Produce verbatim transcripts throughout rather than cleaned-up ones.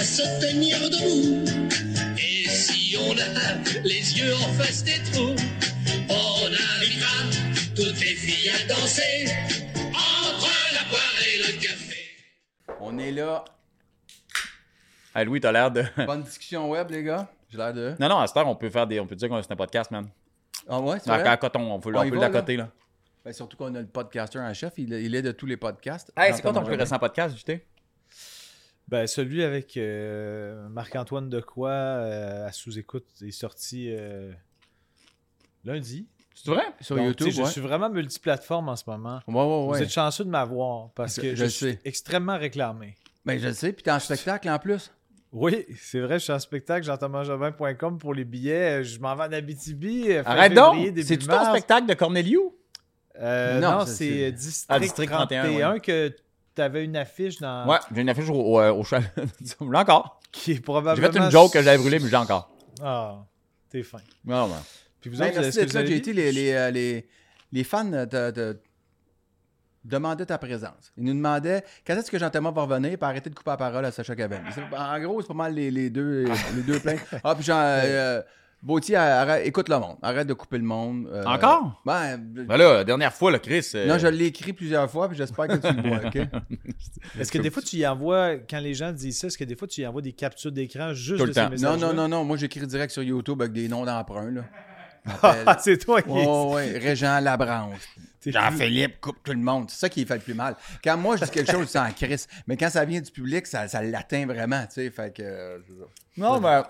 se tenir debout. Et si on a les yeux en face des trous, on invitera toutes les filles à danser entre la poire et le café. On est là. Hey Louis, t'as l'air de... Bonne discussion web, les gars. J'ai l'air de... Non, non, à cette heure, on peut faire des... On peut dire qu'on c'est un podcast, man. Ah ouais, c'est À, vrai? à coton, on peut, On on y peut va, l'accoter, là. Ben, surtout qu'on a le podcaster en chef. Il, il est de tous les podcasts. Hey, c'est quoi ton Jean-Thomas plus récent podcast, J T? Ben, celui avec euh, Marc-Antoine Decoy euh, à sous-écoute est sorti euh, lundi. C'est vrai? Sur Donc, YouTube, tu sais, ouais. Je suis vraiment multiplateforme en ce moment. Ouais, ouais, Vous ouais. êtes chanceux de m'avoir parce Je- que je je, suis sais. extrêmement réclamé. Ben, je le sais. Puis t'es en spectacle en plus. Oui, c'est vrai, je suis en spectacle, jean thomas jobin point com pour les billets. Je m'en vais en Abitibi. fin Arrête février, donc! début C'est-tu ton mars. spectacle de Corneliu? Euh, Non, non, c'est- c'est c'est- District, Ah, District trente et un, trente et un, ouais. que tu avais une affiche dans... Ouais, j'ai une affiche au, au, au chalet. Je l'ai encore. qui est J'ai probablement... fait une joke que j'avais brûlée, mais j'ai encore. Ah, t'es fin. Non, non. Puis vous Ben, autres, merci est-ce que d'être vous là, avez J T. vu? Les, les, euh, les, les fans te, te demandaient ta présence. Ils nous demandaient quand est-ce que Jean-Thomas va revenir et arrêter de couper la parole à Sacha Cabane. C'est- En gros, c'est pas mal les, les deux, les deux plaintes. Ah, puis Jean... Euh, Bautier, arrête, écoute le monde. Arrête de couper le monde. Euh, Encore? Ben, Ben là, la dernière fois, là, Chris... euh, non, je l'ai écrit plusieurs fois, puis j'espère que tu le vois, OK? Est-ce que des fois, tu y envoies, quand les gens disent ça, est-ce que des fois, tu y envoies des captures d'écran juste Tout le de ces temps. messages Non, non, non, non. Moi, j'écris direct sur YouTube avec des noms d'emprunt, là. Ah, c'est toi qui... Oh, ouais, Régent Labranche. T'es Jean-Philippe coupe tout le monde. C'est ça qui fait le plus mal. Quand moi, je dis quelque chose, c'est en crise. Mais quand ça vient du public, ça, ça l'atteint vraiment, tu sais. Fait que... euh, je- Non, ben...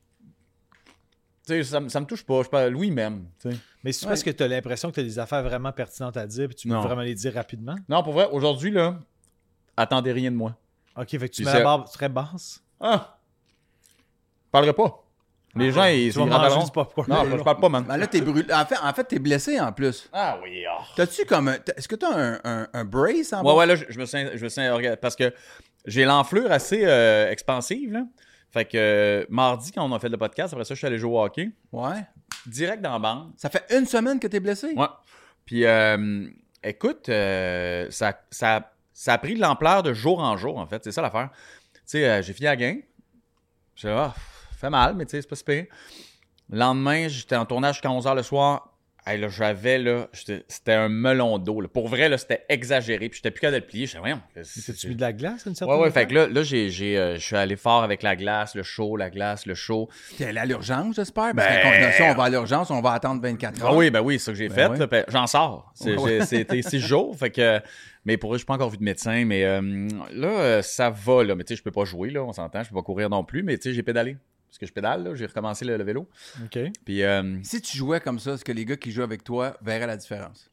Tu sais, ça, me- ça me touche pas. Je parle Louis même, tu sais. Mais c'est Ouais. parce que tu as l'impression que tu as des affaires vraiment pertinentes à dire puis tu veux Non. vraiment les dire rapidement? Non, pour vrai, aujourd'hui, là, attendez rien de moi. OK, fait que tu Puis mets ça- la barre très basse. Ah! Je parlerai pas. Les gens, ils Tu vas ils manger râleront. du popcorn. Non, je, je parle pas, man. Ben là, t'es brûlé. En fait, en fait, t'es blessé en plus. Ah oui, ah. T'as-tu comme un... t'as- Est-ce que t'as un, un, un brace en Ouais, bas? ouais, là, je, je me sens, je me sens orga- parce que j'ai l'enflure assez euh, expansive, là. Fait que euh, mardi, quand on a fait le podcast, après ça, je suis allé jouer au hockey. Ouais. Direct dans la bande. Ça fait une semaine que t'es blessé? Ouais. Puis, euh, écoute, euh, ça, ça, ça a pris de l'ampleur de jour en jour, en fait. C'est ça l'affaire. Tu sais, euh, j'ai fini la game. J'ai dit, ah, fait mal, mais tu sais, c'est pas si pire. Le lendemain, j'étais en tournage jusqu'à onze heures le soir. Hey, là, j'avais, là, j'étais- c'était un melon d'eau. Là. Pour vrai, là, c'était exagéré. Puis j'étais plus capable de le plier. J'étais, voyons. T'as-tu mis de la glace à une certaine Ouais, ouais, époque? fait que là, là j'ai, j'ai, euh, je suis allé fort avec la glace, le chaud, la glace, le chaud. T'es allé à l'urgence, j'espère? Parce Ben- qu'en coordination, on va à l'urgence, on va attendre vingt-quatre heures. Ah oui, ben oui, c'est ça que j'ai Ben fait. ouais. là, ben, j'en sors. C'est, Ouais, j'ai- c'était six jours. Fait que, mais pour eux, je n'ai pas encore vu de médecin. Mais euh, là, euh, ça va. Là, mais tu sais, je peux pas jouer, là, on s'entend. Je peux pas courir non plus. Mais tu sais, j'ai pédalé. Parce que je pédale, là, j'ai recommencé le, le vélo. OK. Puis, euh, Si tu jouais comme ça, est-ce que les gars qui jouent avec toi verraient la différence?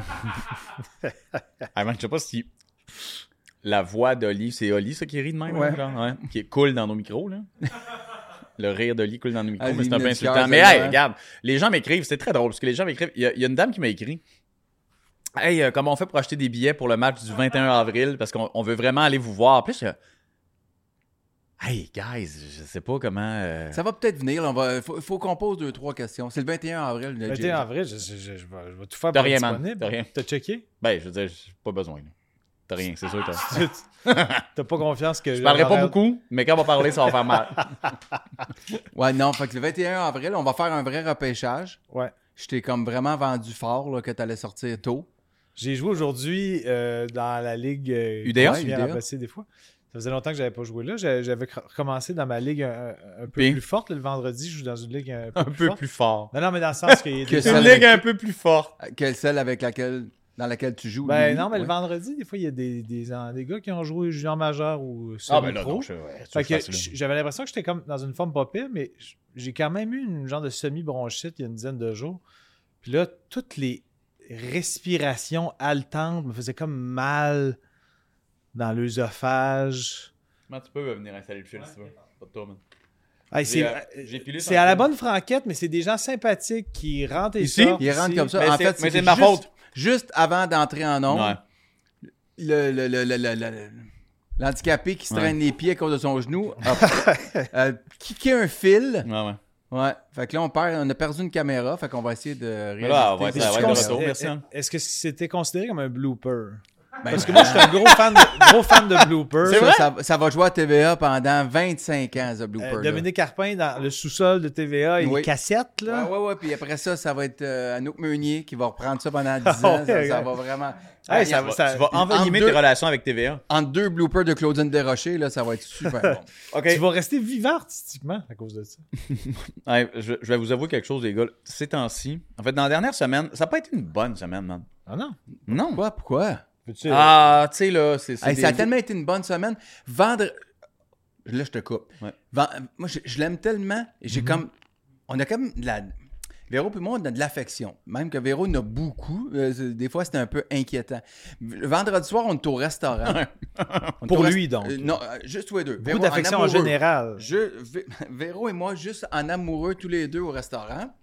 ah, man, je sais pas si la voix d'Oli, c'est Oli, ça qui rit de même, Ouais. là, genre, ouais, qui coule dans nos micros, là. Le rire d'Oli coule dans nos micros, Ah, mais c'est un peu l'hymne du cœur, insultant. Mais ça, hey, hein. regarde, les gens m'écrivent, c'est très drôle, parce que les gens m'écrivent. Il y, a- il y a une dame qui m'a écrit. Hey, euh, comment on fait pour acheter des billets pour le match du vingt et un avril? Parce qu'on on veut vraiment aller vous voir. Puis là, je- hey, guys, je sais pas comment. euh, Ça va peut-être venir. Il faut, faut qu'on pose deux, trois questions. C'est le vingt et un avril. le vingt J- et un avril, je, je, je, je vais, je vais tout faire T'as pour rien, être man. disponible. T'as rien. T'as checké? Ben, je veux dire, j'ai pas besoin. là. T'as rien, c'est sûr. T'as... T'as pas confiance que... Je parlerai pas beaucoup, mais quand on va parler, ça va faire mal. Ouais, non. Fait que le vingt et un avril, on va faire un vrai repêchage. Ouais. Je t'ai comme vraiment vendu fort là, que t'allais sortir tôt. J'ai joué aujourd'hui euh, dans la ligue euh, U D A? qui vient U D A. remplacer des fois. Ça faisait longtemps que j'avais pas joué là. J'avais j'avais cr- recommencé dans ma ligue un, un peu Puis? plus forte. Le vendredi, je joue dans une ligue un peu, Un plus, peu forte. plus fort. Non, non, mais dans le sens qu'il y a Que des... ça- Une Celle ligue avec- un peu plus forte. Euh, Quelle celle avec laquelle, dans laquelle tu joues? Ben Louis? non, mais le Ouais. vendredi, des fois, il y a des, des, des gars qui ont joué junior majeur ou Ah, ben là, semi-pro. non, je, ouais, tu Fait veux que je que fasse ça, là. j- j'avais l'impression que j'étais comme dans une forme pas pire, mais j- j'ai quand même eu une genre de semi-bronchite il y a une dizaine de jours. Puis là, toutes les respirations haletantes me faisaient comme mal dans l'œsophage. Comment tu peux venir installer le fil si tu veux? Pas de toi, man. Hey, J'ai, c'est euh, j'ai pilé c'est sans à la fil. bonne franquette, mais c'est des gens sympathiques qui rentrent et Ici? sortent. Ils rentrent ici. comme ça. Mais en c'est- fait, mais c'est de ma juste- faute. Juste avant d'entrer en onde, Ouais. le, le, le, le, le- le- l'handicapé qui se Ouais. traîne les pieds à cause de son genou a euh, kické un fil. Ouais, ouais. Ouais. Fait que là, on, perd, on a perdu une caméra. Fait qu'on va essayer de réajuster. là, on va ces essayer- ça va être de caméras. retour. Est- merci, hein. Est-ce que c'était considéré comme un blooper? Parce que moi, je suis un gros fan de, gros fan de bloopers. C'est Ça, vrai? ça, ça va jouer à T V A pendant vingt-cinq ans, ce blooper. Euh, Dominique Carpin dans le sous-sol de T V A et Oui. les cassettes, là. Ouais, ouais, ouais. Puis après ça, ça va être euh, Anouk Meunier qui va reprendre ça pendant dix ans. Ouais, ça, ouais. ça va vraiment. Hey, Ah, ça il y va- a- ça- Tu vas envenimer entre tes deux- relations avec T V A. Entre deux bloopers de Claudine Desrochers, là, ça va être super bon. OK. Tu vas rester vivant artistiquement à cause de ça. Ouais, je, je vais vous avouer quelque chose, les gars. Ces temps-ci, en fait, dans la dernière semaine, ça n'a pas été une bonne semaine, man. Ah non? Non. Pourquoi? Pourquoi? Peux-tu- Ah, tu sais, là, c'est c'est Hey, des- ça a tellement été une bonne semaine. Vendre. Là, je te coupe. Ouais. Ven- Moi, je, je l'aime tellement. Et j'ai Mhm. comme. On a comme de la. Véro et moi, on a de l'affection. Même que Véro en a beaucoup. Euh, c'est- des fois, c'était un peu inquiétant. Le vendredi soir, on est au restaurant. On est Pour au lui, rest- donc. Euh, non, euh, juste tous les deux. Beaucoup Véro, d'affection en amoureux. général. Je, Vé- Véro et moi, juste en amoureux, tous les deux au restaurant.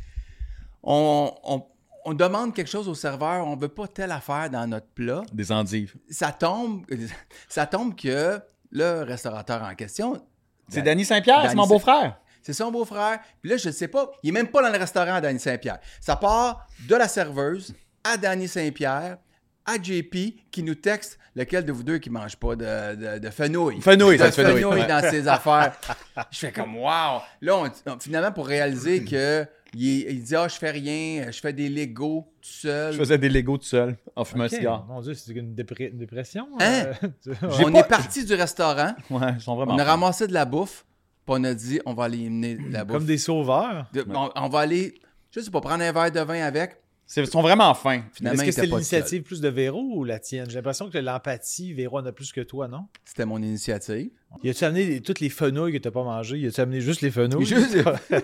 On, on, on demande quelque chose au serveur. On veut pas telle affaire dans notre plat. Des endives. Ça tombe, ça tombe que le restaurateur en question, C'est Danny Saint-Pierre, c'est Danny mon Saint- beau-frère. c'est son beau-frère. Puis là, je ne sais pas, il est même pas dans le restaurant, Danny Saint-Pierre. Ça part de la serveuse à Danny Saint-Pierre, à J P, qui nous texte lequel de vous deux qui mange pas de, de, de fenouil. Fenouil, de ça, fenouil. Ouais. dans ses affaires. Je fais comme, wow! Là, on- on- finalement, pour réaliser que il, est- il dit, ah, je fais rien, je fais des Legos tout seul. Je faisais des Legos tout seul en fumant Ok. un cigare. Mon Dieu, c'est une, dépre- une dépression. Hein? euh, J'ai On pas- est parti du restaurant, Ouais, ils sont vraiment. on a fins. ramassé de la bouffe, puis on a dit, on va aller mener de la bouffe. Comme des sauveurs. De- on, on va aller, je sais pas, prendre un verre de vin avec. C'est- Ils sont vraiment fins. Finalement, Est-ce il que était c'était pas l'initiative plus de Véro ou la tienne? J'ai l'impression que l'empathie, Véro en a plus que toi, non? C'était mon initiative. Y a-tu amené les- toutes les fenouilles que t'as pas mangées? Y a-tu amené juste les fenouilles? Juste-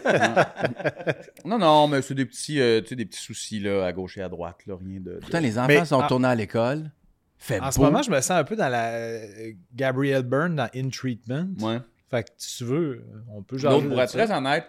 Non, non, mais c'est des petits, euh, tu sais, des petits soucis là, à gauche et à droite. Là, rien de. de- Pourtant, les enfants Mais- sont ah. retournés à l'école. Fait En ce beau. moment, je me sens un peu dans la euh, Gabrielle Byrne dans In Treatment. Ouais. Fait que si tu veux, on peut jaser L'autre, pour de être ça. très honnête,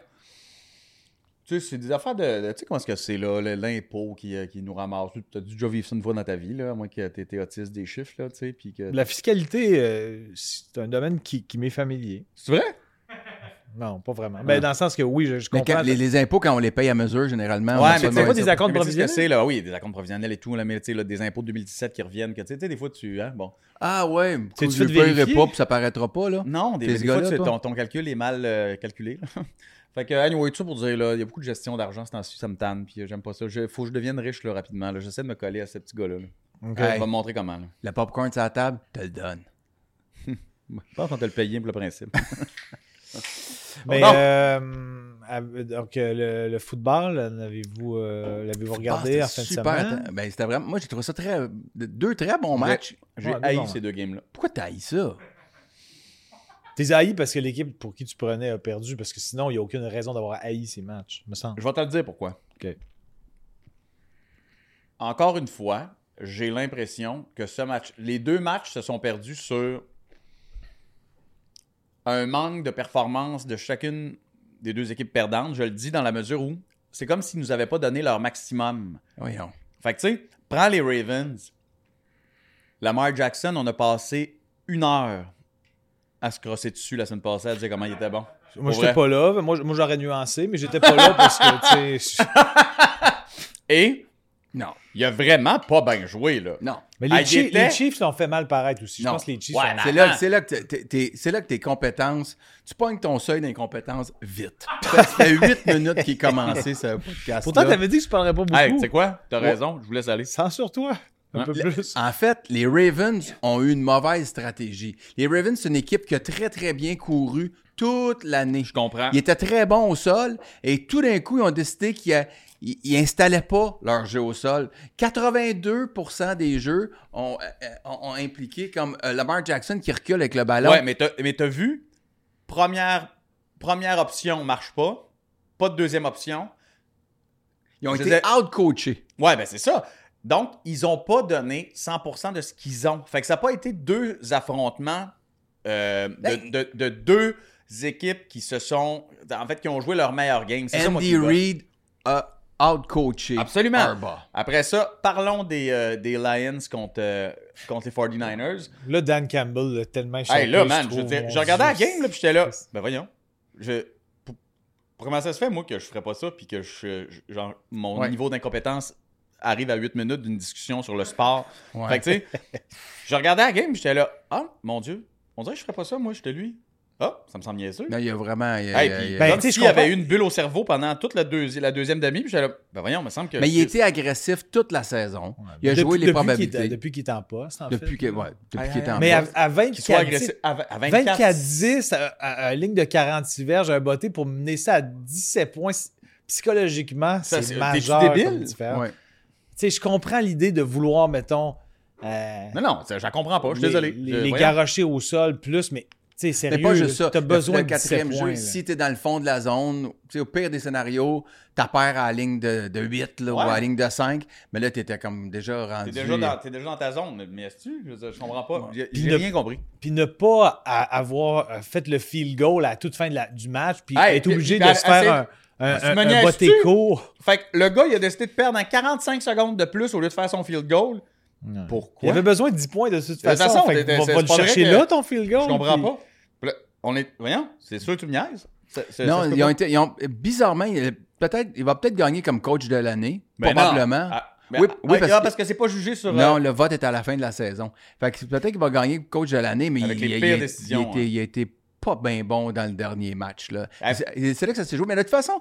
tu sais, c'est des affaires de. de- tu sais comment est-ce que c'est, là, le- l'impôt qui, euh, qui nous ramasse. Tu as dû déjà vivre ça une fois dans ta vie, là, à moins que tu étais autiste des chiffres, là, tu sais. Puis que... La fiscalité, euh, c'est un domaine qui, qui m'est familier. C'est vrai? Non, pas vraiment. Ben, dans le sens que oui, je, je Mais comprends. quand- les, les impôts, quand on les paye à mesure, généralement. on Ouais, a mais ça c'est dans pas les- des accords Mais tu sais ce que provisionnels? c'est, là. Oui, des accords provisionnels et tout, là, mais tu sais, là, des impôts de deux mille dix-sept qui reviennent. Que, tu sais, tu sais, des fois, tu. Hein, bon. Ah ouais, C'est-tu je fait le payerai vérifier? pas, puis ça paraîtra pas, là. Non, des, T'es des ce fois, gars-là, tu- toi? ton, ton calcul est mal euh, calculé. là. Fait que, anyway, tout ça pour dire, là, il y a beaucoup de gestion d'argent, ce temps-ci, ça me tanne, puis euh, j'aime pas ça. Il faut que je devienne riche, là, rapidement. Là. J'essaie de me coller à ce petit gars-là. Là. Ok. Hey. Il va me montrer comment, là. Le popcorn sur la table, te le donne. Je pense qu'on t'a le payé pour le principe. Mais, Non. euh, av- donc, euh, le, le football, l'avez-vous euh, l'avez-vous regardé Ah, en fin de c'était super. semaine? Attends, Ben, c'était vraiment. Moi, j'ai trouvé ça très. Deux très bons Ouais. matchs. J'ai Ouais, haï bon. ces deux games-là. Pourquoi t'as haï ça? T'es haï parce que l'équipe pour qui tu prenais a perdu, parce que sinon, il n'y a aucune raison d'avoir haï ces matchs, me semble. Je vais te le dire pourquoi. Ok. Encore une fois, j'ai l'impression que ce match, les deux matchs se sont perdus sur un manque de performance de chacune des deux équipes perdantes. Je le dis dans la mesure où c'est comme s'ils nous avaient pas donné leur maximum. Voyons. Fait que tu sais, prends les Ravens. Lamar Jackson, on a passé une heure à se crosser dessus la semaine passée, à dire comment il était bon. Moi, Pour j'étais vrai. pas là. Moi, moi, j'aurais nuancé, mais j'étais pas là parce que, tu sais... Et Non. il a vraiment pas bien joué, là. Non. Mais Ah, les, il Chiefs, était- les Chiefs l'ont fait mal paraître aussi. Je Non. pense que les Chiefs Ouais, sont... mais- C'est là, Attends. c'est là que t'es- t'es- t'es- c'est là que tes compétences, tu pognes ton seuil d'incompétence vite. Ça fait huit minutes qu'il est commencé ce podcast. Pourtant, t'avais dit que je parlerais pas beaucoup. Hey, tu sais quoi? T'as raison, je vous laisse aller. Censure-toi un Hein? peu plus. En fait, les Ravens ont eu une mauvaise stratégie. Les Ravens, c'est une équipe qui a très, très bien couru toute l'année. Je comprends. Ils étaient très bons au sol et tout d'un coup, ils ont décidé qu'ils n'installaient pas leur jeu au sol. quatre-vingt-deux pour cent des jeux ont, euh, ont, ont impliqué comme euh, Lamar Jackson qui recule avec le ballon. Ouais, mais t'as, mais t'as vu, première, première option marche pas, pas de deuxième option. Ils ont je été disais- out-coachés. Ouais, ben c'est ça. Donc, ils ont pas donné cent pour cent de ce qu'ils ont. Fait que ça n'a pas été deux affrontements euh, de, Ben- de- de deux équipes qui se sont, en fait, qui ont joué leur meilleur game. C'est ça, moi, qui Andy me gosse. Reid a out-coaché Absolument. Harbaugh. Après ça, parlons des, euh, des Lions contre, euh, contre les forty-niners. Là, Dan Campbell l'a tellement échappé. Hey, là, man, je trouve, veux dire, mon je regardais la Dieu. game, là, puis j'étais là. Ben voyons. Je, pour, pour comment ça se fait, moi, que je ferais pas ça, puis que je, je- genre, mon Ouais. niveau d'incompétence arrive à huit minutes d'une discussion sur le sport. Ouais. Fait que, tu sais, je regardais la game, j'étais là, ah, mon Dieu, on dirait que je ferais pas ça, moi, j'étais lui. Ah, ça me semble niaiseux. Non, il y a vraiment. il y a- Hey, il y a- puis, il y a- Ben, comme tu sais, s'il je y avait comprends. eu une bulle au cerveau pendant toute la, deuxi- la deuxième demi, puis j'étais là, ben voyons, il me semble que... Mais il était agressif toute la saison. Il a Depuis- joué les depuis probabilités. qu'il est- depuis qu'il est en poste, en Depuis fait. qu'il ouais, depuis Aïe, qu'il était aïe, en Mais à, poste. à qu'il soit vingt-quatre agressif à, à vingt-quatre. vingt-quatre dix, à, à- à une ligne de quarante-six verges, un botté pour mener ça à dix-sept points. Psychologiquement, Ça, c'est c'est- majeur. t'es-tu débile? comme différence. Ouais. Tu sais, je comprends l'idée de vouloir, mettons, euh, Non, non, ça, je la comprends pas, je suis les, désolé. les, Je- les voyons. garrocher au sol plus, mais tu sais, Mais sérieux, pas juste ça. t'as Le- besoin le de quatrième dix-sept jeu, points. là. si t'es dans le fond de la zone, tu sais, au pire des scénarios, t'as perds à la ligne de, de huit là, ou Ouais. à la ligne de cinq, mais là, t'étais comme déjà rendu. T'es déjà, dans, t'es déjà dans ta zone, mais est-ce que tu? Je, je comprends pas. J'ai, Puis j'ai ne- rien compris. Puis ne pas à- avoir euh, fait le field goal à la toute fin de la- du match, puis Hey, être puis- obligé puis de à- se faire assez- un, un, Tu un, me un niaises-tu? botté court. Fait que le gars, il a décidé de perdre en quarante-cinq secondes de plus au lieu de faire son field goal. Pourquoi? Il avait besoin de dix points de toute De toute façon. façon, fait que c'est- va, c'est va le pas vrai chercher que- là, ton field goal. Je comprends puis- pas. Puis là, on est... Voyons, c'est sûr que tu me niaises. C'est- c'est- Non, ça se peut ils ont pas. été, ils ont, bizarrement, il, peut-être, il va peut-être gagner comme coach de l'année, Ben probablement. non. Ah, mais- Oui, ah, oui, ah, parce parce, que- que c'est pas jugé sur... Non, euh, le vote est à la fin de la saison. Fait que peut-être qu'il va gagner coach de l'année, mais Avec il, les il- pires il- décisions, il, était, hein. il a été pas bien bon dans le dernier match. Là. Ah. C'est, c'est là que ça s'est joué. Mais de toute façon,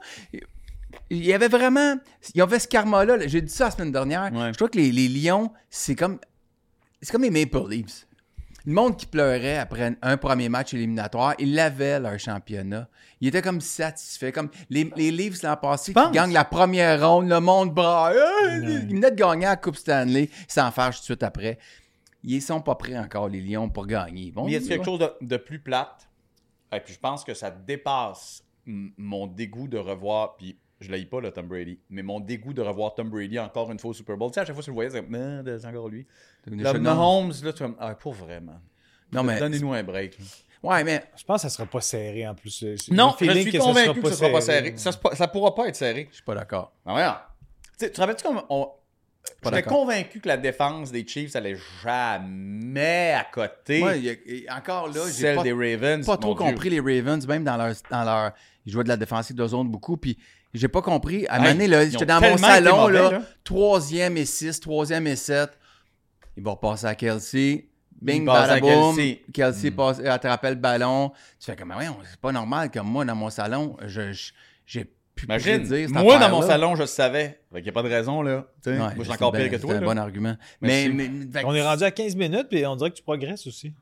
il y avait vraiment. Il y avait ce karma-là. là. J'ai dit ça la semaine dernière. Ouais. Je trouve que les, les Lions, c'est comme. C'est comme les Maple Leafs. Le monde qui pleurait après un premier match éliminatoire, ils avaient leur championnat. Ils étaient comme satisfaits. Comme les, les Leafs l'an passé, qui penses? gagnent la première ronde, le monde braille. Ah, ils venaient de gagner la Coupe Stanley, ils s'en fâchent tout de suite après. Ils sont pas prêts encore, les Lions, pour gagner. Bon, Mais y a quelque chose de, de plus plate? Et puis je pense que ça dépasse m- mon dégoût de revoir, puis je l'haïs pas, là, Tom Brady, mais mon dégoût de revoir Tom Brady encore une fois au Super Bowl. Tu sais, à chaque fois que tu le voyais, c'est comme, Ah, c'est encore lui. Là, Mahomes, là, tu vas ah, pas vraiment. Non, mais. Donnez-nous un break. là. Ouais, mais. Je pense que ça sera pas serré en plus. J'ai Non, le je feeling suis que ça convaincu sera que pas ce sera pas serré. serré. Ça, se pa- ça pourra pas être serré. Je suis pas d'accord. Ah, voyons. Tu sais, tu te rappelles-tu comme on... Pas J'étais d'accord. convaincu que la défense des Chiefs allait jamais à côté Ouais, il y a- et encore là, j'ai celle pas, des Ravens. pas trop mon Dieu. compris les Ravens, même dans leur. Dans leur ils jouaient de la défensive de zone beaucoup, puis j'ai pas compris. À un Hey, moment donné, là, ils j'étais ont dans mon tellement été salon, mauvais, là, là. troisième et six, troisième et sept. Ils vont repasser à Kelsey. Bing, Il passe à badaboum. Kelsey. Kelsey Hmm. passe, attrapait le ballon. Tu fais comme, ouais, c'est pas normal comme moi dans mon salon. Je, je- j'ai pu Imagine, prédire cette moi dans mon affaire-là. salon, je le savais. Fait qu'il n'y a pas de raison, là. Tu sais, Ouais, moi, je suis c'est encore une pire belle- que toi. C'est un là. bon argument. Mais, Merci. mais, fait que On est rendu à quinze minutes, puis on dirait que tu progresses aussi.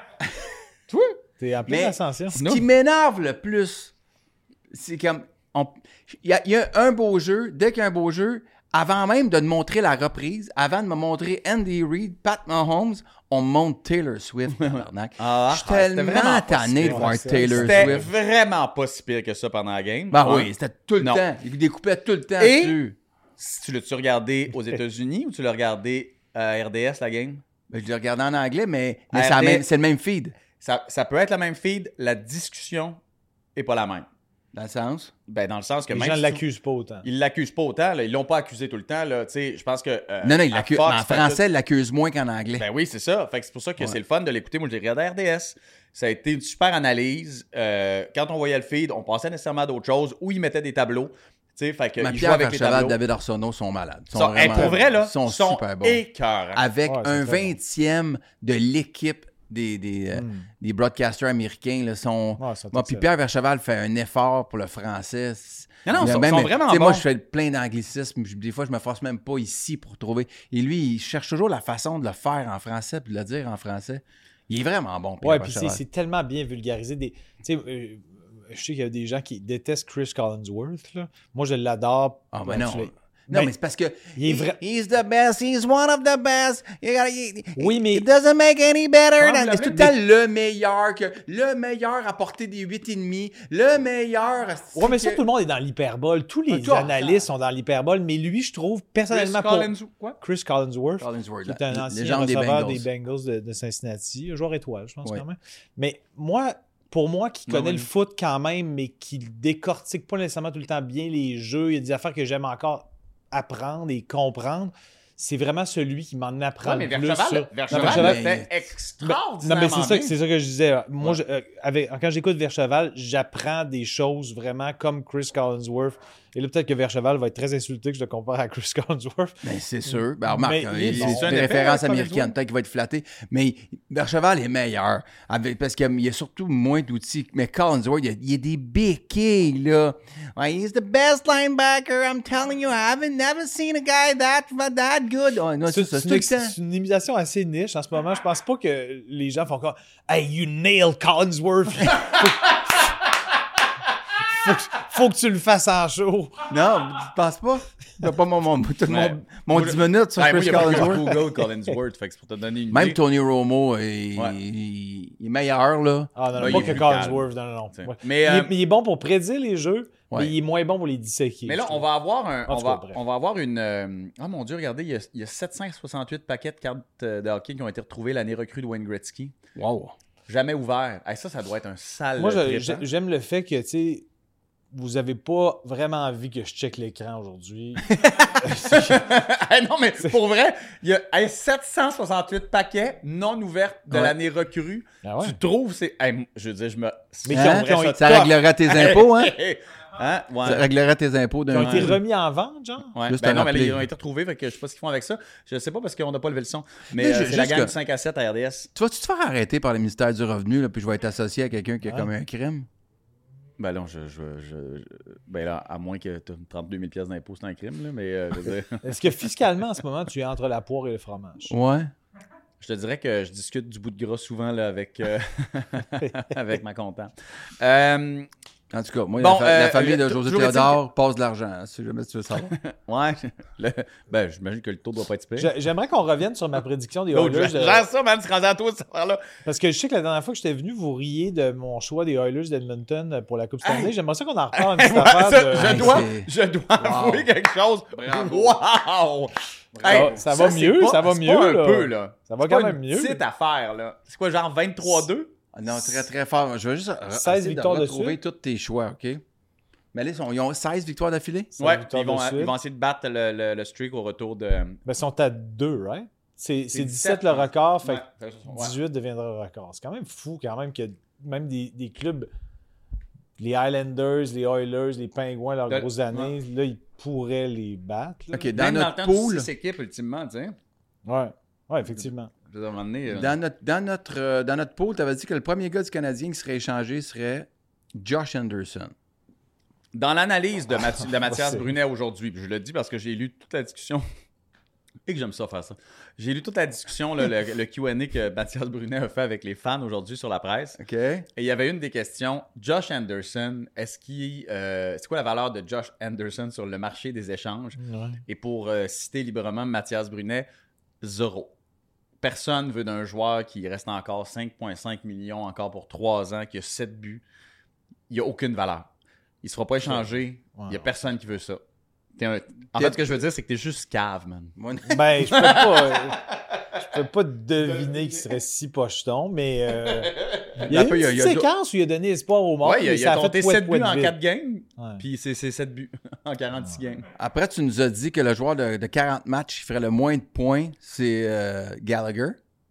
Toi? T'es en pleine Mais- ascension. Ce qui m'énerve le plus, c'est comme. on- Il y, a- il y a un beau jeu, dès qu'il y a un beau jeu, avant même de me montrer la reprise, avant de me montrer Andy Reid, Pat Mahomes, on me montre Taylor Swift. tabarnak. Ah, Je suis ah, c'était tellement vraiment pas tanné si de pire. voir c'est- Taylor C'était Swift. vraiment pas si pire que ça pendant la game. Ben Ouais. oui, c'était tout le Non. temps. Il découpait tout le temps Et- dessus. Si tu l'as-tu regardé aux États-Unis ou tu l'as regardé à R D S, la game? Ben, je l'ai regardé en anglais, mais, mais R D- c'est, la même- c'est le même feed. Ça, ça peut être la même feed, la discussion est pas la même. Dans le sens. Ben, dans le sens que Les même gens ne si tu- l'accusent pas autant. Ils l'accusent pas autant, là. Ils l'ont pas accusé tout le temps, là. Tu sais, je pense que. euh, Non, non, il à l'accuse. Fox, En fait français, il l'accuse moins qu'en anglais. Ben oui, c'est ça. Fait que c'est pour ça que Ouais. c'est le fun de l'écouter. Moi, je l'ai regardé à R D S. Ça a été une super analyse. Euh, quand on voyait le feed, on passait nécessairement à d'autres choses où ils mettaient des tableaux. Tu sais, fait que Ma ils Pierre jouaient avec les Vercheval, tableaux. David Arsenault sont malades. Ils sont Sont- hey, vraiment- pour vrai, là, ils sont, sont super bons. écœurants. Avec Ouais, c'est un très bon. vingtième de l'équipe des, des, euh, Mm. des broadcasters américains. Là, sont... Ouais, ça Moi, puis t'excelle. Pierre Vercheval fait un effort pour le français. Non, non, Il y a ils sont- même- sont vraiment tu sais, Moi, bons. je fais plein d'anglicismes. Je- Des fois, je me force même pas ici pour trouver. Et lui, il cherche toujours la façon de le faire en français puis de le dire en français. Il est vraiment bon, Pierre Ouais, puis c'est, Vercheval. c'est tellement bien vulgarisé. Des, tu sais, euh, je sais qu'il y a des gens qui détestent Chris Collinsworth. Là. Moi, je l'adore. Ah, Ben, ben non. tu l'as- Non, Ben, mais c'est parce que il est vrai- he's the best, he's one of the best. You gotta- he- Oui, mais- It doesn't make any better. Ah, than- vous C'est tout le l'avez temps le meilleur, que le meilleur à porter des huit virgule cinq, le meilleur. Ouais, mais ça, que- tout le monde est dans l'hyperbole. Tous les Ah, toi, analystes sont dans l'hyperbole, mais lui, je trouve, Chris personnellement, pour Collins- quoi? Chris Collinsworth, Collinsworth, qui est un la- ancien légende des receveur Bengals. des Bengals de, de Cincinnati, un joueur étoile, je pense, Ouais. quand même. Mais moi, pour moi, qui Ouais, connais ouais. le foot quand même, mais qui décortique pas nécessairement tout le temps bien les jeux, il y a des affaires que j'aime encore apprendre et comprendre. c'est vraiment celui qui m'en apprend Ouais, mais le plus. Vercheval, sur- Vercheval, Non, Vercheval, le mais- fait extraordinairement Non, mais c'est ça, bien. c'est ça que je disais. Moi, Ouais. je- euh, avec, quand j'écoute Vercheval, j'apprends des choses vraiment comme Chris Collinsworth. Et là, peut-être que Vercheval va être très insulté que je le compare à Chris Collinsworth. Ben, c'est sûr. Ben, remarque, Mais hein, il est il- bon. c'est C'est un une épais, référence hein, américaine. Collinsworth. Peut-être qu'il va être flatté. Mais Bercheval est meilleur. Avec, parce qu'il y a surtout moins d'outils. Mais Collinsworth, il y a, il y a des béquilles, là. Ouais, he's the best linebacker. I'm telling you, I haven't never seen a guy that, that good. Oh, non, c'est C'est ça. c'est C'est une, tout le temps. c'est une imitation assez niche en ce moment. Je pense pas que les gens font comme Hey, you nailed Collinsworth. faut, faut, que- faut que tu le fasses en show. Non, tu penses pas? T'as pas mon, mon, tout le Ouais. monde- mon Moi, dix minutes sur Ouais, moi, Chris il y a pas que Collinsworth. Google Collinsworth, fait que c'est pour te donner une Même idée. Tony Romo, est, Ouais. il, il est meilleur, là. Ah non, non, Ouais, pas il est que plus Collinsworth. Non, non, non. T'sais. Ouais. Mais, il, euh, est, mais il est bon pour prédire les jeux, Ouais. mais il est moins bon pour les disséquer. Mais là, je on trouve. va avoir un. En On tout cas, va, bref. on va avoir une. euh, Oh mon Dieu, regardez, il y, a, il y a sept cent soixante-huit paquets de cartes euh, de hockey qui ont été retrouvés l'année recrue de Wayne Gretzky. Wow. Jamais ouvert. Hey, ça, ça doit être un sale. Moi, je- trip, j'ai- hein? j'aime le fait que, tu sais, vous avez pas vraiment envie que je check l'écran aujourd'hui. Hey, non, mais pour vrai, il y a hey, sept cent soixante-huit paquets non ouverts de Ouais. l'année recrue. Ah ouais? Tu trouves, c'est. Hey, je veux dire, je me. Mais qui Hein? ont- qui ont été- Ça réglerait tes impôts, hein? Hein? Ouais. Ça réglerait tes impôts Qui d'un ont été coup. remis en vente, genre? Ouais. Juste Ben à non, mais là, rappeler. ils ont été retrouvés, fait que je sais pas ce qu'ils font avec ça. Je sais pas parce qu'on n'a pas levé le son. Mais, Mais euh, ju- c'est la juste gang que- du cinq à sept à R D S. Tu vas-tu te faire arrêter par le ministère du Revenu, là, puis je vais être associé à quelqu'un qui a Ouais. commis un crime? Ben non, je, je, je- je- Ben là, à moins que tu aies trente-deux mille pièces d'impôt, c'est un crime, là, mais euh, je, veux dire, Est-ce que fiscalement, en ce moment, tu es entre la poire et le fromage? Ouais. je te dirais que je discute du bout de gras souvent là, avec, euh, avec ma comptable. Euh, En tout cas, moi, Bon, la, fa- la euh, famille de le- José toujours est-il Théodore passe de l'argent, hein, si jamais tu veux savoir. ouais, le- ben j'imagine que le taux doit pas être pire. J'ai- J'aimerais qu'on revienne sur ma prédiction des Oh, Oilers. je- de- Gère ça, man, tu rendu à toi, cette affaire-là. Parce que je sais que la dernière fois que j'étais venu, vous riez de mon choix des Oilers d'Edmonton pour la Coupe Stanley. Hey! J'aimerais ça qu'on en reparle une petite Ouais, affaire. ça, de- je, Hey, dois, c'est- je dois Wow. avouer quelque chose. Bravo. Wow! Ça- ça va c'est mieux, pas- ça va c'est mieux, pas un là. peu, là. Ça va C'est quand pas même une mieux. petite affaire, là. C'est quoi, genre vingt-trois deux? Ah non, très très fort. Je vais juste euh, seize essayer victoires de de retrouver suite. tous tes choix, OK? Mais là, ils, sont- ils ont seize victoires d'affilée? C'est Ouais, une victoire ils vont, de suite. ils vont essayer de battre le, le, le streak au retour de. Ben, ils sont à deux, right? C'est c'est C'est dix-sept dix-sept, le record, fait Ouais, que ouais. dix-huit deviendra le record. C'est quand même fou, quand même, que même des, des clubs, les Highlanders, les Oilers, les Pingouins, leurs Le- grosses années, là, ils pourraient les battre. là. OK, dans Même notre dans le temps pool... de six équipes, ultimement, tu sais. Ouais, ouais, effectivement. Je veux dire, à un moment donné, euh, Dans notre, dans notre, euh, dans notre pool, tu avais dit que le premier gars du Canadien qui serait échangé serait Josh Anderson. Dans l'analyse de, Mathi- de Mathias c'est- Brunet aujourd'hui, puis je le dis parce que j'ai lu toute la discussion, et que j'aime ça faire ça, j'ai lu toute la discussion, là, le, le Q and A que Mathias Brunet a fait avec les fans aujourd'hui sur la presse, OK? et il y avait une des questions, Josh Anderson, est-ce qu'il, euh, c'est quoi la valeur de Josh Anderson sur le marché des échanges? Ouais. Et pour euh, citer librement Mathias Brunet, zéro. Personne veut d'un joueur qui reste encore cinq virgule cinq millions encore pour trois ans, qui a sept buts. Il n'y a aucune valeur. Il ne se fera pas échanger. Il Ouais. n'y a personne qui veut ça. T'es un- En T'es- fait, ce que je veux dire, c'est que tu es juste cave, man. Moi, Ben, je peux pas, euh, je peux pas deviner qu'il serait si pocheton, mais euh, il y a Un eu peu, une il y a- il y a petite séquence où il a donné espoir au monde. Ouais, il a, mais il ça a fait compté pouet, sept pouet buts en vite. quatre games, Ouais. puis c'est c'est sept buts en quarante-six games. après, tu nous as dit que le joueur de, de quarante matchs qui ferait le moins de points, c'est euh, Gallagher.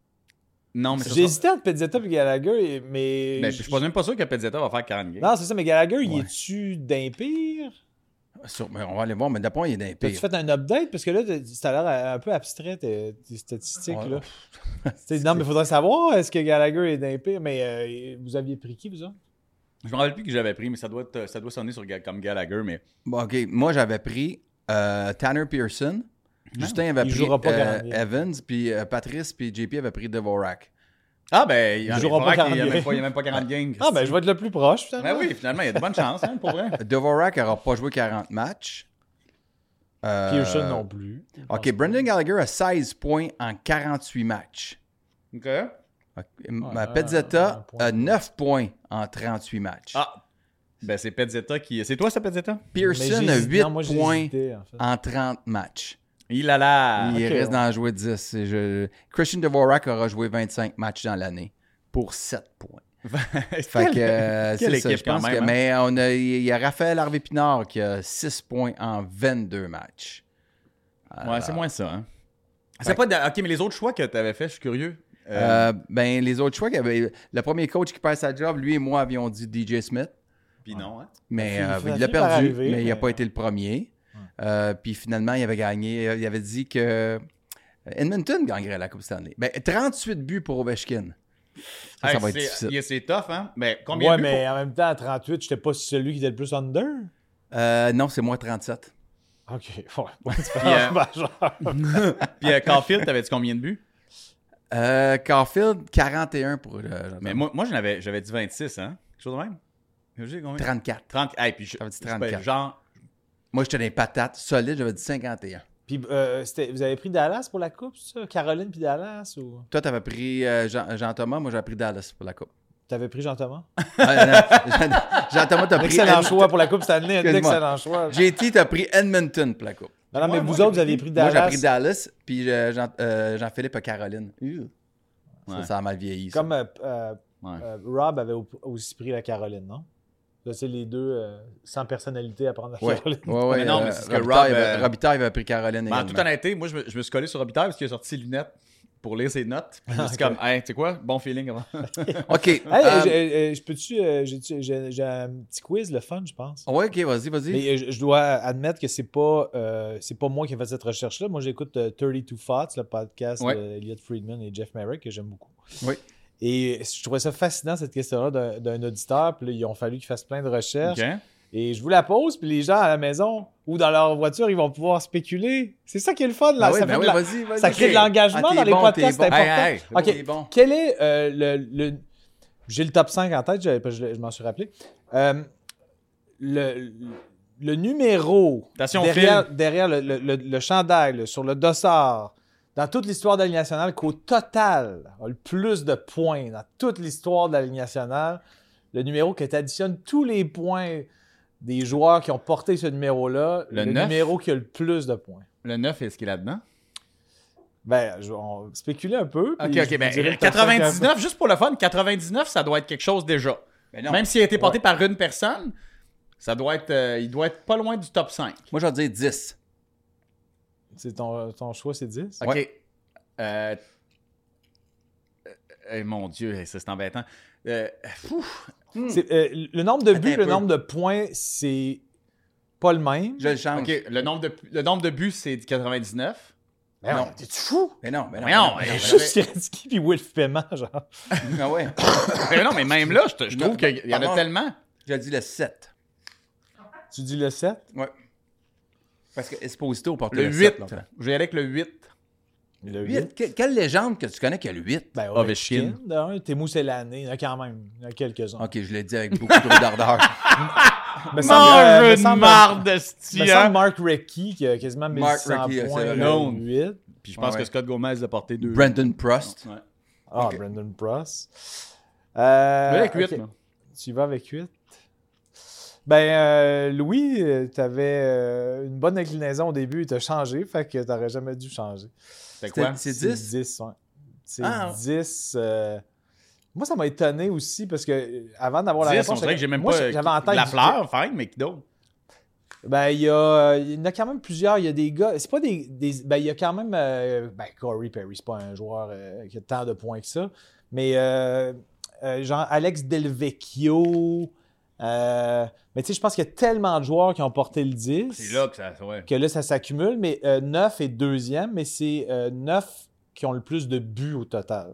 Non, mais c'est J'ai ça. hésité entre Pezzetta et Gallagher, mais. Ben, je suis pas même pas sûr que Pezzetta va faire quarante games. Non, c'est ça, mais Gallagher, il Ouais. est-tu d'un pire? Sur- mais on va aller voir, mais d'après moi, il est d'un T'as-tu pire. fait un update? Parce que là, t'as- ça a l'air un peu abstrait, tes, tes statistiques. Ouais. Là. T'sais, non, mais il faudrait savoir, est-ce que Gallagher est d'un pire? Mais euh, vous aviez pris qui, vous autres? Je me rappelle plus que j'avais pris, mais ça doit, être- ça doit sonner sur, Ga- comme Gallagher, mais... Bon, OK, moi, j'avais pris euh, Tanner Pearson. Justin avait il pris jouera pas euh, quarante games. Evans, puis euh, Patrice, puis J P avait pris Devorak. Ah, ben, il Ils joueront faudra pas qu'il- il y a quarante même pas- il y a même pas quarante games. Ah, ben, je vais être le plus proche, finalement. Ben oui, finalement, il y a de bonnes chances, hein, pour vrai. Devorak n'aura pas joué quarante matchs. Euh, Pearson non plus. OK, Brendan Gallagher a seize points en quarante-huit matchs. OK. OK, Ma un- un Pezzetta point. a neuf points en trente-huit matchs. Ah, ben c'est Pezzetta qui... C'est toi, ça, Pezzetta? Pearson Mais a j'ai- huit non, moi, j'ai points hésité, en fait. en trente matchs. Il a la... Il ok, reste ouais. d'en jouer dix. C'est je- Christian Dvorak aura joué vingt-cinq matchs dans l'année pour sept points. Fait que euh, quelle c'est ça, équipe je pense quand même, que- hein? mais on a, il y a Raphaël Harvey-Pinard qui a six points en vingt-deux matchs. Ouais, c'est moins ça, hein. C'est Ouais. pas de... OK, mais les autres choix que tu avais fait, je suis curieux. Euh, Euh, ben, les autres choix, qu'il y avait- le premier coach qui perd sa job, lui et moi avions dit D J Smith. Puis non, hein? Mais Ça euh, finit- il ça l'a finit par perdu, arriver, mais il n'a mais- pas été le premier. Euh, puis finalement, il avait gagné. Il avait dit que Edmonton gagnerait la Coupe Stanley. Ben, trente-huit buts pour Ovechkin. Ça, ça Hey, va être c'est- difficile. yeah, C'est tough, hein? Mais combien Ouais, de buts mais en même temps, à trente-huit, j'étais pas celui qui était le plus under. Euh, non, c'est moins trente-sept. OK. Ouais, bonne euh, différence majeure. pour... Puis euh, Caulfield, t'avais-tu combien de buts? Euh, Caulfield, quarante et un pour. Euh, Mais moi, moi j'en avais, j'avais dit vingt-six, hein? Quelque chose de même? J'ai combien? trente-quatre. trente. Hey, puis je, J'avais dit je- trente-quatre. Genre, Moi, j'étais dans les patates solides, j'avais dit cinquante et un. Puis, euh, c'était- vous avez pris Dallas pour la coupe, c'est ça? Caroline puis Dallas? Ou Toi, t'avais pris euh, Jean- Jean-Thomas, moi, j'ai pris Dallas pour la Coupe. t'avais pris Jean-Thomas? Ah, non, Jean- Jean-Thomas, t'as pris. Excellent Ed- choix pour la coupe cette année. Un Excuse-moi. excellent choix. J T, t'as pris Edmonton pour la Coupe. Non, non, mais Ouais, vous moi, autres, j'ai vous aviez pris- pris Moi, Dallas. j'ai pris Dallas, puis euh, Jean- euh, Jean-Philippe a Caroline. Uh. Ça, Ouais. ça a mal vieilli. ça. Comme euh, euh, ouais. euh, Rob avait au- aussi pris la Caroline, non? Là, c'est les deux euh, sans personnalité à prendre la Ouais, Caroline. ouais, ouais. Mais non, mais euh, c'est ce que Robitaille Rob, avait- euh, Robitaille avait pris Caroline Mais en également. toute honnêteté, moi, je me, je me suis collé sur Robitaille parce qu'il a sorti ses lunettes pour lire ses notes. Puis je me suis Ok. comme, hey, tu sais quoi? Bon feeling avant. OK. Hey, euh, j'ai- euh, je peux-tu. euh, j'ai- J'ai j'ai un petit quiz, le fun, je pense. Ouais, OK, vas-y, vas-y. Mais euh, je, je dois admettre que c'est pas, euh, c'est pas moi qui ai fait cette recherche-là. Moi, j'écoute euh, trente-deux Thoughts, le podcast Ouais. d'Eliot Friedman et Jeff Merrick, que j'aime beaucoup. Oui. Et je trouvais ça fascinant, cette question-là, d'un- d'un auditeur. Puis là, ils ont fallu qu'ils fassent plein de recherches. OK. Et je vous la pose, puis les gens à la maison ou dans leur voiture, ils vont pouvoir spéculer. C'est ça qui est le fun, là. Ah oui, ça, ben fait oui, de la- vas-y, vas-y. ça crée de l'engagement Ah, t'es dans les bon, podcasts, t'es c'est bon. important. Hey, hey, c'est OK. T'es bon. Quel est euh, le, le- J'ai le top cinq en tête, je, je- je m'en suis rappelé. Euh, le, le numéro Attention, derrière, Phil. derrière le, le, le- le chandail, là, sur le dossard, dans toute l'histoire de la Ligue nationale, qu'au total a le plus de points dans toute l'histoire de la Ligue nationale, le numéro que tu additionnes tous les points des joueurs qui ont porté ce numéro-là, Le le, neuf? numéro qui a le plus de points. Le neuf, est-ce qu'il est là-dedans? Ben, je, on va spéculer un peu. puis OK, je OK. vous Ben, dirai le top cinq quatre-vingt-dix-neuf, juste pour le fun, quatre-vingt-dix-neuf, ça doit être quelque chose déjà. Ben non. Même s'il a été porté Ouais. par une personne, ça doit être, euh, il doit être pas loin du top cinq. Moi, je vais dire dix. C'est ton, ton choix, c'est dix? OK. Ouais. Euh... euh, eh, mon Dieu, ça c'est embêtant. Euh... ouf. C'est, euh, le nombre de Attends buts, un le peu. nombre de points, c'est pas le même. Je le change. OK, le nombre de, le nombre de buts, c'est quatre-vingt-dix-neuf. Ben non. non, t'es-tu fou? Mais non, mais non. Mais non, mais mais non, Juste Gretzky puis Will Paiement, genre. Ah ouais. Mais non, mais même là, je, te- je trouve Non, qu'il y en a pardon. tellement. J'ai dit le sept. Tu dis le sept? Ouais. Parce que Esposito portait Le le, huit. sept. longtemps. Je vais aller avec le huit. Le huit. Que- quelle légende que tu connais qui a le huit? Ben, Ovechkin. Ovechkin. D'un, Temu Selane, il y en a quand même. Il y en a quelques-uns. OK, je l'ai dit avec beaucoup trop d'ardeur. Me semble, euh, me Mange une semble- marde de me style. semble Mark Recchi qui a quasiment Mark mille six cents Recchi, c'est points. vrai. le huit. Puis je pense Ouais, ouais. que Scott Gomez a porté deux. Brandon Prost. Ouais. Ah, Ok. Brandon Prost. Euh, Je vais avec huit, ok. moi. Tu y vas avec huit? Ben, euh, Louis, tu avais une bonne inclinaison au début, il t'a changé, fait que t'aurais jamais dû changer. C'est quoi? C'est dix? dix, ouais. C'est Ah. dix. euh, Moi, ça m'a étonné aussi parce que euh, avant d'avoir la dix, réponse, on dirait que j'ai même moi, pas. j'avais en tête La du- fleur, fine, mais qui d'autre? Ben, il y, a, il y en a quand même plusieurs. Il y a des gars. C'est pas des. des- ben, il y a quand même. euh, ben, Corey Perry, c'est pas un joueur euh, qui a tant de points que ça. Mais, euh, euh, genre, Alex Delvecchio. euh, mais, tu sais, je pense qu'il y a tellement de joueurs qui ont porté le dix. C'est là que ça. Ouais. Que là, ça s'accumule. Mais euh, neuf est deuxième. Mais c'est euh, neuf qui ont le plus de buts au total.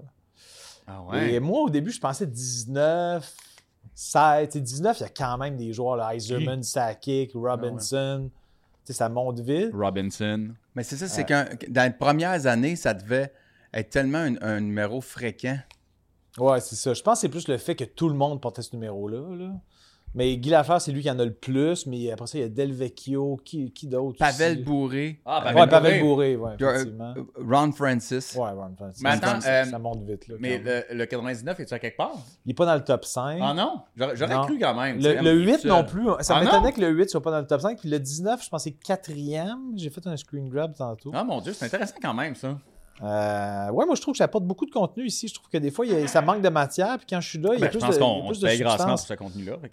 Ah Et moi, au début, je pensais dix-neuf. seize, tu sais, dix-neuf, il y a quand même des joueurs, là, Yzerman, Sakic, Robinson. Tu sais, ça monte vite. Robinson. Mais c'est ça, c'est qu'un dans les premières années, ça devait être tellement un, un numéro fréquent. Ouais, c'est ça. Je pense que c'est plus le fait que tout le monde portait ce numéro-là. Là. Mais Guy Lafleur, c'est lui qui en a le plus. Mais après ça, il y a Delvecchio. Qui, qui d'autre? Pavel aussi? Bourré. Ah, Ouais, Pavel Bourré, ouais, euh, effectivement. Ron Francis. Ouais, Ron Francis. Mais attends, ça, euh, ça monte vite. Là, Mais quand même. le, le quatre-vingt-dix-neuf, est-tu à quelque part? Il n'est pas dans le top cinq. Ah non? J'aurais j'aurais Non. cru quand même. Le, tu sais, le comme huit seul. non plus. Ça Ah m'étonnait non? que le huit soit pas dans le top cinq. Puis le dix-neuf, je pense que c'est quatrième. J'ai fait un screen grab tantôt. Ah mon Dieu, c'est intéressant quand même, ça. Euh, ouais, moi je trouve que j'apporte beaucoup de contenu ici. Je trouve que des fois, il y a- ça manque de matière. Puis quand je suis là, il y a Ben, je plus pense de, il y a qu'on on plus se de paye grassement pour substance. ce contenu-là. fait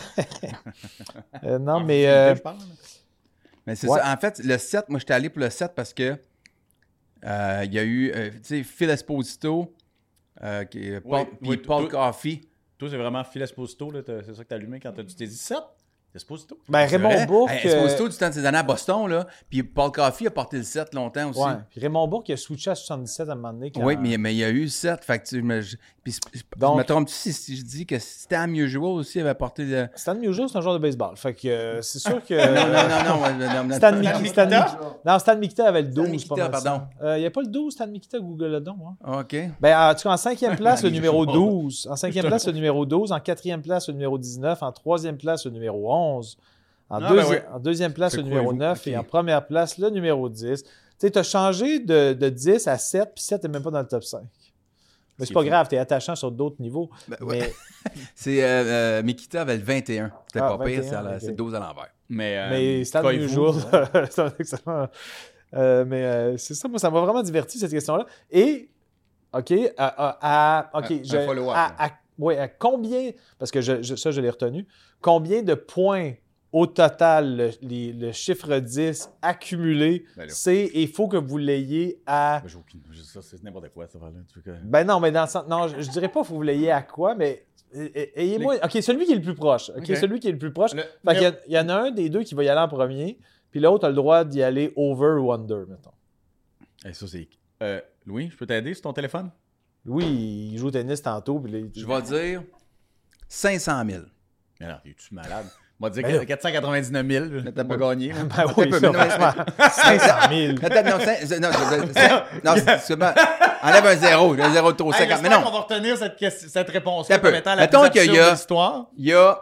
que- Euh, non, Ah, mais c'est euh, je parle, là. Mais c'est Ouais. ça. En fait, le sept, moi, j'étais allé pour le sept parce que Euh, Il y a eu, euh, tu sais, Phil Esposito, euh, qui est Paul, Oui, puis oui, Paul tout- Coffey. Toi, c'est vraiment Phil Esposito, là, t'as- c'est ça que t'as allumé quand t'as- tu t'es dit sept? Esposito? Ben, C'est Raymond vrai? Bourque. Hey, Esposito, du temps de ses années à Boston, là. Puis Paul Coffey a porté le sept longtemps aussi. Ouais. Puis Raymond Bourque, il a switché à soixante-dix-sept à un moment donné. Quand... Oui, mais, mais il y a eu sept. Fait que tu me, je, puis, je, Donc- je me trompe-tu si, si je dis que Stan Musial aussi avait porté le. Stan Musial, c'est un joueur de baseball. Fait que euh, c'est sûr que. Non, non, non, non. ouais, non, non, Stan, non. Mikita, Stan Mikita. Non, Stan Mikita avait le Stan douze. Mikita, pas mal pardon. ça. Euh, Il n'y a pas le douze, Stan Mikita, Google le don. Hein. OK. Ben, en tout cas, en cinquième place, le Je numéro sais pas. douze. En cinquième place, le numéro douze. En quatrième place, le numéro dix-neuf. En troisième place, le numéro onze. En, Ah, deuxi- ben oui. en deuxième place, C'est le quoi, numéro vous? neuf. Ok. Et en première place, le numéro dix. Tu sais, tu as changé de, de dix à sept, puis sept n'est même pas dans le top cinq. Mais c'est C'est pas fou. grave, tu es attachant sur d'autres niveaux. Ben, ouais. Mais, C'est euh, euh, Mikita avait le vingt et un. C'était Ah, pas pire, vingt et un, c'est à la- ok. c'est le douze à l'envers. Mais, euh, mais Stan Koivu, Musial, euh, c'est un excellent. Euh, mais euh, c'est ça, moi, ça m'a vraiment diverti, cette question-là. Et, OK, à. à- à- OK, Un- un je- follow-up, à, là. à- ouais, à combien, parce que je, je- ça, je l'ai retenu, combien de points au total, le, les- le chiffre dix accumulé, Ben là. c'est, et il faut que vous l'ayez à. Ben, j'ai aucune. je- Ça, c'est n'importe quoi, ça. Là. Tu veux que... Ben non, mais dans le sens. Non, je, je dirais pas qu'il faut que vous l'ayez à quoi, mais. euh, euh, Ayez-moi. OK, celui qui est le plus proche. OK, Ok. celui qui est le plus proche. Le- Fait qu'il y a- il y, en a un des deux qui va y aller en premier, puis l'autre a le droit d'y aller over ou under, mettons. Eh, ça, c'est. Euh, Louis, je peux t'aider sur ton téléphone? Oui, il joue au tennis tantôt. Puis là, il- Je vais dire cinq cent mille. Mais non, es-tu malade? On va dire Ben que là. quatre cent quatre-vingt-dix-neuf mille, t'as t'as pas pas- gagné. là. Ben oui, peu, ça, mais non, mais- franchement, cinq cent mille. Attends, non, cinq- c'est- non, c'est- c'est- non, c'est- c'est bon. Enlève un zéro. Un zéro de trop. Hey, cinquante. Mais j'espère non. qu'on va retenir cette, question- cette réponse-là Un peu. comme étant la Mettons plus qu'il y absurde a- de l'histoire. Il y a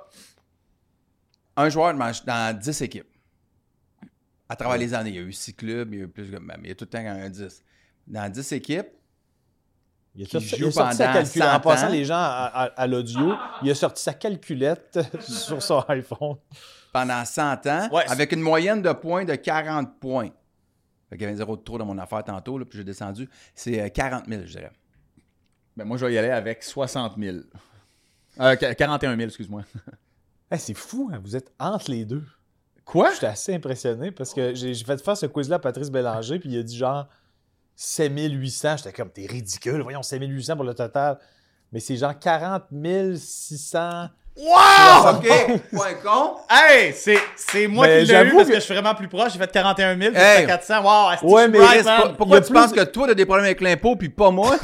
un joueur dans dans dix équipes. À travers les années, il y a eu six clubs, il y a eu plus, mais il y a tout le temps un dix. Dans dix équipes, Il a, Qui sorti, il joue a sorti sa pendant calculette. En cent passant ans. les gens à, à- à l'audio, il a sorti sa calculette sur son iPhone. pendant cent ans, Ouais, avec une moyenne de points de quarante points. Fait qu'il y avait un zéro de trop dans mon affaire tantôt, là, puis j'ai descendu. C'est euh, quarante mille, je dirais. Ben, moi, je vais y aller avec soixante mille. Euh, qu- quarante et un mille, excuse-moi. Hey, c'est fou, hein, vous êtes entre les deux. Quoi? J'étais assez impressionné parce que j'ai j'ai fait faire ce quiz-là à Patrice Bélanger, puis il a dit genre sept mille huit cents. J'étais comme, t'es ridicule, voyons, sept mille huit cents pour le total. Mais c'est genre quarante mille six cents. Wow! OK, point con. Hey! C'est, c'est moi Mais qui l'ai eu j'avoue parce que... que- je suis vraiment plus proche. J'ai fait quarante et un mille, j'ai Hey! fait quatre cents. Wow! asti, Ouais, je suis mais bright, reste man. pas- Pourquoi Il y a tu plus penses de- que toi, t'as des problèmes avec l'impôt, puis pas moi?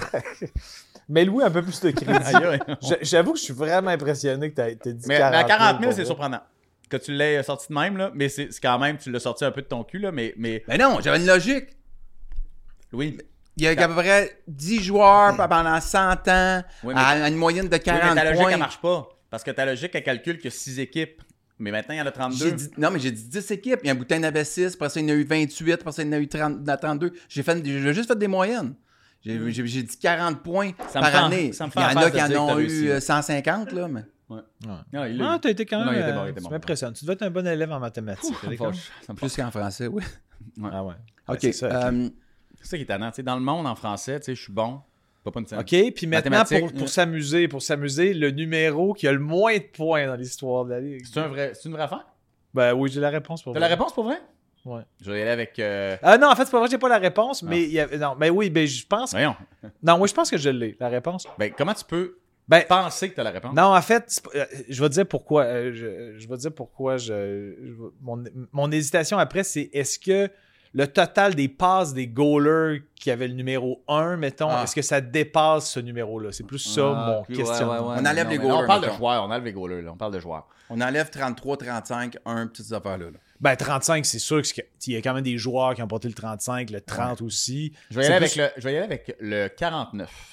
Mais Louis, un peu plus de crédit. Aïe, aïe. J'a- J'avoue que je suis vraiment impressionné que t'as t'as dit Mais, mais quarante à mille quarante mille, pour c'est vrai. surprenant. Que tu l'aies sorti de même, là. Mais c'est, c'est quand même, tu l'as sorti un peu de ton cul, là. Mais, mais Mais non, j'avais une logique. Louis, Il y a à peu près dix joueurs pendant cent ans, Oui, mais- à à une moyenne de oui, quarante mais ta logique, points. elle marche pas. Parce que ta logique, elle calcule qu'il y a six équipes. Mais maintenant, il y en a J'ai trente-deux. dit, non, mais j'ai dit dix équipes. Il y a un boutin d'avait six, après ça, il y en a eu vingt-huit, après ça, il y en a eu trente, trente-deux. J'ai, fait, j'ai juste fait des moyennes. J'ai, j'ai, j'ai dit quarante points Ça me par fait en- année. ça me Il fait y en en face a de qui en dire que ont t'as eu réussi, euh, là. cent cinquante, là. Mais... Non, il Ah, l'a eu. t'as été quand Non, même. il était bon, il euh, était tu bon. m'impressionnes. Tu devais être un bon élève en mathématiques. Ça me D'accord? fâche, ça me Plus fâche. qu'en français, oui. Ah ouais. OK. Ouais, c'est ça, ok. euh, C'est ça qui est tannant. Tu sais, dans le monde, en français, tu sais, je suis bon. Pas pas une scène. OK, puis maintenant, Mathématiques, pour, pour euh. s'amuser, pour s'amuser, le numéro qui a le moins de points dans l'histoire de la Ligue. C'est, un vrai, c'est une vraie affaire? Ben oui, j'ai la réponse pour T'as vrai. la réponse pour vrai? Ouais. Je vais y aller avec... euh, Ah non, en fait, c'est pas vrai, j'ai pas la réponse, mais il y a- non, mais oui, ben je pense. Voyons. Non, oui, je pense que je l'ai, la réponse. Ben, comment tu peux Ben, penser que t'as la réponse? non, en fait, c'est pas- euh, je vais te dire pourquoi. euh, je, je vais te dire pourquoi. Je, je- mon, mon hésitation après, c'est est-ce que le total des passes des goalers qui avaient le numéro un, mettons, Ah. est-ce que ça dépasse ce numéro-là? C'est plus ça Ah, mon ok, ouais, questionnement. ouais, ouais. On enlève Non, les mais là, goalers, On parle de mettons. joueurs, on enlève les goalers, là. On parle de joueurs. on enlève trente-trois, trente-cinq, un, petites affaires-là. là. Ben, trente-cinq, c'est sûr qu'il y a quand même des joueurs qui ont porté le trente-cinq, le trente aussi. Je vais y C'est aller, plus- avec le, je vais y aller avec le quarante-neuf.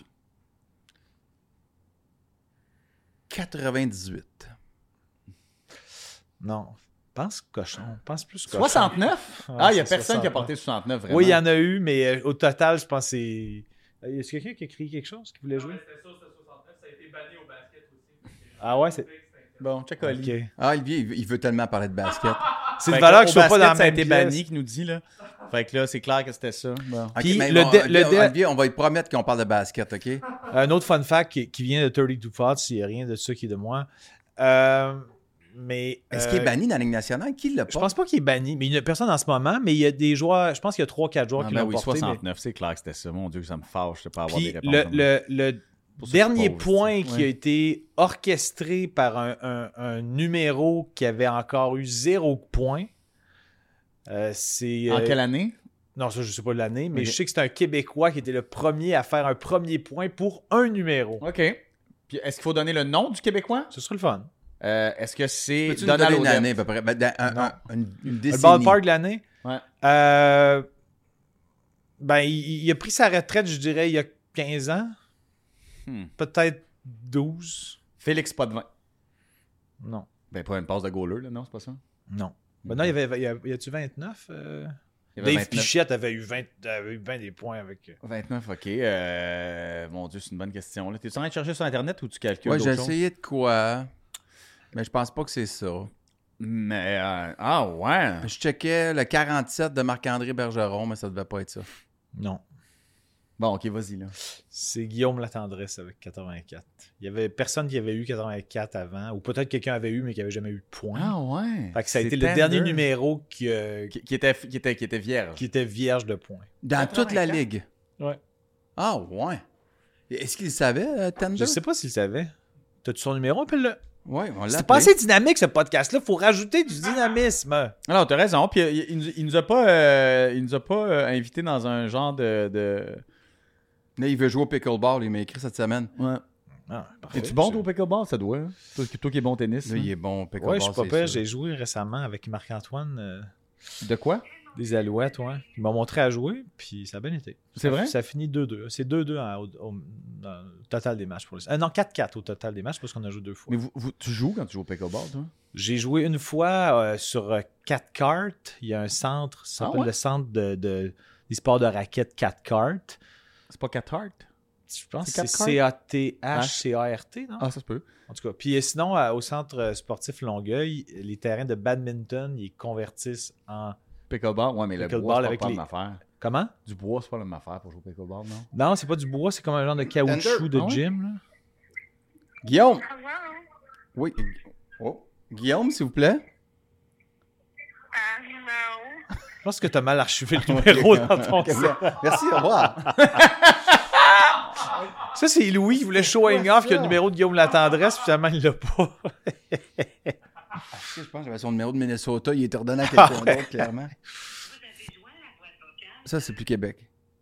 quatre-vingt-dix-huit. Non. Pense cochon. Pense plus cochon. soixante-neuf? Ouais, Ah, il n'y a c'est personne qui a soixante-neuf. porté soixante-neuf, vraiment. Oui, il y en a eu, mais euh, au total, je pense que c'est. Euh, Est-ce que quelqu'un qui a écrit quelque chose qui voulait jouer? C'était ça, c'était soixante-neuf. Ça a été banni au basket aussi. Ah ouais, c'est. Bon, check Oli. Ok. Ah, Olivier, il veut, il veut tellement parler de basket. C'est Fait une valeur que que au je sois pas basket, dans la ça a même été pièce. banni, qui nous dit, là. Fait que là, c'est clair que c'était ça. Bon. OK, Puis mais le bon, dé- Olivier, le dé- Olivier, on va te promettre qu'on parle de basket, OK? Un autre fun fact qui, qui vient de trente-deux Thoughts, s'il n'y a rien de ça qui est de moi. Euh, Mais, Est-ce euh, qu'il est banni dans la Ligue nationale? Qui l'a pas? Je pense pas qu'il est banni, mais il n'y a personne en ce moment, mais il y a des joueurs, je pense qu'il y a trois quatre joueurs Ah, qui ben l'ont oui, porté. mais- soixante-neuf, c'est clair que c'était ça. Mon Dieu, ça me fâche de pas avoir Puis des réponses. le, comme le, le Pour ça que dernier je pose, point tu sais. qui a Ouais. été orchestré par un, un- un numéro qui avait encore eu zéro point, euh, c'est... En euh, quelle année? Non, ça, je sais pas l'année, mais Ok. je sais que c'est un Québécois qui était le premier à faire un premier point pour un numéro. OK. Puis est-ce qu'il faut donner le nom du Québécois? Ce serait le fun. Euh, est-ce que c'est Peux-tu nous Donald donner une Odette? année à peu près? Ben, dans- un- Non. un- une, une Le décennie. ballpark de l'année? Ouais. Euh, ben, il, il a pris sa retraite, je dirais, il y a quinze ans. Hmm. Peut-être douze. Félix Potvin. Non. Ben, pas une passe de goaler, là, non, c'est pas ça? Non. Ben non, il y avait, il y a, y a-tu vingt-neuf? Euh... Il y avait Dave vingt-neuf. Pichette avait eu, vingt, avait eu bien des points avec... euh, vingt-neuf, OK. Euh, mon Dieu, c'est une bonne question. Là. T'es en train de chercher sur Internet ou tu calcules Ouais, d'autres j'ai choses? essayé de quoi, mais je pense pas que c'est ça. Mais, euh, ah ouais. Je checkais le quarante-sept de Marc-André Bergeron, mais ça devait pas être ça. Non. Bon, OK, vas-y, là. C'est Guillaume Latendresse avec quatre-vingt-quatre. Il y avait personne qui avait eu quatre-vingt-quatre avant, ou peut-être quelqu'un avait eu, mais qui avait jamais eu de points. Ah ouais. Fait que ça a C'est été le tender. dernier numéro qui, euh, Qui, qui était, qui, était, qui était vierge. qui était vierge de points. Dans toute la quatre-vingt-quatre? ligue. Ouais. Ah, ouais. Est-ce qu'il savait, euh, Tender? Je sais pas s'il savait. T'as-tu son numéro? Appelle-le. Ouais, on l'a C'est appelé. pas assez dynamique, ce podcast-là. Faut rajouter du dynamisme. Alors, t'as raison. Puis il, il nous, il nous a pas, euh, il nous a pas euh, invités dans un genre de... de... Là, il veut jouer au pickleball, il m'a écrit cette semaine. Ouais. Ah, parfait. Es-tu bon, toi, au pickleball? Ça doit. Hein? Toi, toi qui es bon au tennis. Là, hein? il est bon au pickleball. Ouais, je suis pas c'est pire. sûr. J'ai joué récemment avec Marc-Antoine euh, De quoi? des Alouettes, ouais. Il m'a montré à jouer, puis ça a bien été. C'est Ça- vrai? Ça finit deux deux. C'est deux deux en- au, au- dans le total des matchs. Pour les... euh, non, quatre quatre au total des matchs parce qu'on a joué deux fois. Mais vous, vous- tu joues quand tu joues au pickleball, toi? J'ai joué une fois euh, sur euh, quatre cartes. Il y a un centre, ça Ah s'appelle ouais? le centre de, de- des sports de raquettes quatre cartes. C'est pas quatre hearts? Je pense C'est que c'est quatre C A T H C A R T, non? Ah, ça se peut. En tout cas. Puis euh, sinon, euh, au centre euh, sportif Longueuil, les terrains de badminton, ils convertissent en... Pickleball, ouais, mais le Pickleball bois, c'est avec pas les- la même affaire. Comment? Du bois, c'est pas la même affaire pour jouer au pickleball, non? Non, c'est pas du bois, c'est comme un genre de caoutchouc de Ah ouais? gym. Là. Guillaume! Oui. Oh. Guillaume, s'il vous plaît? Ah, non. Je pense que t'as mal archivé le numéro dans ton Ok, cerveau. Merci, au revoir. Ça, c'est Louis qui voulait showing off qu'il y a le numéro de Guillaume Latendresse, puis finalement, il l'a pas. Je pense que j'avais son numéro de Minnesota, il était redonné à quelqu'un Ah ouais. d'autre, clairement. Ça, c'est plus Québec.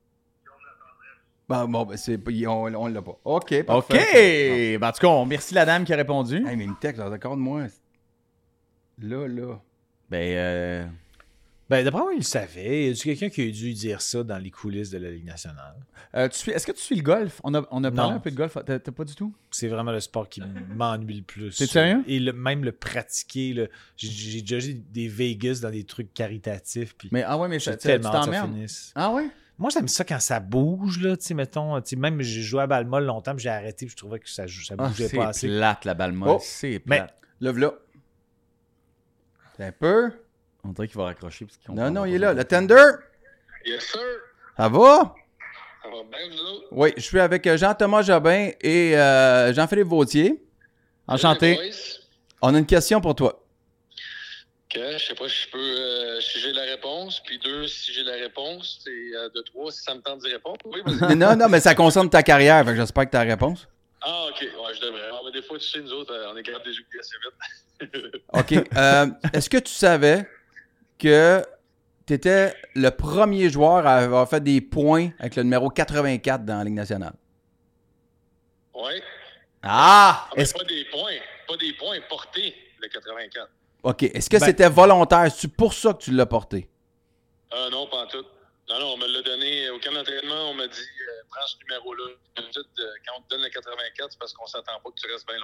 Bon, bon ben, c'est, on, on l'a pas. OK, OK! parfait. Ben, en tout cas, on remercie la dame qui a répondu. Hey, mais une texte, d'accord de moi. Là, là. Ben, euh... Ben, d'après moi, il le savait. Y a-tu quelqu'un qui a dû dire ça dans les coulisses de la Ligue nationale? euh, tu suis... est-ce que tu suis le golf? On a, on a parlé Non. un peu de golf. T'as, t'as pas du tout? C'est vraiment le sport qui m'ennuie le plus. T'es sérieux? Et le, même le pratiquer. Là. J'ai, j'ai déjà joué des Vegas dans des trucs caritatifs. Puis Mais, ah ouais, mais j'ai ça, tu tellement hâte que ça t'emmerdes. finisse. Ah ouais? Moi, j'aime ça quand ça bouge, là, tu sais, mettons, tu sais, même j'ai joué à balle molle longtemps, puis j'ai arrêté, puis je trouvais que ça, ça Ah, bougeait c'est pas assez. plate, la balle molle. Oh. C'est Mais- plate. Lève-là. C'est un peu. On dirait qu'il va raccrocher. Parce qu'il Non, non, comprend il est pas là. ça. Le tender. Yes, sir. Ça va? Ça va bien, vous autres? Oui, je suis avec euh, Jean-Thomas Jobin et euh, Jean-Philippe Vautier. Enchanté. Salut, boys. On a une question pour toi. Ok, je sais pas si je peux, euh, si j'ai la réponse, puis deux, si j'ai la réponse, c'est euh, de trois, si ça me tente d'y répondre. Oui, vas-y. Mais non, non, mais ça concerne ta carrière, fait que j'espère que tu as la réponse. Ah, ok, ouais, je devrais. Ah, mais des fois, tu sais, nous autres, euh, on est capable de les oublier assez vite. OK. Euh, est-ce que tu savais que tu étais le premier joueur à avoir fait des points avec le numéro quatre-vingt-quatre dans la Ligue nationale? Ouais. Ah! Ah, mais Est-ce... pas des points, pas des points portés, le quatre-vingt-quatre. OK. Est-ce que Ben- c'était volontaire? C'est pour ça que tu l'as porté? Ah, non, pas en tout. Non, non, on me l'a donné au camp d'entraînement, on m'a dit, euh, prends ce numéro-là. D'habitude, euh, quand on te donne le quatre-vingt-quatre, c'est parce qu'on s'attend pas que tu restes bien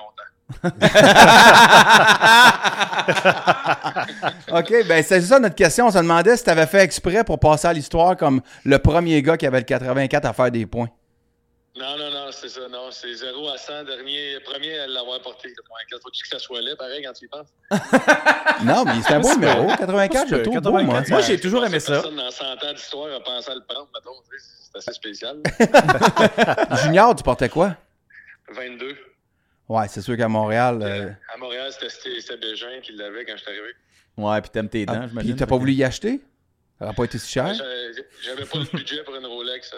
longtemps. OK, ben c'est ça notre question. On se demandait si tu avais fait exprès pour passer à l'histoire comme le premier gars qui avait le quatre-vingt-quatre à faire des points. Non, non, non, c'est ça. Non, c'est zéro à cent, dernier, premier à l'avoir porté, le quatre-vingt-quatre. Faut-tu que ça soit laid, pareil, quand tu y penses? Non, mais c'est un beau numéro. quatre-vingt-quatre, je le trouve beau, moi. quatre-vingt-quatre, Moi, j'ai toujours Je aimé pense que ça. Personne dans cent ans d'histoire a pensé à le prendre, mettons. Tu sais, c'est assez spécial. Junior, tu portais quoi? vingt-deux. Ouais, c'est sûr qu'à Montréal... euh, À Montréal, c'était c'était Bégin qui l'avait quand je suis arrivé. Ouais, puis t'aimes tes dents, ah, j'imagine. puis t'as pas voulu y acheter? Ça n'a pas été si cher? Ouais, j'avais- J'avais pas le budget pour une Rolex.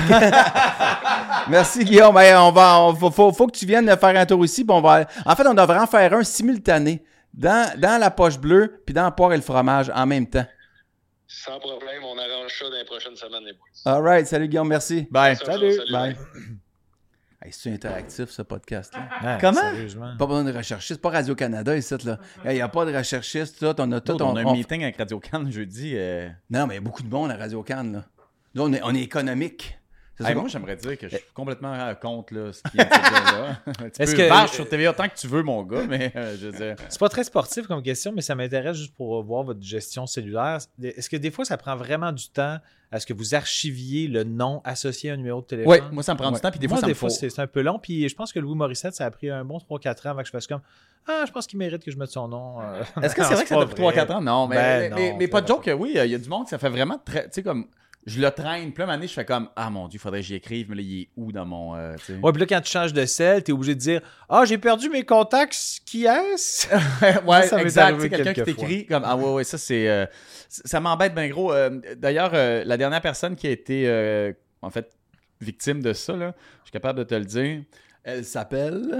Merci, Guillaume. Hey, on va, on, faut, faut, faut que tu viennes faire un tour ici. Puis on va, en fait, on devrait en faire un simultané dans, dans la poche bleue puis dans la poire et le fromage en même temps. Sans problème, on arrange ça dans les prochaines semaines, les boys. All right. Salut, Guillaume. Merci. Bye. Ça, Salut. ça, Bye. Hey, c'est interactif, ce podcast-là. Ah, Comment? Sérieusement. Pas besoin de recherchiste. C'est pas Radio-Canada ici, là. Il n'y a pas de recherchiste, tout. On a tout. On, On, a un on- meeting avec Radio-Can jeudi. Euh... Non, mais il y a beaucoup de monde à Radio-Can, là. Nous, on est, on est économique. C'est ça Hey, qu'on- moi, j'aimerais dire que je suis complètement euh, contre là, ce qui vient de se dire là. Tu Est-ce peux que- vache sur T V autant que tu veux, mon gars, mais euh, je veux dire... C'est pas très sportif comme question, mais ça m'intéresse juste pour voir votre gestion cellulaire. Est-ce que des fois, ça prend vraiment du temps à ce que vous archiviez le nom associé à un numéro de téléphone? Oui, moi, ça me prend Ouais. du temps, puis des Moi, fois, ça des me fois, faut... c'est c'est un peu long. Puis je pense que Louis Morissette, ça a pris un bon trois quatre ans avant que je fasse comme Ah, je pense qu'il mérite que je mette son nom. euh. Est-ce que Non, c'est vrai que ça pas t'a pris trois quatre ans? Non, mais, Ben mais, non, mais, mais c'est pas de pas joke, oui, il y a du monde, ça fait vraiment très... Tu sais, comme... Je le traîne, puis là, un moment, je fais comme « Ah, mon Dieu, il faudrait que j'y écrive, mais là, il est où dans mon... Euh, tu sais? Ouais, puis là, quand tu changes de sel, t'es obligé de dire Ah, j'ai perdu mes contacts, qui est-ce? ouais, ça m'est exact. arrivé Tu sais, quelqu'un qui quelques t'écrit comme ah ouais ouais ça c'est euh, c- ça m'embête bien gros. Euh, D'ailleurs euh, la dernière personne qui a été euh, en fait victime de ça là, je suis capable de te le dire. Elle s'appelle...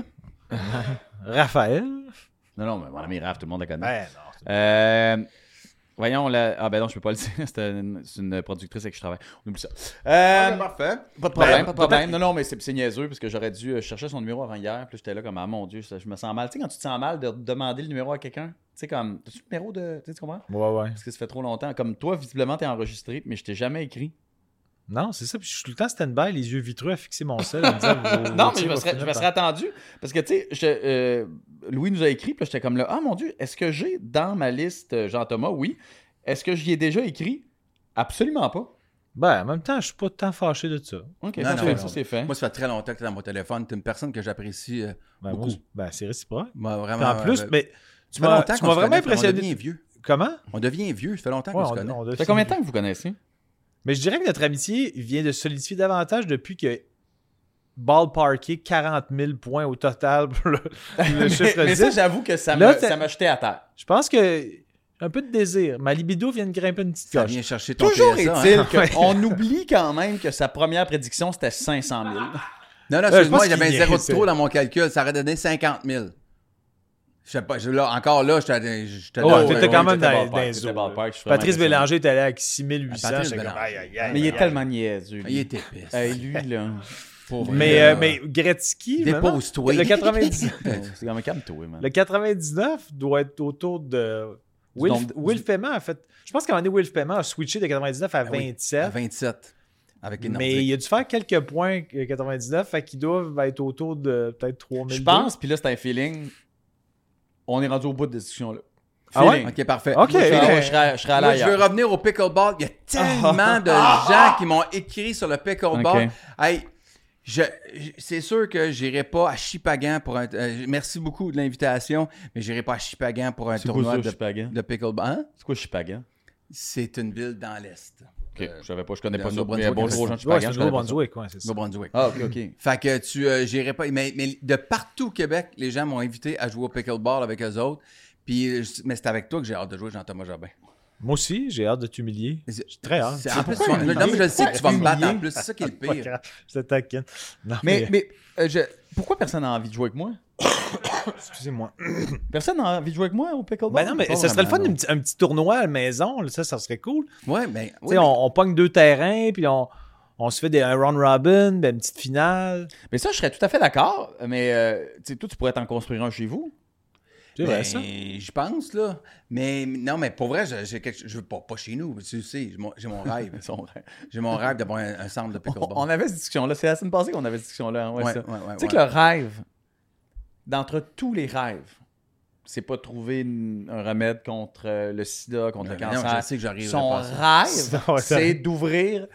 Raphaël? Non non mais mon ami Raph, tout le monde la connaît. Ben non. Euh, voyons la ah ben non je peux pas le dire. C'est une, c'est une productrice avec qui je travaille. On oublie ça. Euh, parfait. Pas de problème, Ben, pas de problème. Non, non, mais c'est c'est niaiseux parce que j'aurais dû euh, chercher son numéro avant hier. Puis j'étais là comme, ah mon Dieu, ça- je me sens mal. Tu sais, quand tu te sens mal de demander le numéro à quelqu'un, tu sais, comme, as-tu le numéro de. Tu sais, tu comprends? Ouais, ouais. Parce que ça fait trop longtemps. Comme toi, visiblement, t'es enregistré, mais je t'ai jamais écrit. Non, c'est ça. Puis je suis tout le temps stand-by, les yeux vitreux à fixer mon sel. en me disant, vos- Non, vos mais je tirs me vont serais, je finir me serais par- attendu. Parce que, tu sais, je- euh, Louis nous a écrit, puis là, j'étais comme là, ah mon Dieu, est-ce que j'ai dans ma liste euh, Jean-Thomas? Oui. Est-ce que j'y ai déjà écrit? Absolument pas. Ben, en même temps, je suis pas tant fâché de ça. Ok, Non, parfait, non, ça non. c'est fait. Moi, ça fait très longtemps que tu es dans mon téléphone. Tu es une personne que j'apprécie euh, Ben, beaucoup. moi, je- ben, c'est réciproque. Moi, Puis vraiment, en plus, euh, mais tu ça fait m'as longtemps tu qu'on m'as se vraiment connaît, On impressionné. devient vieux. Comment? On devient vieux. Ça fait longtemps Ouais, qu'on se on- connaît. on Ça doit- fait combien de temps que vous connaissez? Mais je dirais que notre amitié vient de se solidifier davantage depuis que ballparké quarante mille points au total pour le, le mais chiffre mais ça, dix. j'avoue que ça Là, m'a t'as- ça m'a jeté à terre. Je pense que un peu de désir. Ma libido vient de grimper une petite Ça coche. vient chercher ton Toujours P S A, est-il hein. qu'on oublie quand même que sa première prédiction, c'était cinq cent mille. Non, non, je excuse-moi, pense j'avais un qu'il zéro de niaisait. trop dans mon calcul. Ça aurait donné cinquante mille. Je sais pas, je- là, encore là, j'étais j'étais Oh, dans- t'étais ouais, quand ouais, même dans, ballpark, dans les t'étais eaux. ballpark, je suis vraiment Patrice impressionné. Bélanger est allé avec six mille huit cents. Patrice J'étais comme, Bélanger. aïe, aïe, aïe, Mais il est aïe. tellement niaiseux. lui. Il était pisse. Hey, lui, là. Pour vrai, Mais, là. euh, mais Gretzky, Dépose-toi. le quatre-vingt-dix C'est comme un calme-toi, man. le quatre-vingt-dix-neuf doit être autour de. Will, Donc, Will Payment a fait. Je pense qu'à un moment donné, Will Payment a switché de quatre-vingt-dix-neuf à Ah oui, vingt-sept. à vingt-sept. Avec une Mais il a dû faire quelques points euh, quatre-vingt-dix-neuf, fait qu'ils doivent être autour de peut-être trois mille. Je pense, puis là, c'est un feeling. On est rendu au bout de cette discussion-là. Ah ouais? Feeling. Ok, parfait. Ok. Moi, je, serais- ok. moi, je serais, je serais allé Moi, je veux ailleurs. revenir au pickleball. Il y a tellement de gens qui m'ont écrit sur le pickleball. Ok. Hey, je, je- c'est sûr que j'irai pas à Chipagan pour un. euh, merci beaucoup de l'invitation, mais j'irai pas à Chipagan pour un C'est quoi tournoi ça, de, Chipagan? de pickleball. Hein? C'est quoi Chipagan? C'est une ville dans l'est. Ok, je savais pas, je connais le pas ça. Nouveau-Brunswick, Il y a bon gros gens de Ouais, Chipagan, c'est je le connais pas ça. Nouveau-Brunswick, ouais, c'est ça. Nouveau-Brunswick. Ah, ok, ok. Fait que tu euh, j'irai pas. Mais, mais de partout au Québec, les gens m'ont invité à jouer au pickleball avec eux autres. Puis, euh, mais c'est avec toi que j'ai hâte de jouer, Jean-Thomas Jobin. Moi aussi, j'ai hâte de t'humilier. J'ai très hâte. C'est- En plus, tu pourquoi vas- humilier? non, mais je sais que tu vas me battre en Humilier? plus. C'est ça qui est le Pas pire. grave, je te taquine. Non, Mais, mais, mais euh, je- pourquoi personne n'a envie de jouer avec moi? excusez-moi. Personne n'a envie de jouer avec moi au pickleball? Ben non, mais Pas ça serait le fun vraiment, d'un petit, un petit tournoi à la maison. là, Ça, ça serait cool. Ouais, mais. Tu sais, on, on pogne deux terrains, puis on, on se fait des, un round robin, ben, une petite finale. Mais ça, je serais tout à fait d'accord. Mais euh, tu sais, toi, tu pourrais t'en construire un chez vous. C'est Ben, vrai, ça. je pense, là. Mais non, mais pour vrai, j'ai j'ai quelque chose. Je veux pas, pas chez nous. Tu sais, j'ai mon, j'ai mon rêve. Son rêve. J'ai mon rêve d'avoir un, un centre de pickleball. On avait cette discussion-là. C'est la semaine passée qu'on avait cette discussion-là. Ouais, Ouais, ça. ouais, ouais, Tu sais ouais. que le rêve, d'entre tous les rêves, c'est pas trouver une- un remède contre euh, le sida, contre le Mais non, cancer. je sais que j'arriverai Son pas à rêve, Ça, ouais, ça- c'est d'ouvrir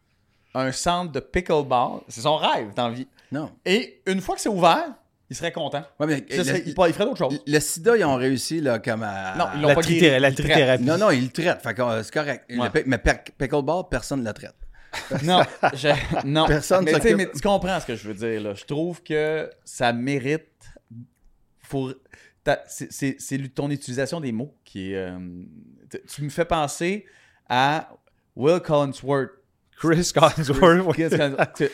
un centre de pickleball. C'est son rêve dans la vie. Non. Et une fois que c'est ouvert, il serait content. Ouais, mais Ça le, serait- il, il ferait d'autres choses. le sida, ils ont réussi, là, comme à. Non, ils l'ont La, pas trité- guéri, la ils traitent. trithérapie. Non, non, ils le traitent. Fait que euh, c'est correct. Le Ouais. pic- mais pic- pickleball, personne ne le traite. Non, je- non. Personne mais, tu sais, s'occupe. mais tu comprends ce que je veux dire. Là. Je trouve que ça mérite faut, t'as- c'est, c'est, c'est ton utilisation des mots qui est. euh, t- tu me fais penser à Will Collinsworth. Chris Collinsworth. Chris Collinsworth. Tu-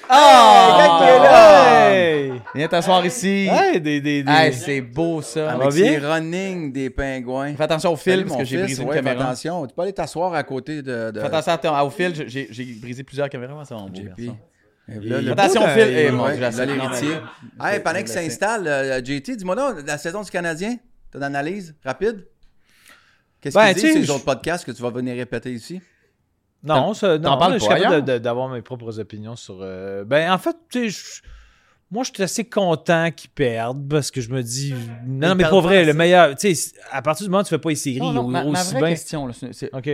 Ah! Hey! Viens t'asseoir ici. Hey, des, des, des... Hey, c'est beau ça. Avec va bien? ses running des pingouins. Fais attention au Salut, fil parce mon que j'ai fils. brisé une Ouais, fais caméra. attention. Tu peux aller t'asseoir à côté de... de... Fais attention à ton- au fil, j'ai- j'ai j'ai brisé plusieurs caméras. C'est mon beau J P. garçon. Et Il- là, le Fais attention beau au d'un- fil. Eh, ouais, mon ouais, Dieu, là, la l'héritier. séquence. Hey, pendant qu'il Je vais s'installe, euh, J T, dis-moi donc, la saison du Canadien, t'as une analyse rapide? Qu'est-ce Ben, qu'ils tu sais, disent, ces je- autres podcasts que tu vas venir répéter ici? Non, ça, non, t'en parles je suis pas capable ailleurs? de- de- d'avoir mes propres opinions sur... euh, Ben, en fait, tu sais, je- moi, je suis assez content qu'ils perdent parce que je me dis... Non, non mais perdent pas pas vrai, assez. le meilleur... Tu sais, à partir du moment où tu fais pas les séries, Non, non, ma, ma aussi vraie bien... question, là, c'est- c'est OK.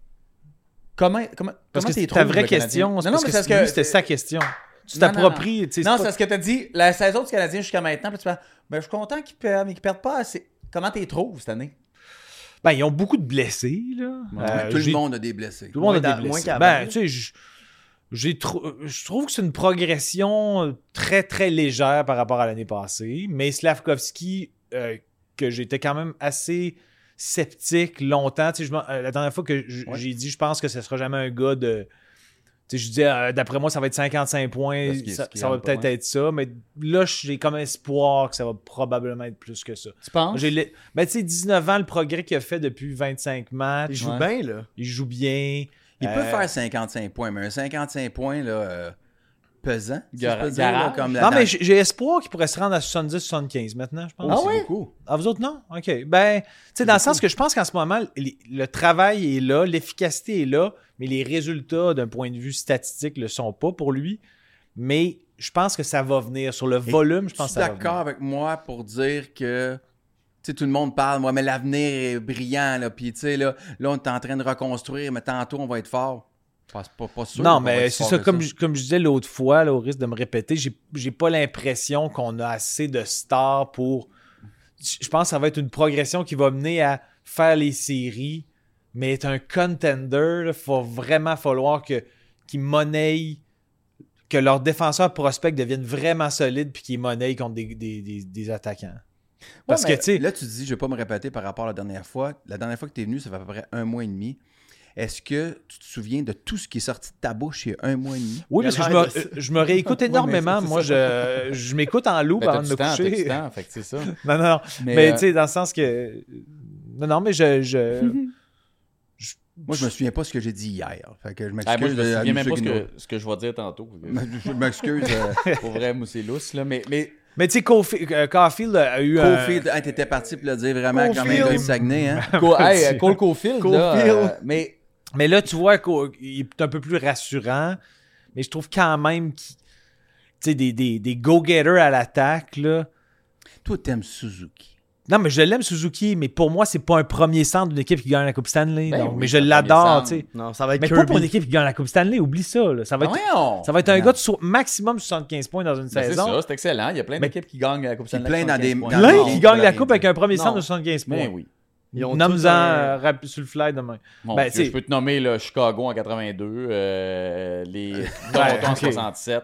comment, comment, Parce comment que t'es c'est ta trouves, vraie le Canadien? question, c'est Non, non, parce mais que, c'est parce lui, que c'était sa question. Tu Non, non, t'appropries... tu sais, Non, c'est c'est pas- ce que t'as dit. La saison du Canadien jusqu'à maintenant, puis tu fais, ben, je suis content qu'ils perdent, mais qu'ils perdent pas assez. Comment t'es trouves cette année? Ben, ils ont beaucoup de blessés, là. Euh, Tout j'ai- le monde a des blessés. Tout le monde Moins a d'a- des moins blessés. qu'avant. Ben, tu sais, je- j'ai trou- je trouve que c'est une progression très, très légère par rapport à l'année passée. Mais Slavkovski, euh, que j'étais quand même assez sceptique longtemps. Tu sais, je m'en- euh, la dernière fois que j- Ouais. j'ai dit, je pense que ce sera jamais un gars de... Tu sais, je disais, euh, d'après moi, ça va être cinquante-cinq points. Parce qu'il- Ça, qu'il ça va rentre peut-être pas, ouais. être ça. Mais là, j'ai comme espoir que ça va probablement être plus que ça. Tu penses? J'ai les- Ben, tu sais, dix-neuf ans, le progrès qu'il a fait depuis vingt-cinq matchs. Il joue Ouais. bien, là. Il joue bien. Il peut Euh, faire cinquante-cinq points, mais un cinquante-cinq points, là, euh, pesant, si Gar- je peux dire, là, garage. comme la Non, mais dans- j'ai j'ai espoir qu'il pourrait se rendre à soixante-dix soixante-quinze maintenant, je pense. Oh, Ah c'est ouais? beaucoup. Ah, vous autres, non? OK. Ben, tu sais, dans le sens que je pense qu'en ce moment, les- le travail est là, l'efficacité est là, mais les résultats, d'un point de vue statistique, le sont pas pour lui. Mais je pense que ça va venir. Sur le volume, je pense Tu que es ça va d'accord venir. avec moi pour dire que tu sais, tout le monde parle, moi, mais l'avenir est brillant, là, puis tu sais, là, là, on est en train de reconstruire, mais tantôt, on va être fort. Pas, pas, pas sûr Non, qu'on va mais être c'est fort ça, que comme, je- comme je disais l'autre fois, là, au risque de me répéter, j'ai, j'ai pas l'impression qu'on a assez de stars pour... Je pense que ça va être une progression qui va mener à faire les séries, mais être un contender, il va vraiment falloir que, qu'ils monnaient, que leurs défenseurs prospects deviennent vraiment solides puis qu'ils monnaient contre des, des, des, des attaquants. Parce Ouais, mais que, tu sais... là, tu dis, je vais pas me répéter par rapport à la dernière fois. La dernière fois que tu es venu, ça fait à peu près un mois et demi. Est-ce que tu te souviens de tout ce qui est sorti de ta bouche il y a un mois et demi? Oui, Il a parce que je l'air me, de ça. je me réécoute énormément. c'est Moi, je, je m'écoute en loup Ben, avant t'as de du me temps, t'as du coucher. temps, fait que c'est ça. Non, non, non. Mais, Mais, euh, tu sais, dans le sens que. Non, non, mais je. je... Moi, je me souviens pas ce que j'ai dit hier. Fait que je ah, moi, m'excuse. je me de- à souviens même ceux pas qui ce nous- que, ce que je vais dire tantôt. Je m'excuse. euh, Pour vrai, moi, c'est lousse, là. Mais, mais Mais tu sais, Caulfield, euh, Caulfield a eu un. Caulfield, hein, t'étais parti pour le dire vraiment comme un Caulfield. gars de Saguenay, hein? Co- hey, euh, Cole Caulfield, là, Caulfield. euh, mais Mais là, tu vois qu'il est un peu plus rassurant. Mais je trouve quand même qu'il. Tu sais, des, des, des go-getters à l'attaque, là. Toi, t'aimes Suzuki. Non, mais je l'aime, Suzuki, mais pour moi, c'est pas un premier centre d'une équipe qui gagne la Coupe Stanley. Ben donc, oui, mais c'est je un l'adore, premier tu sais. Non, ça va être Mais Kirby. pas pour une équipe qui gagne la Coupe Stanley, oublie ça. Là. Ça va être, voyons! ça va être un Non. gars de so- maximum soixante-quinze points dans une Ben, c'est saison. ça, c'est excellent. Il y a plein Mais- d'équipes qui gagnent la Coupe Stanley. plein dans des- soixante-quinze dans points. Plein des- qui gagne la Non. Coupe avec un premier centre Non. de soixante-quinze points. Ben oui. Ils ont Nomme-en tous euh, un- rap- sur le fly demain. Bon, Ben, je, tu sais- je peux te nommer là, Chicago en quatre-vingt-deux, euh, les Toronto en ok. soixante-sept.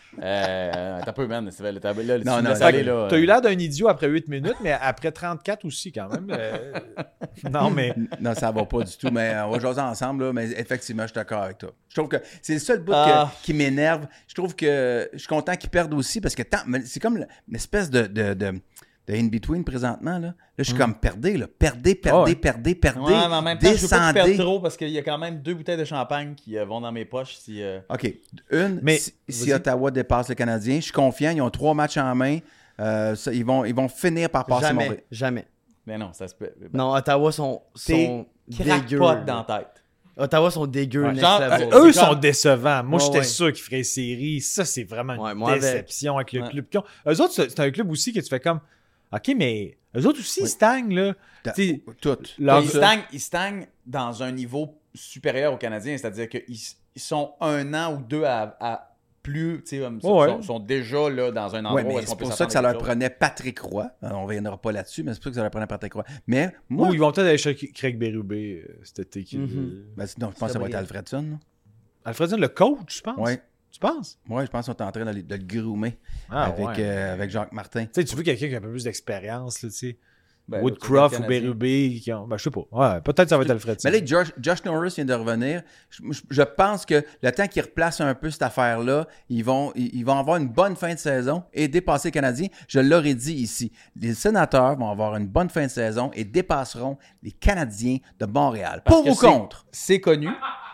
Euh, t'as peu, man. C'est- Là, t'as- là, tu Non, me non, laisses fait aller, que là. T'as eu l'air d'un idiot après huit minutes, mais après trente-quatre aussi, quand même. Euh, Non, mais. Non, ça va pas du tout, mais euh, on va jaser ensemble, là, mais effectivement, je suis d'accord avec toi. Je trouve que c'est le seul bout que- Ah. qui m'énerve. Je trouve que je suis content qu'ils perdent aussi parce que tant- mais c'est comme une espèce de, de, de, de in-between présentement. Là, là je suis comme perdez, là. Perdez, perdez, Oh, ouais. perdez, perdez. Ouais, mais en même temps, je veux pas que tu descendez. perdes trop parce qu'il y a quand même deux bouteilles de champagne qui euh, vont dans mes poches si. euh, OK. Une, Mais- si, si vas-y. Ottawa dépasse le Canadien, je suis confiant. Ils ont trois matchs en main. Euh, ça, ils, vont, ils vont finir par passer Jamais, Montréal. jamais. Mais non, ça se peut. Non, Ottawa sont, T'es sont dégueux. crackpot dans la tête. Ottawa sont dégueux, Ouais, next genre, level. euh, Eux c'est sont comme- décevants. Moi, Ouais, j'étais ouais. sûr qu'ils feraient série. Ça, c'est vraiment une Ouais, moi avec. déception avec, le Ouais. club qu'ils ont. Eux autres, c'est c'est un club aussi que tu fais comme. OK, mais eux autres aussi, ils stagnent, là. Ta- Tu sais, Toutes. leur- Ils stagnent, ils stagnent dans un niveau supérieur aux Canadiens, c'est-à-dire qu'ils ils sont un an ou deux à, à plus, tu sais, comme, Ouais. sont, sont déjà là dans un endroit Oui, où mais est-ce qu'on c'est peut pour ça que ça s'attendre à leur quelque chose. prenait Patrick Roy. Alors, on ne reviendra pas là-dessus, mais c'est pour ça que ça leur prenait Patrick Roy. Mais moi, Ou ils vont peut-être aller chercher Craig Berube euh, cet été. Qui, Mhm. euh, ben, non, je pense que ça va être Alfredson. là. Alfredson, le coach, je pense. Oui. Tu penses? Moi, je pense qu'on est en train de, le- de le groomer Ah, avec, ouais. euh, avec Jacques Martin. Tu sais, tu veux quelqu'un qui a un peu plus d'expérience, là, tu sais. Ben, Woodcroft l'autre ou Canadien. Berube, qui ont... Ben, je sais pas. Ouais, peut-être ça va être Alfred. Mais là, Josh, Josh Norris vient de revenir. Je, je- je pense que le temps qu'ils replacent un peu cette affaire-là, ils vont, ils, ils vont avoir une bonne fin de saison et dépasser les Canadiens. Je l'aurais dit ici. Les Sénateurs vont avoir une bonne fin de saison et dépasseront les Canadiens de Montréal. Parce Pour que ou c'est- contre? C'est connu.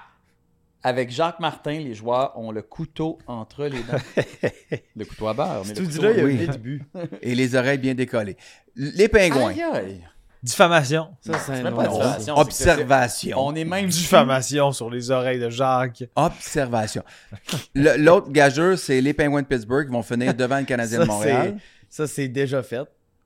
Avec Jacques Martin, les joueurs ont le couteau entre les dents. Le couteau à beurre. Mais Tu le dis couteau là, il y a oui. eu le début. Et les oreilles bien décollées. Les Pingouins. Aïe, aïe. Diffamation. Ça, c'est un même nom. pas Non, diffamation. c'est que observation. On est même Diffamation sur les oreilles de Jacques. Observation. Le- L'autre gageur, c'est les Penguins de Pittsburgh qui vont finir devant le Canadien Ça, de Montréal. Ça, c'est déjà fait.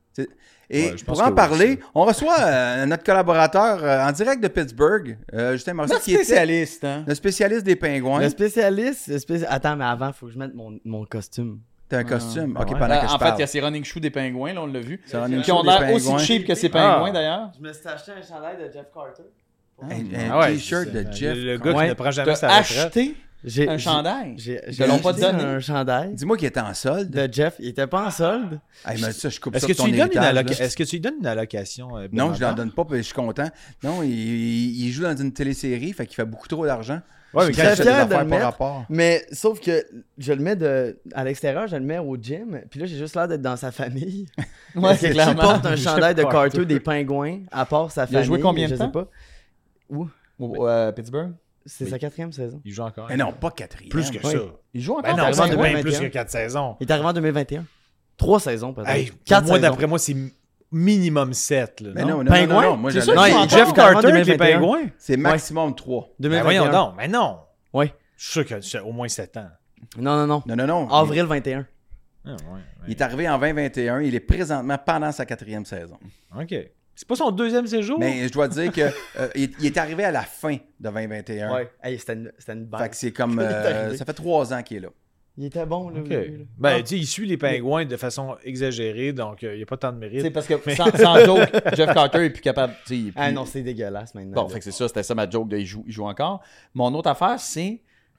Et Ouais, je pense pour en que parler, oui, on reçoit euh, notre collaborateur euh, en direct de Pittsburgh, euh, Justin Morissette, notre qui était spécialiste. Hein? le spécialiste des Pingouins. Le spécialiste, le spéci- Attends, mais avant, il faut que je mette mon, mon costume. T'as un costume. Ah, OK, ouais. pendant Euh, que je en fait, parle. il y a ces running shoes des pingouins, là, on l'a vu. C'est running Qui ont shoes des l'air aussi Pingouins. cheap que ces Ah. pingouins, d'ailleurs. Je me suis acheté un chandail de Jeff Carter. Un, un Ah ouais, t-shirt c'est- de Jeff. Le, le gars Ouais. qui ne prend jamais T'as sa retraite. acheté J'ai, un j'ai- chandail. J'ai, Ils j'ai te l'ont pas acheté donné. un chandail Dis-moi qu'il était en solde. de Jeff. Il était pas en solde. Hey, mais ça, je coupe Est-ce ça que, de tu lui ton donnes une héritage, alloca- là. Est-ce que tu lui donnes une allocation? euh, Non, je hebdomadaire? l'en donne pas, puis je suis content. Non, il, il- il joue dans une télésérie, fait qu'il fait beaucoup trop d'argent. Ouais, mais Je quand- crée très des fier de affaires le par mettre. rapport. Mais sauf que je le mets de, à l'extérieur, je le mets au gym. Puis là, j'ai juste l'air d'être dans sa famille. Ouais, Parce que qui clairement. porte un chandail de Jeff Carter Carter. des pingouins, à part sa Il a famille. joué combien de je temps? sais pas. Où? Au euh, Pittsburgh. C'est sa quatrième saison. Il joue encore. Mais non, pas quatrième. Plus que Oui. ça. Il joue Ben encore. non, il est c'est arrivé en bien deux mille plus vingt et un. que quatre saisons. Il est arrivé en deux mille vingt et un. Trois saisons, peut-être. Hey, Quatre moi, saisons. d'après moi, c'est minimum sept. Là, Mais non? non, non, non, Pingouins? non, non, moi, C'est je sûr l'ai- qu'ils Non, sont il- encore Jeff en Carter avec les deux mille vingt et un. Pingouins. c'est maximum trois. deux Ben mille vingt et voyons un. donc, mais non. Oui. Je suis sûr que c'est au moins sept ans. Non, non, non. Non, non, non. Avril vingt et un. Ah, ouais, Il, il est arrivé en vingt vingt et un. Il est présentement pendant sa quatrième saison. ouais. OK. C'est pas son deuxième séjour? Mais je dois dire que euh, il, il est arrivé à la fin de vingt vingt et un. Ouais. Hey, c'était une, c'était une Fait balle. que c'est comme... Il est euh, arrivé. ça fait trois ans qu'il est là. Il était bon, là. OK. au début, là. Ben, Ah. tu sais, il suit les Pingouins de façon exagérée, donc euh, il n'y a pas tant de mérite. C'est parce que sans, sans joke, Jeff Carter est plus capable. tu sais, il est Ah plus- non, c'est dégueulasse maintenant. Bon, là. fait que c'est ça, c'était ça ma joke de il joue, il joue encore. Mon autre affaire, c'est.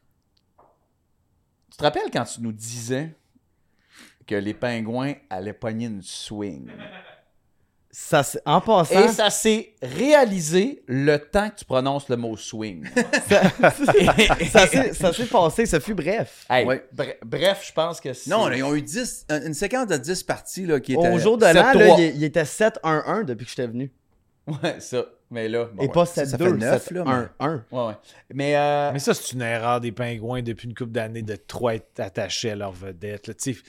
Tu te rappelles quand tu nous disais que les pingouins allaient pogner une swing? Ça, c'est- en passant, Et ça s'est réalisé le temps que tu prononces le mot swing. ça, s'est, ça s'est passé, ça fut bref. Hey, Ouais. bre- bref, je pense que c'est. Non, là, ils ont eu dix, une séquence de dix parties là, qui était... Au jour de sept l'an, là, trois. il, il était sept un un depuis que j'étais venu. Ouais, ça. Mais là. bon, Et ouais. pas ça, sept ça deux, fait neuf, sept là, un un. Ouais, ouais. Mais. euh, Mais ça, c'est une erreur des Pingouins depuis une couple d'années de trop être attachés à leur vedette. Là. Tu sais,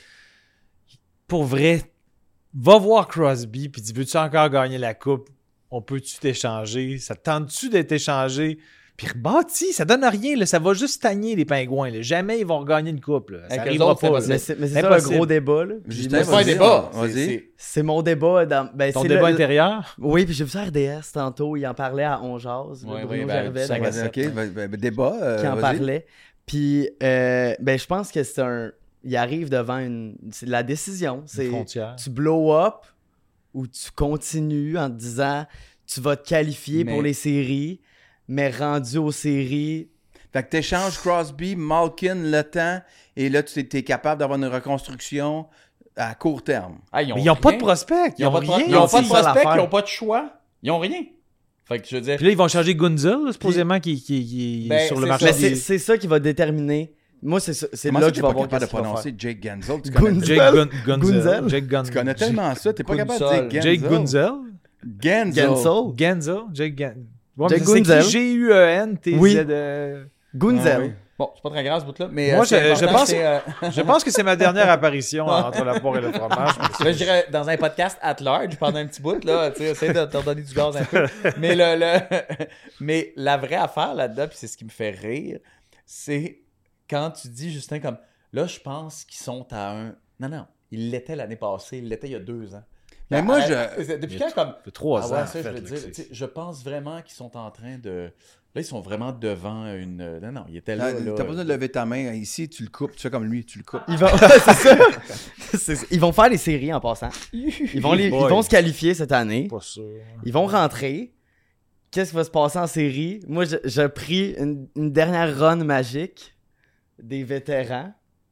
pour vrai, va voir Crosby puis dis veux-tu encore gagner la coupe? On peut-tu t'échanger? Ça te tente-tu d'être échangé? Puis rebâti, ça donne rien. Là. Ça va juste stagner les Pingouins. Là. Jamais ils vont regagner une coupe. Là. Ça Avec eux arrivera autres, c'est pas. possible. là. Mais c'est, mais c'est ça le Impossible. gros débat. Là. Justin, Moi, c'est pas un vas-y, débat. vas-y. C'est- c'est- c'est mon débat. Dans, ben, Ton c'est débat le- intérieur? Oui, puis j'ai vu ça à R D S tantôt. Il en parlait à On Jase. là, Ouais, Bruno ouais, ben, Gervais, cinq là, à Vas-y, sept. OK, ben, ben, ben, débat. euh, qui en vas-y. parlait. Puis, euh, ben, je pense que c'est un. Il arrive devant une. C'est la décision. C'est. Frontière. Tu blow up ou tu continues en te disant tu vas te qualifier Mais- pour les séries, mais rendu aux séries. Fait que t'échanges Crosby, Malkin, le temps, et là, tu es capable d'avoir une reconstruction à court terme. Ah, ils ont Mais ils n'ont pas de rien. prospect. Ils ont pas de, pro- rien. ils ont pas de c'est ça prospect, l'affaire. ils ont pas de choix. Ils ont rien. Fait que je veux dire. Puis là, ils vont changer Gunzel, supposément, qui, qui, qui est Ben, sur le c'est marché ça. Mais des... c'est, c'est ça qui va déterminer. Moi, c'est, ça- c'est Comment là ça, que t'es je vais pas voir capable de qu'est-ce qu'il va prononcer faire. Jake Genzel? Tu Gun- connais, Jake Gun- Gunzel. Gunzel. Jake Gun- tu connais tellement ça, t'es pas capable de Gunzel. dire Jake Genzel. Gunzel. Genzel. Gensel. Genzel. Jake Gun... Ouais, Jake mais c'est Gunzel. qui? G U E N T Z Oui. euh, Gunzel. Ah oui. Bon, c'est pas très grave ce bout-là, mais. Moi, euh, c'est je- je important, pense- c'est, euh, Je pense que c'est ma dernière apparition entre la poire et le fromage. Là, je dirais dans un podcast at large pendant un petit bout, là, tu sais, essaye de te redonner du gaz un peu. Mais, le, le- mais la vraie affaire là-dedans, puis c'est ce qui me fait rire, c'est quand tu dis, Justin, comme là, je pense qu'ils sont à un. Non, non, ils l'étaient l'année passée, ils l'étaient il y a deux ans. Mais moi, Ah, je- c'est- Depuis quand, comme. Ça fait trois Ah ans. ouais, en ça, je fait, veux là, dire, que tu c'est- sais, je pense vraiment qu'ils sont en train de. Là, ils sont vraiment devant une. Non, non, ils étaient là. Ah, là T'as pas besoin de lever ta main. Ici, tu le coupes. Tu fais comme lui, tu le coupes. Ils vont... Ouais, c'est ça. C'est ça. Ils vont faire les séries en passant. Ils vont, les... Boy. Ils vont se qualifier cette année. Pas sûr. Ils vont rentrer. Qu'est-ce qui va se passer en série? Moi, je- j'ai pris une, une dernière run magique. des vétérans.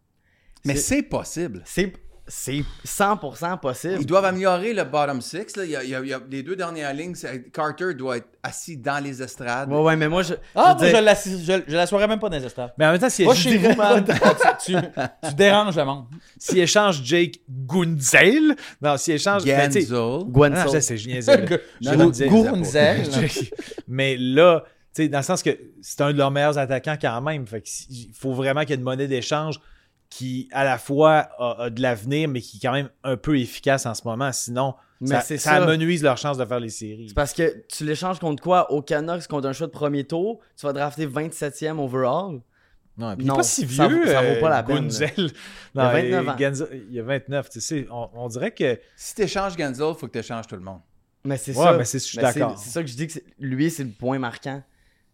Mais C'est- c'est possible. C'est, c'est cent pour cent possible. Ils doivent améliorer le bottom six. Là. Il y a, il y a- il y a les deux dernières lignes. c'est- Carter doit être assis dans les estrades. Ouais, ouais, mais moi, je. Ah, je moi, veux je dire- l'assis- je, je l'assoirais même pas dans les estrades. Mais en même temps, s'il Pas chez vous, man. tu, tu, tu déranges le monde. s'il échange Jake Gunzel, non, s'il échange. ben, tu sais- Genzel. Ah, non, Gwenzel. je sais, c'est génial. J'ai non, pas non, dit- Gourunzel. Mais là, tu sais, dans le sens que c'est un de leurs meilleurs attaquants quand même. Fait que si- il faut vraiment qu'il y ait une monnaie d'échange qui, à la fois, a, a de l'avenir, mais qui est quand même un peu efficace en ce moment. Sinon, Mais ça, c'est ça ça. amenuise leur chance de faire les séries. C'est parce que tu l'échanges contre quoi? Au Canucks, contre un choix de premier tour, tu vas drafter vingt-septième overall. Non, puis il Non, est pas si ça vieux, vaut- ça vaut euh, pas la peine, Gunzel. Il Non, a vingt-neuf euh, ans. Genzel- il y a vingt-neuf. Tu sais, on, on dirait que. Si tu échanges Genzel, il faut que tu échanges tout le monde. Mais c'est Ouais, ça. mais c'est- je suis Mais c'est- d'accord. C'est ça que je dis que c'est- lui, c'est le point marquant.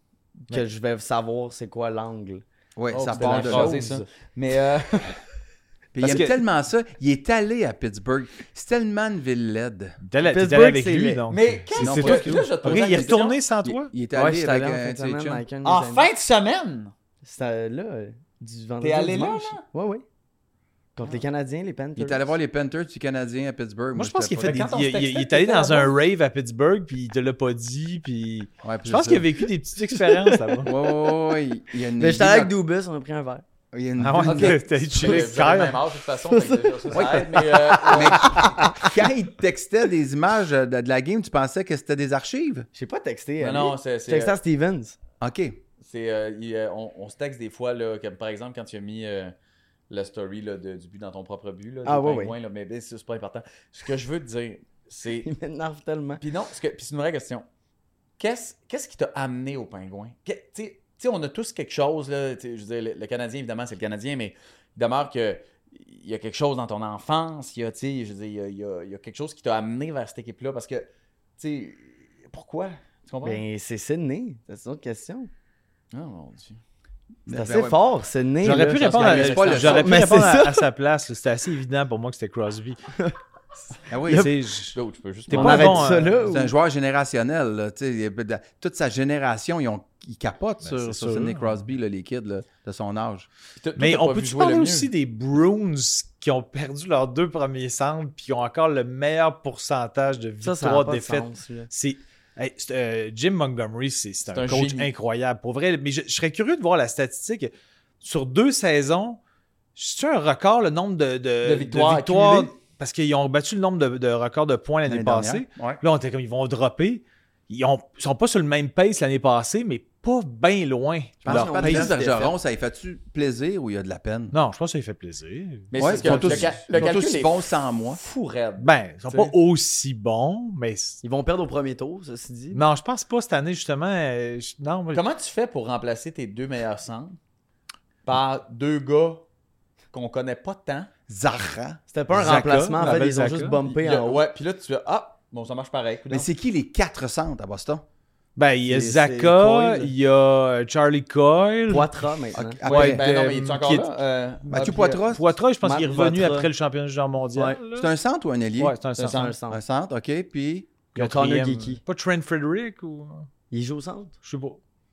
Que Ouais. je vais savoir c'est quoi l'angle. Oui, Oh, ça c'était part bien de phrasé, là. ça. Mais euh, Puis il Parce aime que- tellement ça. Il est allé à Pittsburgh. C'est tellement une ville laide. T'es allé, t'es allé Pittsburgh, avec c'est lui, laid. donc. mais C'est- qu'est-ce c'est que toi là, qui. je vais te poser Ok, la il est question. retourné sans Il, toi? il est Ouais, allé je suis avec allé en un fin de de ses semaine chums. avec un de En mes amis. fin de semaine? C'était là, euh, du vendredi T'es au allé là, dimanche. là? Ouais, ouais. Contre les Canadiens, les Panthers. Il est allé voir les Panthers du Canadien à Pittsburgh. Moi, je pense qu'il a j'étais fait pas- des. quand on Il, se il- textait, il est allé t'étais dans un là-bas? rave à Pittsburgh, puis il te l'a pas dit, puis. Ouais, puis Je pense c'est qu'il a ça. vécu des petites expériences là-bas. Ouais, ouais, ouais, ouais. Il y a une Mais j'étais ville allé avec dans- Dubus, on a pris un verre. Il y a une Ah ouais, ville- t'es allé Vous chiller avez avec le même Kyle. âge, de toute façon, fait que déjà, ça, ça aide, mais, euh, Mais quand il textait des images de, de la game, tu pensais que c'était des archives? J'ai pas texté. Non, euh, non, lui. c'est- J'ai c'est, texté euh, à Stevens. OK. C'est, euh, il, euh, on, on se texte des fois, là, comme par exemple, quand tu as mis euh, la story là, de- du but dans ton propre but, là, Ah, des ouais, pingouins, là, mais ben, c'est c'est pas important. Ce que je veux te dire, c'est... Il m'énerve tellement. Puis non, ce que- puis c'est une vraie question. Qu'est-ce, qu'est-ce qui t'a amené aux pingouins? Que- Tu sais, tu sais, on a tous quelque chose, là, tu sais, je veux dire, le, le Canadien, évidemment, c'est le Canadien, mais il demeure que il y a quelque chose dans ton enfance, il y a, tu sais, je veux dire, il y a, il y a- il y a quelque chose qui t'a amené vers cette équipe-là, parce que, tu sais, pourquoi? Tu comprends? Ben, c'est Sydney. C'est une autre question. Oh mon Dieu. C'est Ben, assez ben ouais. fort, Sydney. J'aurais là. pu pense répondre, qu'il à, y avait pas le j'aurais son. pu Mais répondre c'est à, ça. à sa place. là. C'était assez évident pour moi que c'était Crosby. Ah oui, Tu c'est sais, je- Là, tu peux juste T'es On pas arrête bon, ça hein. là. c'est ou- un joueur générationnel. Là, tu sais, il y a- de- toute sa génération, ils, ont, ils capotent Ben, sur, c'est sur sûr. Sidney Crosby, là, les kids là, de son âge. Puis toi- toi, Mais t'as on pas vu peut-tu jouer parler le mieux. aussi des Bruins qui ont perdu leurs deux premiers centres puis qui ont encore le meilleur pourcentage de Ça, ça a victoires, pas de défaites? sens, là. C'est hey, c'est, euh, Jim Montgomery, c'est c'est un, un coach génie. incroyable. Pour vrai, mais je, je serais curieux de voir la statistique. Sur deux saisons, c'est un record le nombre de, de, De victoires victoires, accumulées? parce qu'ils ont battu le nombre de, de records de points l'année L'année passée. dernière. Ouais. Là, on était comme ils vont dropper. Ils, ont, ils sont pas sur le même pace l'année passée, mais pas bien loin. Je pense Leur que pace Patrice de Bergeron, ça lui fait-tu plaisir ou il y a de la peine? Non, je pense que ça lui fait plaisir. Mais Ouais, c'est ils que sont le, tous, ca- le ils sont calcul tous est bons sans moi. fou raide. Ben, ils sont T'sais. pas aussi bons, mais. c- Ils vont perdre au premier tour, ceci dit. Non, je pense pas cette année, justement. euh, je- Non, moi, Comment tu fais pour remplacer tes deux meilleurs centres par deux gars qu'on connaît pas tant? Zara. C'était pas un Zaka, remplacement, en la fait, belle ils ont Zaka. juste bumpé Il y a- en haut. ouais, puis là, tu fais Ah, bon, ça marche pareil. coudonc. Mais c'est qui les quatre centres à Boston? Ben, il y a C'est- c'est Zaka, Coyle. il y a euh, Charlie Coyle. Poitras maintenant. Ok, Ouais, après, ben non, euh, mais il est encore qui est- là? Euh, Mathieu ah, Poitras, Poitras, je pense Matt qu'il est revenu Poitras. après le championnat du genre mondial. Ouais. là. c'est un centre ou un ailier? Ouais, c'est un C'est centre. un centre. Un centre, OK. Puis, Il y a Connor Quatrième. Geeky. Pas Trent Frederick ou. Il joue au centre? Je sais pas.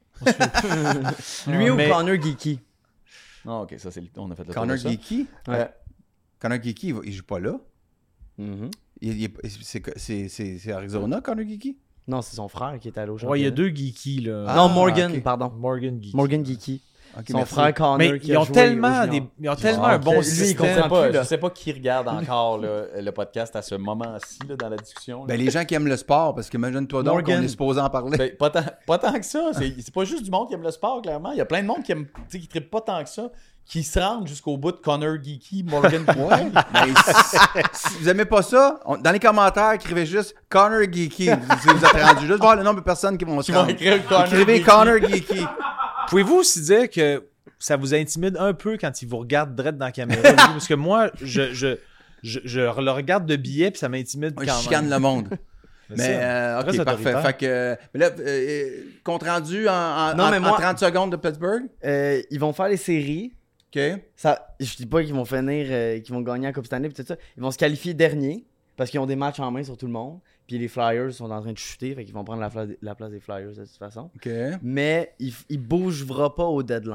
Lui ou Mais- Connor Geeky? Ah, ok, ça, c'est le... on a fait le tour Connor de ça. Geeky. Ouais. Connor Geeky, il, va- il joue pas là. Mhm. Il, il est- c'est, c'est, c'est, c'est Arizona, Connor Geeky? Non, c'est son frère qui est allé au championnat. Ouais, il y a deux geeky, là. Ah, non, Morgan, ok. pardon. Morgan Geeky. Morgan Geeky. Ok, Son merci. frère Connor Mais qui ils a ont joué tellement, au des, junior. ils ont tellement Ah, un bon lui, il Je système. sais comprend pas, plus, là. je sais pas qui regarde encore là, le podcast à ce moment-ci là, dans la discussion. là. Ben, les gens qui aiment le sport, parce qu'imagine-toi donc Morgan. qu'on est supposé en parler. Ben, pas, tant, pas tant que ça. C'est, c'est pas juste du monde qui aime le sport, clairement. Il y a plein de monde qui aime, tu sais, qui trippe pas tant que ça, qui se rendent jusqu'au bout de Connor Geeky, Morgan. Ouais. Ben, si, si vous aimez pas ça, on- dans les commentaires, écrivez juste Connor Geeky. Si vous êtes rendu, juste voir le nombre de personnes qui vont se Qui vont rendre. écrire Connor Écrivez Geeky. Connor Geeky. Pouvez-vous aussi dire que ça vous intimide un peu quand il vous regarde direct dans la caméra? lui? Parce que moi, je, je, je, je le regarde de biais puis ça m'intimide Moi, quand je chicane même. le monde. Mais Mais, ça, euh, très ok, parfait. autoritaire. Fait que, mais là, euh, compte rendu en, en, Non, en- mais en moi- trente secondes de Pittsburgh. Euh, ils vont faire les séries. OK. Ça, je dis pas qu'ils vont finir, euh, qu'ils vont gagner la Coupe Stanley et tout ça. Ils vont se qualifier dernier parce qu'ils ont des matchs en main sur tout le monde. Puis les Flyers sont en train de chuter, fait qu'ils vont prendre la, fla- la place des Flyers de toute façon. OK. Mais il, f- il bougera pas au deadline.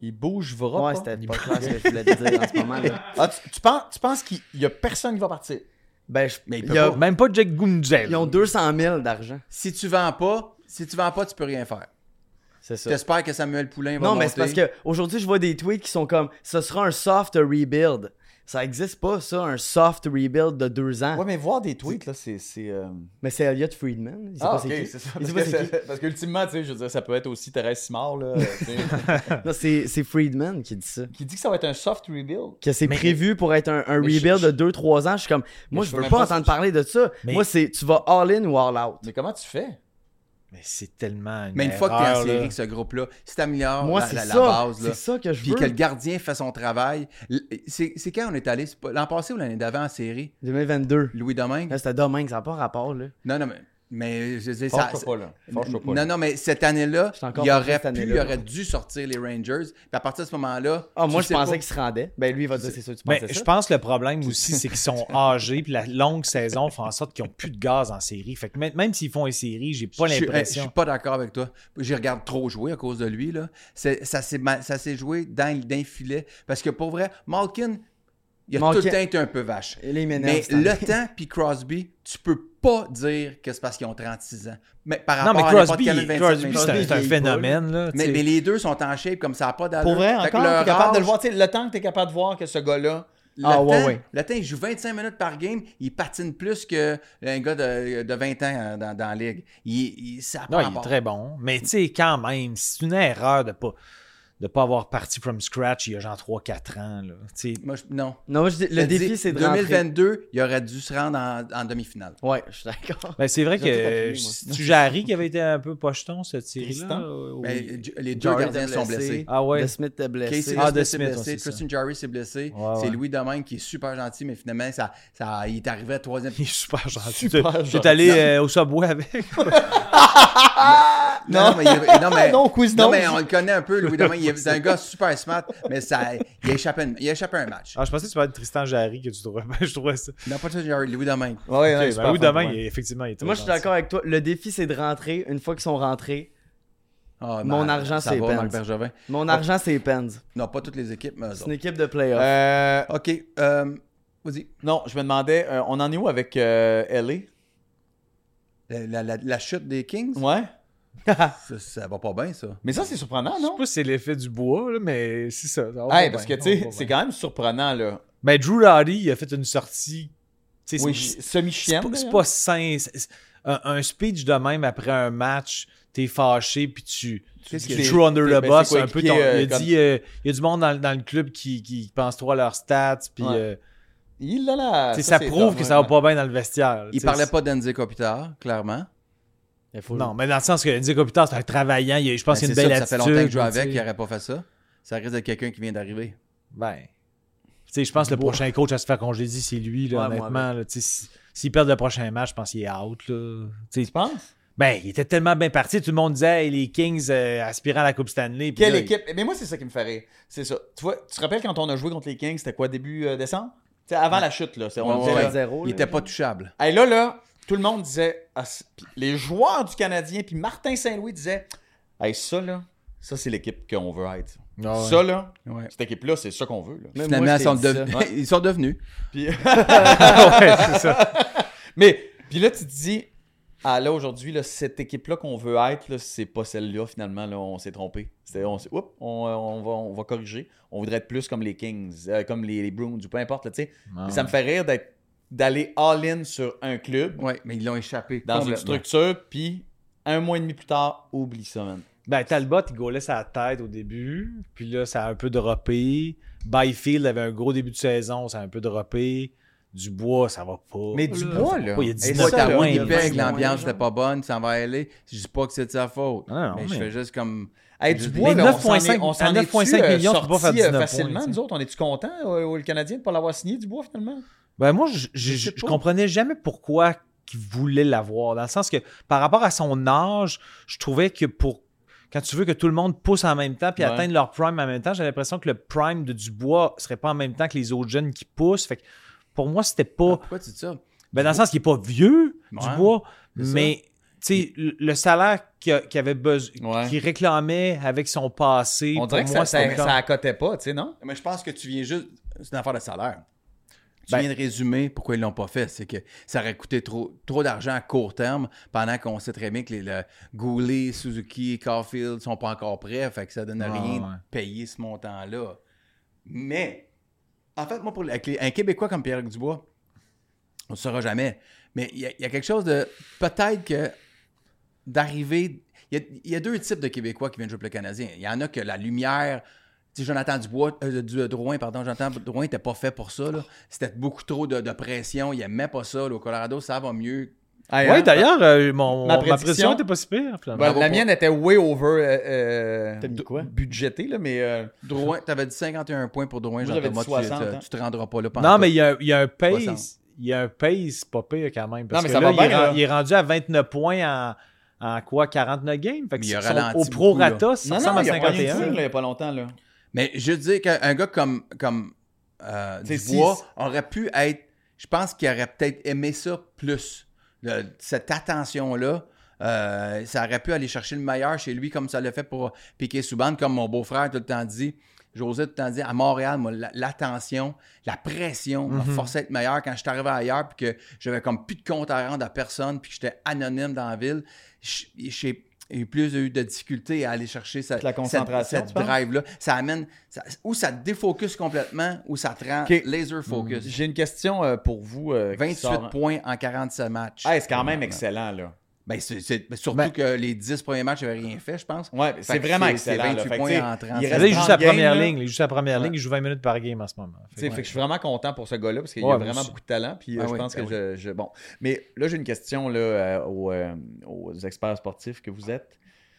Il bougera Ouais, pas. c'était pas clair ce que je voulais te dire en ce moment. Là. Ah, tu, tu penses, tu penses qu'il y a personne qui va partir? Ben, je, Mais il il peut y a- pas. Même pas Jack Gunzel. ils ont deux cent mille d'argent. Si tu vends pas, si tu vends pas, tu peux rien faire. C'est ça. J'espère que Samuel Poulain va Non, monter. mais c'est parce que aujourd'hui je vois des tweets qui sont comme ce sera un soft rebuild. Ça existe pas, ça, un soft rebuild de deux ans. Ouais, mais voir des tweets, là, c'est. c'est euh... Mais c'est Elliot Friedman. Il sait Ah, pas ok, c'est qui. c'est ça. Il Parce, sait pas que c'est c'est- parce qu'ultimement, tu sais, je veux dire, ça peut être aussi Thérèse Simard, là, tu sais, Non, c'est, c'est Friedman qui dit ça. qui dit que ça va être un soft rebuild. Que c'est Mais- prévu pour être un, un Mais je- rebuild je- de deux trois ans. Je suis comme, moi, je je peux veux même pas pas entendre ça. parler de ça. Mais- Moi, c'est tu vas all in ou all out. Mais comment tu fais? Mais c'est tellement une Mais une fois que t'es en erreur, série là. avec ce groupe-là, si t'améliores Moi, la, c'est la, la ça. base, là, C'est ça que je puis veux. que le gardien fait son travail. l- C'est c'est quand on est allé? C'est pas- L'an passé ou l'année d'avant en série? deux mille vingt-deux. Louis Domingue? Là, c'était dommage, ça n'a pas rapport, là. Non, non, mais... Mais je sais, ça, Fâche-toi pas, là. Fâche-toi pas. non, là. non, mais cette année-là, J'étais encore il fâché aurait cette pu, année-là. il aurait dû sortir les Rangers. Puis à partir de ce moment-là, Ah, moi, tu je sais pensais pas. qu'il se rendait. Ben, lui, il va dire, c'est sûr, tu Mais pensais je ça. pense que le problème aussi, c'est qu'ils sont âgés, puis la longue saison fait en sorte qu'ils n'ont plus de gaz en série. Fait que même, même s'ils font une série, j'ai pas Je suis- Je l'impression. suis pas d'accord avec toi. J'y regarde trop jouer à cause de lui. Là. C'est- Ça s'est ma- ça s'est joué dans, dans le filet. Parce que pour vrai, Malkin, il a Malkin- tout le temps été un peu vache. Et là, il m'énerve, Mais cette année. le temps puis Crosby, tu peux pas dire que c'est parce qu'ils ont trente-six ans. Mais par Non, rapport mais à n'importe Crosby, quel vingt-sept, Crosby, vingt-huit. c'est un, c'est un vieillit pas, phénomène. Là, mais, tu sais. mais les deux sont en shape comme ça n'a pas d'allure. Pour vrai, Fait que encore, leur t'es capable de le âge, voir, tu sais, le temps que t'es capable de voir que ce gars-là. Le Ah, temps, ouais, ouais. le temps, il joue vingt-cinq minutes par game, il patine plus qu'un gars de, de vingt ans euh, dans, dans la ligue. Il, il, ça a pas Non, il est rapport. très bon. Mais tu sais, quand même, c'est une erreur de pas de pas avoir parti from scratch il y a genre trois quatre ans. Là. Tu sais, Moi, je- non. Non, moi, je dis- le Je te défi, dis, c'est de deux mille rentrer. vingt-deux, il aurait dû se rendre en, en demi-finale. Ouais, je suis d'accord. ben, c'est vrai J'ai tout que appuyé, moi. c'est Jarry qui avait été un peu pocheton cette série-là. Tristan. euh, ou- Ben, J- les deux Jarry gardiens était sont blessé. blessés. Ah ouais. De Smith était blessé. Casey Ah, Smith de s'est Smith, blessé, ouais, c'est Tristan Jarry s'est blessé. Ouais, c'est ouais. Louis Domingue qui est super gentil, mais finalement, ça, ça, il est arrivé à troisième. Il est super gentil. Super Tu es gentil. allé euh, au Subway avec. Non, mais, il- non, mais, Non, quiz non, non. mais on le connaît un peu, Louis Domingue. Il est- C'est un gars super smart, mais ça, il, a échappé, une- il a échappé un match. Ah, je pensais que tu parlais de Tristan Jarry que tu trouvais. Ben, je trouvais ça. Non, pas Tristan Jarry, Louis Domingue. Ouais, ouais, Ok, super ben, oui, fin, demain, ouais. il est- effectivement, il est très Moi, je suis gentil. d'accord avec toi. Le défi, c'est de rentrer. Une fois qu'ils sont rentrés, Ah, Mon ben, argent, ça c'est va, Pence. Marc Bergevin. mon argent, c'est les Pens. Non, pas toutes les équipes, mais eux C'est une autres. équipe de playoff. Euh, OK, euh, vas-y. non, je me demandais, euh, on en est où avec euh, L A? La, la- la- la chute des Kings, Ouais. ça, ça va pas bien, ça. Mais ça, c'est surprenant, Je sais non? pas si c'est l'effet du bois, là, mais c'est ça. ça va Hey, pas parce que, bien, tu ça va sais, pas c'est bien. quand même surprenant, là. Ben, Drew Doughty, il a fait une sortie. Tu sais, Oui, c'est- c'est semi-chienne. pas- c'est d'ailleurs. pas sain. C'est- c'est- Un, un speech de même après un match, t'es fâché, puis tu. Qu'est-ce Tu que throw under c'est- the ben, bus c'est un peu. coéquipier, Ton, euh, il a comme- dit euh, il y a du monde dans, dans le club qui, qui pense trop à leurs stats, puis Ouais. euh, Il a la. tu sais, ça, c'est prouve tough, que ça va ouais. pas bien dans le vestiaire. Il tu sais, parlait c'est- pas d'Enzi Kopitar, clairement. Il faut- Non, mais dans le sens que Nick Kopitar, c'est un travaillant. il- Je pense Ben, qu'il y a une c'est belle ça, attitude. ça fait longtemps que je joue tu avec, sais. il n'aurait pas fait ça. Ça risque d'être quelqu'un qui vient d'arriver. Ben. Tu sais, je pense que le prochain coach à se faire congédier, c'est lui, là, Ouais, moi, honnêtement. là, tu sais, si- S'ils perdent le prochain match, je pense qu'il est out. Là. Tu sais, Tu penses? ben, il était tellement bien parti. Tout le monde disait hey, les Kings euh, aspirant à la Coupe Stanley. puis Quelle là, équipe? Mais moi, c'est ça qui me fait rire. C'est ça. Tu vois, tu te rappelles quand on a joué contre les Kings, c'était quoi, début euh, décembre? Tu sais, avant la chute, là. C'est- On Ouais, disait, ouais, là, ouais. zéro, Il là. était pas touchable. Hey, là, là, tout le monde disait, ah, c'est- puis les joueurs du Canadien, puis Martin Saint-Louis disait, hey, ça, là, ça, c'est l'équipe qu'on veut être. Ah ouais. Ça, là, Ouais. cette équipe-là, c'est ça qu'on veut. Là. Même Finalement, moi, ils je sont, t'ai dit devenus- ça. ils sont devenus. Puis, ouais, c'est ça. mais, puis là, tu te dis, ah, là, aujourd'hui, là, cette équipe-là qu'on veut être, là, c'est pas celle-là, finalement, là, on s'est trompé. C'était, on, s'est- oups, on, euh, on, va, on va corriger. On voudrait être plus comme les Kings, euh, comme les, les Bruins, ou peu importe, là, tu sais. Ah Mais ça me fait rire d'être, d'aller all-in sur un club, Oui, mais ils l'ont échappé. dans une complètement. structure, puis un mois et demi plus tard, oublie ça, man. Ben, Talbot, il gaulait sa tête au début. Puis là, ça a un peu droppé. Byfield avait un gros début de saison. Ça a un peu droppé. Dubois, ça va pas. Mais Dubois, là. Il y a Et dix-neuf ça, là, points. il y a Winnipeg, vingt l'ambiance points, n'était pas bonne, ça va aller. Je dis pas que c'est de sa faute. Ah non, mais, mais- je fais juste comme. Hey, Je- Dubois, Mais là, neuf on s'en virgule cinq est- on s'en à est neuf virgule cinq millions, tu peux pas faire sorti, euh, dix-neuf facilement, points, nous autres. On est-tu contents, euh, le Canadien, de pas l'avoir signé, Dubois, finalement? Ben, moi, je, je, Je sais je pas. comprenais jamais pourquoi il voulait l'avoir. Dans le sens que, par rapport à son âge, je trouvais que pour. Quand tu veux que tout le monde pousse en même temps puis Ouais. atteigne leur prime en même temps, j'ai l'impression que le prime de Dubois serait pas en même temps que les autres jeunes qui poussent. Fait que pour moi, c'était pas. Pourquoi tu dis ça? Ben, dans le sens qu'il est pas vieux, Ouais, Dubois, c'est ça. mais sais, le le salaire qu'il a- qu'il avait besoin, Ouais. qu'il réclamait avec son passé, On pour dirait que moi, ça, ça, c'était comme- ça accotait pas, tu sais, non? Mais je pense que tu viens juste. C'est une affaire de salaire. Tu Ben- viens de résumer pourquoi ils l'ont pas fait. C'est que ça aurait coûté trop, trop d'argent à court terme, pendant qu'on sait très bien que les le Goulet, Suzuki, Caulfield sont pas encore prêts. Fait que ça donne Ah, rien ouais. de payer ce montant-là. Mais, en fait, moi, pour les- avec les- un Québécois comme Pierre Dubois, on ne saura jamais. Mais il y, a- il y a quelque chose de. Peut-être que d'arriver. Il y, a, il y a deux types de Québécois qui viennent jouer pour le Canadien. Il y en a que la lumière. Tu sais, Jonathan Dubois, euh, du, Drouin, pardon, Jonathan Drouin n'était pas fait pour ça. là. C'était beaucoup trop de, de pression. Il n'aimait pas ça. là. Au Colorado, ça va mieux. Hey, Oui, hein? d'ailleurs, euh, mon, Ma ma, prédiction- prédiction était pas si pire, finalement. Ben, Bravo la pour- mienne était way over euh, euh, T'as mis d- quoi? budgétée, là, mais euh, Drouin, tu avais dit cinquante et un points pour Drouin. Moi, Jean j'avais Thomas, dit soixante, tu, hein. tu te rendras pas là. Non, pantoute. mais il y a, il y a un pace. soixante. Il y a un pace pas pire quand même. Parce Non, mais que ça là, va il, bien, est, ren- là. il est rendu à vingt-neuf points en, en quoi, quarante-neuf games? Fait que Mais il a son- ralenti au beaucoup, prorata, ça non, ressemble non, à il y a pas cinquante et rien de un. fou, là, il y a pas longtemps, là. Mais je dis qu'un gars comme, comme euh, C'est Dubois six. aurait pu être. Je pense qu'il aurait peut-être aimé ça plus. Le- cette attention-là. Euh, ça aurait pu aller chercher le meilleur chez lui, comme ça l'a fait pour Piquet Souban, comme mon beau-frère tout le temps dit. José tout le temps dit, à Montréal, moi, la- l'attention, la pression m'a Mhm. forcé à être meilleur quand je suis arrivé ailleurs, puis que j'avais comme plus de compte à rendre à personne, puis que j'étais anonyme dans la ville. J- J'ai eu plus eu de difficultés à aller chercher cette, La concentration, cette, tu cette penses? drive-là. Ça amène, ça- ou ça te défocus complètement, ou ça te rend Ok. laser focus. J'ai une question euh, pour vous. euh, qui vingt-huit sort- points en quarante-sept matchs. Ah, c'est quand même Vraiment. excellent, là. Ben, c'est, c'est- ben, surtout Ben- que les dix premiers matchs, j'avais rien fait, je pense. Ouais, Fait c'est que vraiment c'est- c'est excellent. là. vingt-huit Fait que, points tu sais, en trente. il Là, reste il joue sa trente première games, là. ligne. Il joue sa première Ouais. ligne. Il joue vingt minutes par game en ce moment. Tu sais, Fait fait que je suis vraiment content pour ce gars-là parce qu'il Ouais, a moi vraiment aussi. beaucoup de talent. Puis euh, Ah je oui, pense ben que je, je- Bon. Mais là, j'ai une question là, euh, aux, euh, aux experts sportifs que vous êtes.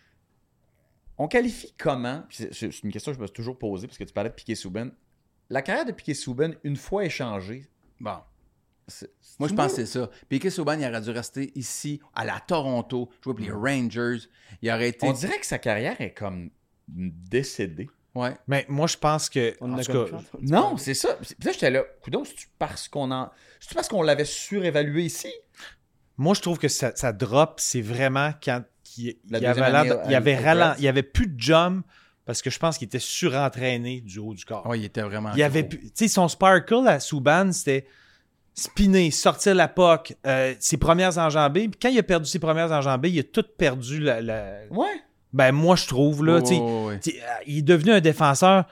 On qualifie comment? Puis C'est c'est une question que je me suis toujours posée parce que tu parlais de Piquet Souban. La carrière de Piquet Souban, une fois échangée, Bon. c'est- Moi, je c'est pense que c'est ça. Piquet Souban, il aurait dû rester ici, à la Toronto, jouer pour les Rangers. Il aurait été. On dirait que sa carrière est comme décédée. Ouais. Mais moi, je pense que. On en en a tout comme cas, chance. Non, c'est ça. Puis là, j'étais là. Coudonc, c'est-tu parce qu'on en... c'est-tu parce qu'on l'avait surévalué ici? moi, je trouve que ça, ça drop, c'est vraiment quand il, La il avait deuxième l'air année de- à- il avait aux ralent- Reds. il avait plus de jump parce que je pense qu'il était surentraîné du haut du corps. Ouais, il était vraiment. Il avait gros. pu- tu sais, son sparkle à Subban, c'était spinner, sortir la puck, euh, ses premières enjambées. Puis quand il a perdu ses premières enjambées, il a tout perdu la. la- Ouais. Ben, moi, je trouve, là. Ouais, tu sais, ouais, ouais. tu sais, euh, il est devenu un défenseur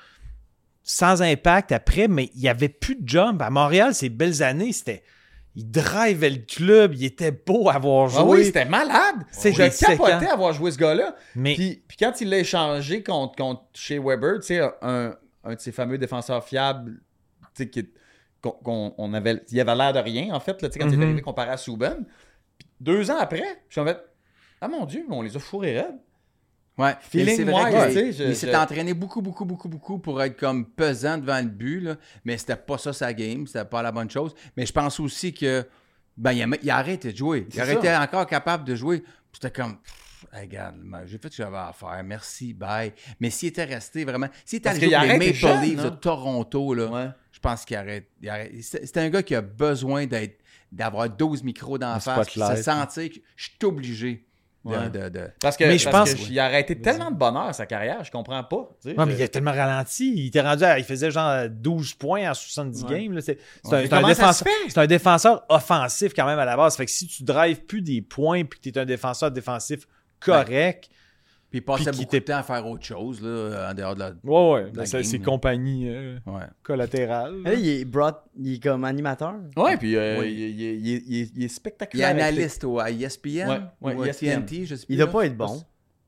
sans impact après, mais il n'y avait plus de jump. À Montréal, ces belles années, c'était. Il drivait le club, il était beau à voir jouer. Ah oui, c'était malade. C'est Je séquent. capotais à avoir joué ce gars-là. mais Puis, puis quand il l'a échangé contre, contre chez Weber, tu sais, un, un de ses fameux défenseurs fiables, tu sais, qui est- qu'on, qu'on- on avait, il avait l'air de rien, en fait, là, tu sais, quand il Mhm. est arrivé comparé à Subban. Puis deux ans après, je suis en fait, ah mon Dieu, on les a fourrés raides. Ouais. Feeling Et c'est vrai wise, que- tu sais, je- il s'est je- entraîné beaucoup, beaucoup, beaucoup, beaucoup pour être comme pesant devant le but, là. Mais c'était pas ça sa game, c'était pas la bonne chose. Mais je pense aussi que ben il a, il a arrêté de jouer. Il C'est aurait ça. été encore capable de jouer. C'était comme pff, hey, regarde, man, j'ai fait ce que j'avais à faire. Merci, bye. Mais s'il était resté vraiment, s'il était Parce allé qu'il jouer pour les arrête Maple jeune, Leafs de hein? Toronto, là, Ouais. je pense qu'il arrête. il arrête. C'est c'est un gars qui a besoin d'être d'avoir douze micros dans la Un face, puis se spotlight. sentir que je suis obligé de, Ouais. de- de- Parce que, Mais je parce pense- que il a arrêté tellement de bonheur sa carrière, je comprends pas. tu sais, Ouais, mais je- il a tellement ralenti. Il était rendu à, il faisait genre douze points en soixante-dix Ouais. games. là. C'est c'est Ouais. un, Mais c'est un comment ça défenseur, se fait? c'est un défenseur offensif quand même à la base. Fait que si tu drives plus des points puis que tu es un défenseur défensif correct, Puis il passait Puis qui beaucoup de était- temps à faire autre chose, là, en dehors de la. ouais, ouais, La c'est game, c'est là. compagnie euh, Ouais. collatérale. Là, il est, brought- il est comme animateur. Ouais, puis euh, Oui. il, il- il- il- il est- il est Il est spectaculaire. analyste au, à E S P N Ouais, ouais, ou à E S P N. T N T, je sais Il plus, doit là. pas être bon.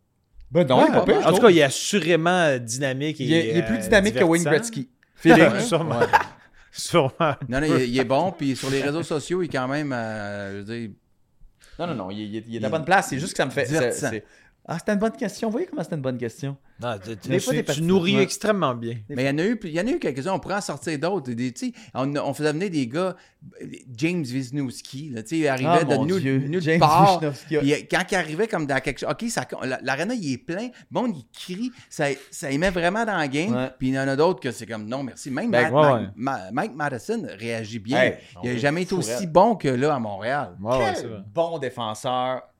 Ben non, Ouais, il est pas pire, je en tout trouve. cas, il est assurément euh, dynamique. Et, Il est, il est plus euh, dynamique que Wayne divertissant. Gretzky. Feeling. Ouais. Sûrement. Ouais. Sûrement. Non, non, il, est- il est bon. Puis sur les réseaux sociaux, il est quand même, euh, je veux dire, Non, non, non, il, il est- il est à la Il- bonne place. C'est juste que ça me fait. c'est- Divertissant. c'est- Ah, c'était une bonne question. Vous voyez comment c'était une bonne question? Non, tu, tu- Des fois, tu- t'es tu parti- nourris ouais. extrêmement bien. mais il y en a eu, il y en a eu quelques-uns. On pourrait en sortir d'autres. Des, tu sais, on, on faisait venir des gars, James Wisniewski, là, tu sais, il arrivait Ah, de mon nulle, Dieu, nulle James part. Wisniewski. Puis, euh, quand il arrivait comme dans quelque chose, OK, ça, la- l'aréna, il est plein. Bon, il crie. Ça, ça émet vraiment dans la game. Ouais. Puis il y en a d'autres que c'est comme, non, merci. Même Ben, Matt- ouais, Mike, ouais. Ma- Mike Madison réagit bien. Hey, il n'a on jamais est été fou, aussi raide. bon que là à Montréal. Ouais, ouais, Quel c'est vrai. bon défenseur.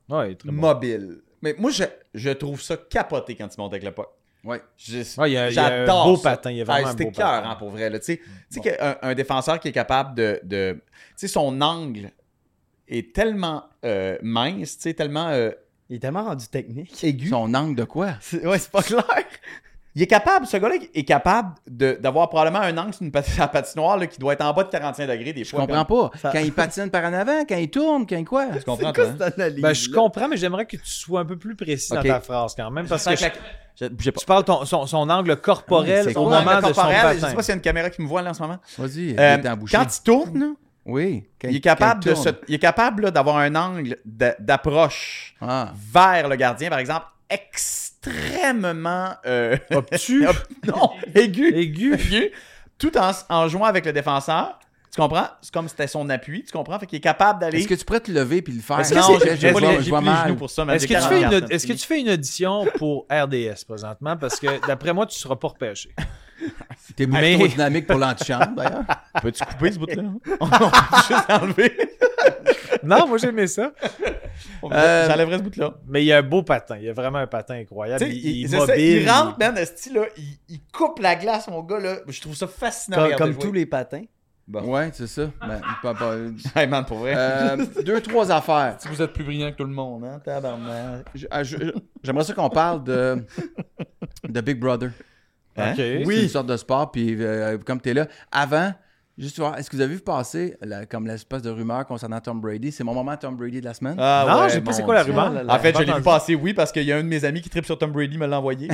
Ouais, très bon. mobile. Mais moi, je, je trouve ça capoté quand tu montes avec le puck. Ouais. Je- Ouais, il y a- il y a un J'adore beau ça. patin, il y a vraiment Ah, un c'est beau écœurant, patin. pour vrai. là. Tu sais, tu sais Bon. qu'un un défenseur qui est capable de... de tu sais, son angle est tellement euh, mince, tu sais, tellement euh, Il est tellement rendu technique. aigu. Son angle de quoi? C'est- Ouais, c'est pas clair. Il est capable, ce gars-là est capable de- d'avoir probablement un angle sur une pat- la patinoire là, qui doit être en bas de quarante-cinq degrés des Je fois. comprends pas. Ça- Quand il patine par en avant, quand il tourne, quand il quoi? Tu comprends, C'est toi, quoi hein? cette analyse? Ben, je comprends, mais j'aimerais que tu sois un peu plus précis Ok. dans ta phrase quand même. Parce que je- Je- bougez pas. tu parles ton, son, son angle corporel C'est au quoi, moment Le de son corporel, patin. je sais pas s'il y a une caméra qui me voit là en ce moment. Vas-y, Euh, il est embouché. quand il tourne, là, Oui. Quand il est capable, quand de tourne. se, il est capable là, d'avoir un angle de- d'approche Ah. vers le gardien, par exemple, extrêmement euh, Obtus, non, aigu, aigu. aigu, tout en, en jouant avec le défenseur. Tu comprends? C'est comme si c'était son appui, tu comprends? Fait qu'il est capable d'aller... Est-ce que tu pourrais te lever puis le faire? Est-ce que Non, c'est- je- j'ai je pas vois- les- je j'ai vois plus les mal. genoux pour ça, mais Est-ce j'ai que, tu fais une, quarante-quatre, est-ce que tu fais une audition pour R D S présentement? Parce que d'après moi, tu ne seras pas repêché. T'es beaucoup Mais- trop dynamique pour l'antichambre, d'ailleurs. Peux-tu couper ce bout-là? On peut juste enlever. Non, moi j'aimais ça. Euh, J'enlèverais ce bout-là. Mais il y a un beau patin. Il y a vraiment un patin incroyable. Tu sais, Il, il il, est c'est ça, mobile. il rentre, man, esti, là, il, il coupe la glace, mon gars, là. Je trouve ça fascinant. à Comme, regarder comme jouer. tous les patins. Bon. Ouais, c'est ça. Ben, pas- pas- Hey, man, pour vrai. Euh, deux, trois affaires. Si vous êtes plus brillant que tout le monde, hein, tabarnak. Je- ah, je- J'aimerais ça qu'on parle de, de Big Brother. Hein? Ok. C'est une sorte de sport, puis euh, comme tu es là. Avant, juste voir, est-ce que vous avez vu passer la- comme l'espèce de rumeur concernant Tom Brady? C'est mon moment Tom Brady de la semaine. Ah, Non, ouais, j'ai pas mon c'est quoi la Dieu. rumeur. En fait, je l'ai vu entendu. passer, oui, parce qu'il y a un de mes amis qui tripe sur Tom Brady, me l'a envoyé.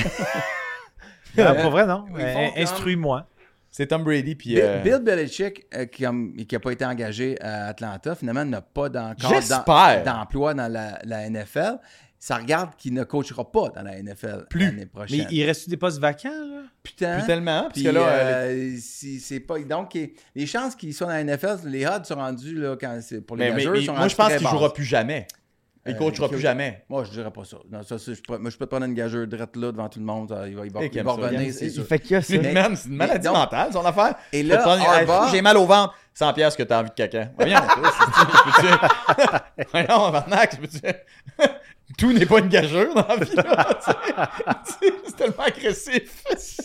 Ah, pour vrai, non. Ils Euh, font comme- Instruis-moi. C'est Tom Brady, puis... Bill, euh, Bill Belichick, euh, qui n'a pas été engagé à Atlanta, finalement, n'a pas encore J'espère. d'em- d'emploi dans la, la N F L. Ça regarde qu'il ne coachera pas dans la N F L Plus. l'année Mais prochaine. il reste des postes vacants, là? Putain. plus tellement, parce Puis, que là... euh, euh, si- c'est pas donc il- les chances qu'il soit dans la N F L, les odds sont rendus là quand c'est pour les mais, mais- gageurs mais sont moi, rendus je pense très qu'il basses. jouera plus jamais. Il Euh, coachera qui- plus jamais. Moi, je dirais pas ça. Non, ça, c'est- je, pourrais- moi, je peux te prendre une gageure drette là devant tout le monde. ça, il va, il va, Et il qu'il va aime ça. revenir, Il, c'est il sûr. fait qu'il y a ça. Mais- Man, c'est une maladie donc- mentale, son affaire. Et Faut là, te prendre- Hey, Harbaugh- j'ai mal au ventre. cent piastres que t'as envie de caca. Voyons, Chris, je peux-tu... Voyons, Barnac, je peux-tu... Tout n'est pas une gageure dans la vie, là. tu sais. C'est tellement agressif.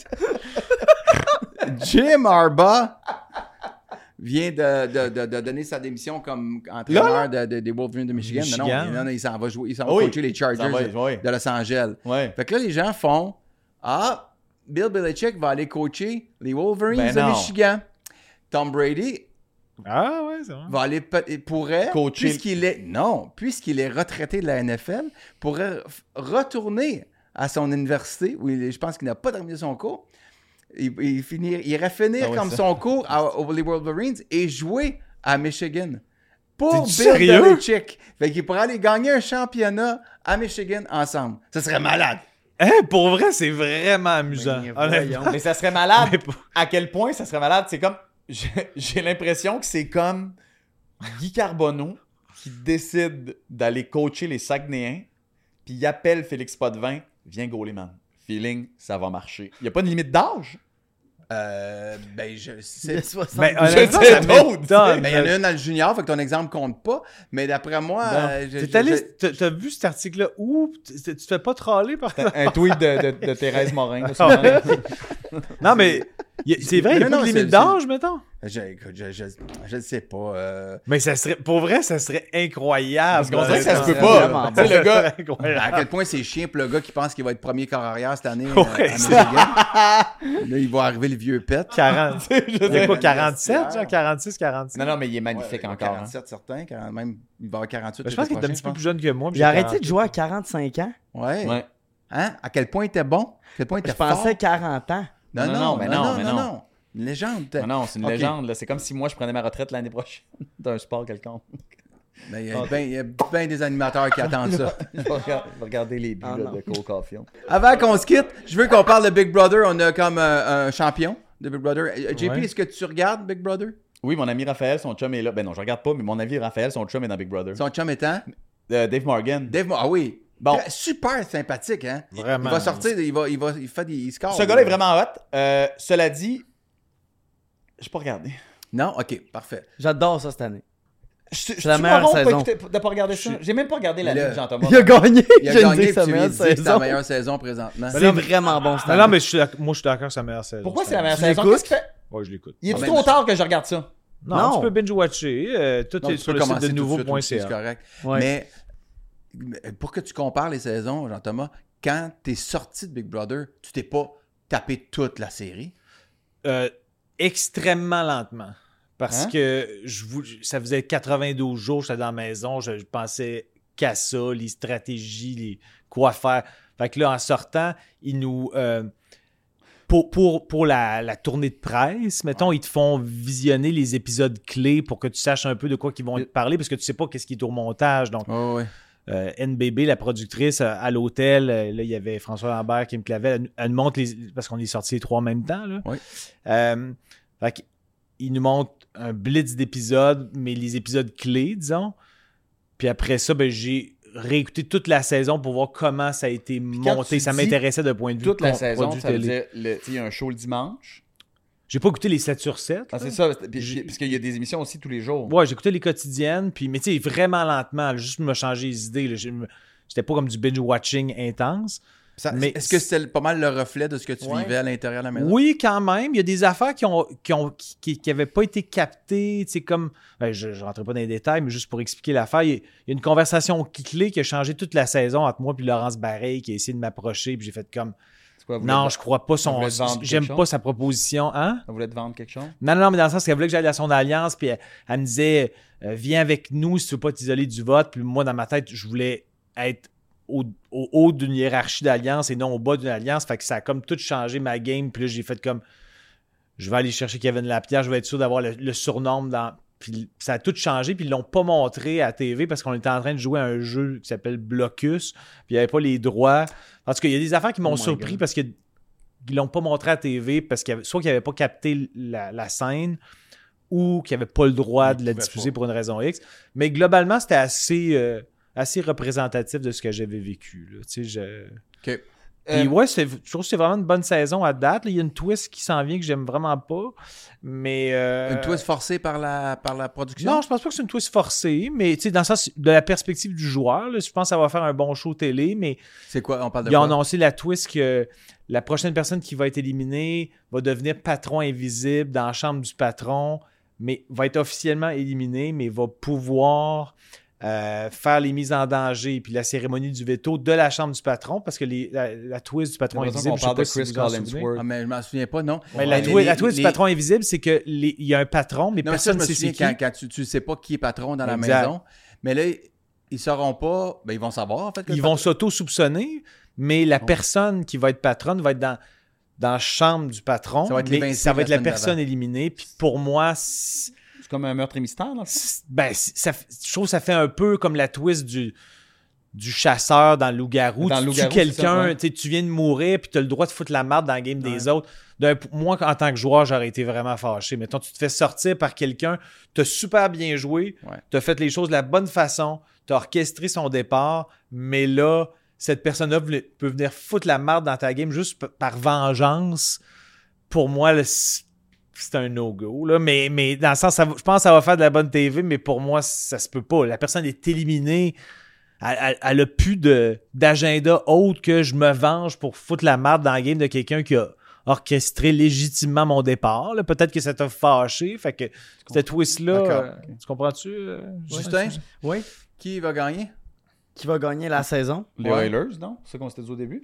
Jim Harbaugh vient de, de, de, de donner sa démission comme entraîneur de, de- des Wolverines de Michigan. Non, Michigan. non, non, non, il s'en va jouer, il s'en va Oui. coacher les Chargers Ça va, de, oui. de Los Angeles. Ouais. Fait que là, les gens font Ah, Bill Belichick va aller coacher les Wolverines Ben de non. Michigan. Tom Brady Ah, ouais, c'est vrai. va aller peut- pourrait Coacher. puisqu'il est non, puisqu'il est retraité de la N F L, pourrait f- retourner à son université où il est- je pense qu'il n'a pas terminé son cours. Il, il, finir, il irait finir Ah ouais, comme ça. son cours à, aux les Wolverines et jouer à Michigan. Pour Bill T'es-tu sérieux? Belichick. Fait qu'il pourrait aller gagner un championnat à Michigan ensemble. Ça serait malade. Hein, pour vrai, c'est vraiment amusant. Mais Honnêtement. voyons. Mais ça serait malade. Mais pour- À quel point ça serait malade? C'est comme... J'ai j'ai l'impression que c'est comme Guy Carbonneau qui décide d'aller coacher les Saguenayens, puis il appelle Félix Potvin, viens gauler, man. Feeling, ça va marcher. Il n'y a pas de limite d'âge? Euh, ben, je Il y a sais. soixante Mais Je honnêtement, sais ça d'autres, m'étonne. Ben, il y en a une dans le junior, fait que ton exemple compte pas. Mais d'après moi, Non. euh, je- T'es je- allé- je- t'as- T'as vu cet article-là où tu tu te fais pas troller par ça? Un tweet de, de- de Thérèse Morin. là, Ah ouais. souvent. Non, mais y a- c'est vrai, il n'y a Non, pas de non, limite c'est- d'âge, mettons. je, écoute, je, je, je ne sais pas. euh, Mais ça serait, pour vrai, ça serait incroyable. Parce qu'on dirait que ça se peut c'est pas. vraiment Tu sais, Ça le gars... serait incroyable. à quel point c'est chiant pour le gars qui pense qu'il va être premier corps arrière cette année euh, Ouais, à c'est- Michigan. Là, il va arriver le vieux pet. quarante. Je Il y a sais. quoi, quarante-sept, genre quarante-six, quarante-six? Non, non, mais il est magnifique Ouais, encore. hein. quarante-sept certains, quarante même il va avoir quarante-huit. Ben, je pense qu'il est un l'été petit peu prochain, plus jeune que moi. puis J'ai arrêté de quarante-huit. jouer à quarante-cinq ans. je pense. Ouais. Ouais. Hein? À quel point il était bon? À quel point il était Je pensais fort? quarante ans. Non, Non, non, non, mais non, non, non, mais non, non. non. Une légende. Non, non, c'est une Ok. légende. là. C'est comme si moi, je prenais ma retraite l'année prochaine d'un sport quelconque. Ben, il y a bien il y a bien des animateurs qui attendent ça. Je vais regarder, je vais regarder les buts Ah, là, non. de Cole Caulfield. Avant qu'on se quitte, je veux qu'on parle de Big Brother. On a comme euh, un champion de Big Brother. Euh, J P, Ouais. est-ce que tu regardes Big Brother? Oui, mon ami Raphaël, son chum est là. Ben non, je regarde pas, mais mon ami Raphaël, son chum est dans Big Brother. Son chum étant? Euh, Dave Morgan. Dave Mo- Ah oui. Bon. Très- Super sympathique, hein? Vraiment. Il va sortir, il va, il va, il fait des il score. Ce gars-là est vraiment hot. Euh, cela dit, j'ai pas regardé. Non? OK, parfait. J'adore ça cette année. Je suis C'est la meilleure saison. de pas regarder ça. J'ai même pas regardé la Mais là, Ligue, Jean-Thomas. Il a gagné. Il a Je ne gagné, dis que puis c'est sa tu lui meilleure dis que c'est la saison. meilleure saison présentement. C'est vraiment bon, cette Non, année. non, mais je suis d'ac- moi, je suis d'accord que c'est la meilleure saison. Pourquoi cette c'est la année. meilleure Tu saison? l'écoutes? Qu'est-ce que tu fais? Ouais, je l'écoute. Il est Ah, ben, trop je- tard que je regarde ça. Non, Non. tu peux binge-watcher. Euh, tout Non, est tu sur peux le site commencer de tout de nouveau suite point aussi, c c'est a. correct. Ouais. Mais mais pour que tu compares les saisons, Jean-Thomas, quand t'es sorti de Big Brother, tu t'es pas tapé toute la série. Euh, extrêmement lentement. Parce Hein? que je vous, ça faisait quatre-vingt-douze jours, j'étais dans la maison, je, je pensais qu'à ça, les stratégies, les quoi faire. Fait que là, en sortant, ils nous... euh, pour pour, pour la, la tournée de presse, mettons, ils te font visionner les épisodes clés pour que tu saches un peu de quoi ils vont te parler, parce que tu sais pas qu'est-ce qui est au montage. Donc, Oh, ouais. euh, N B B, la productrice, euh, à l'hôtel, euh, là, il y avait François Lambert qui me clavait. Elle, elle nous montre les... Parce qu'on est sortis les trois en même temps, là. Oui. Euh, fait que, il nous montre un blitz d'épisodes, mais les épisodes clés, disons. Puis après ça, ben, j'ai réécouté toute la saison pour voir comment ça a été quand monté. tu Ça dis m'intéressait d'un point de vue Toute la con- saison, produit ça veut télé. dire, le- tu sais, il y a un show le dimanche. J'ai pas écouté les sept sur sept. Ah, là. c'est ça. Puis- J'ai- puis- Parce qu'il y a des émissions aussi tous les jours. Ouais, j'écoutais les quotidiennes, puis, mais tu sais, vraiment lentement, là, juste me changer les idées. Là, J'ai- J'étais pas comme du binge-watching intense. Ça- Mais- Est-ce que c'était pas mal le reflet de ce que tu Ouais. vivais à l'intérieur de la maison? Oui, quand même. Il y a des affaires qui ont qui ont qui, qui avaient pas été captées. Tu sais, comme ben, je ne rentrerai pas dans les détails, mais juste pour expliquer l'affaire, il y a, il y a une conversation clé qui a changé toute la saison entre moi et Laurence Barreille qui a essayé de m'approcher. Puis j'ai fait comme C'est quoi, elle voulait non, te- je crois pas elle son. voulait te vendre quelque J'aime chose? pas sa proposition. Hein? Elle voulait te vendre quelque chose? Non, non, non, mais dans le sens qu'elle voulait que j'aille à son alliance, puis elle, elle me disait euh, viens avec nous si tu veux pas t'isoler du vote. Puis moi, dans ma tête, je voulais être au, au haut d'une hiérarchie d'alliance et non au bas d'une alliance. Fait que ça a comme tout changé ma game. Puis là, j'ai fait comme je vais aller chercher Kevin Lapierre, je vais être sûr d'avoir le, le surnom dans. Puis ça a tout changé, puis ils l'ont pas montré à T V parce qu'on était en train de jouer à un jeu qui s'appelle Blocus, puis il n'y avait pas les droits. En tout cas, il y a des affaires qui m'ont Oh my surpris God. parce qu'ils l'ont pas montré à T V parce qu'il y avait, soit qu'ils n'avaient pas capté la, la scène ou qu'ils n'avaient pas le droit Ils de la pouvaient diffuser pas. pour une raison X. Mais globalement, c'était assez, euh, assez représentatif de ce que j'avais vécu. Là. Tu sais, je... OK. Puis Euh, ouais, c'est- je trouve que c'est vraiment une bonne saison à date. Là, il y a une twist qui s'en vient que j'aime vraiment pas. Mais. euh, Une twist forcée par la, par la production? Non, je pense pas que c'est une twist forcée, mais tu sais, dans le sens de la perspective du joueur, là, je pense que ça va faire un bon show télé, mais C'est quoi? On parle de ils ont quoi? annoncé la twist que la prochaine personne qui va être éliminée va devenir patron invisible dans la chambre du patron, mais va être officiellement éliminé, mais va pouvoir euh, faire les mises en danger puis la cérémonie du veto de la chambre du patron, parce que les- la, la twist du patron J'ai l'impression invisible, qu'on je sais parle de pas si Chris vous en souvenez. Collinsworth. Ah, mais je m'en souviens pas, non. Mais la, Les- twi- la les- twist les- du patron invisible, c'est que les- il y a un patron, mais Non, mais ça, personne je ne me sait souviens c'est qui. quand, quand tu, tu sais pas qui est patron dans la Exact. maison. Mais là, ils sauront pas. Ben, ils vont savoir, en fait. que Ils le vont patron- s'auto-soupçonner, mais la personne qui va être patronne va être dans, dans la chambre du patron. Ça va être les mais vingt-six ça va être la la semaine personne d'avant. éliminée. Puis pour moi, c'est- C'est comme un meurtre et mystère, dans le fond. c'est- ben, c'est- ça, f- je trouve que ça fait un peu comme la twist du, du chasseur dans le loup-garou. Dans Tu le tues loup-garou, c'est ça, quelqu'un, ouais. tu sais, tu viens de mourir, puis tu as le droit de foutre la marde dans le game des autres. D'un- moi, en tant que joueur, j'aurais été vraiment fâché. Mettons, tu te fais sortir par quelqu'un, tu as super bien joué, Ouais. tu as fait les choses de la bonne façon, tu as orchestré son départ, mais là, cette personne-là vle- peut venir foutre la marde dans ta game juste p- par vengeance. Pour moi, là, c'est c'est un no-go. Là. Mais, mais dans le sens, ça va- je pense que ça va faire de la bonne T V, mais pour moi, ça se peut pas. La personne est éliminée. Elle, elle, elle a plus de, d'agenda autre que je me venge pour foutre la marde dans la game de quelqu'un qui a orchestré légitimement mon départ. là. Peut-être que ça t'a fâché. Fait que cette twist-là, D'accord. euh, tu comprends-tu? euh, Justin, Oui. qui va gagner? Qui va gagner la saison? Les Ouais. Oilers, non? C'est ça qu'on s'était dit au début?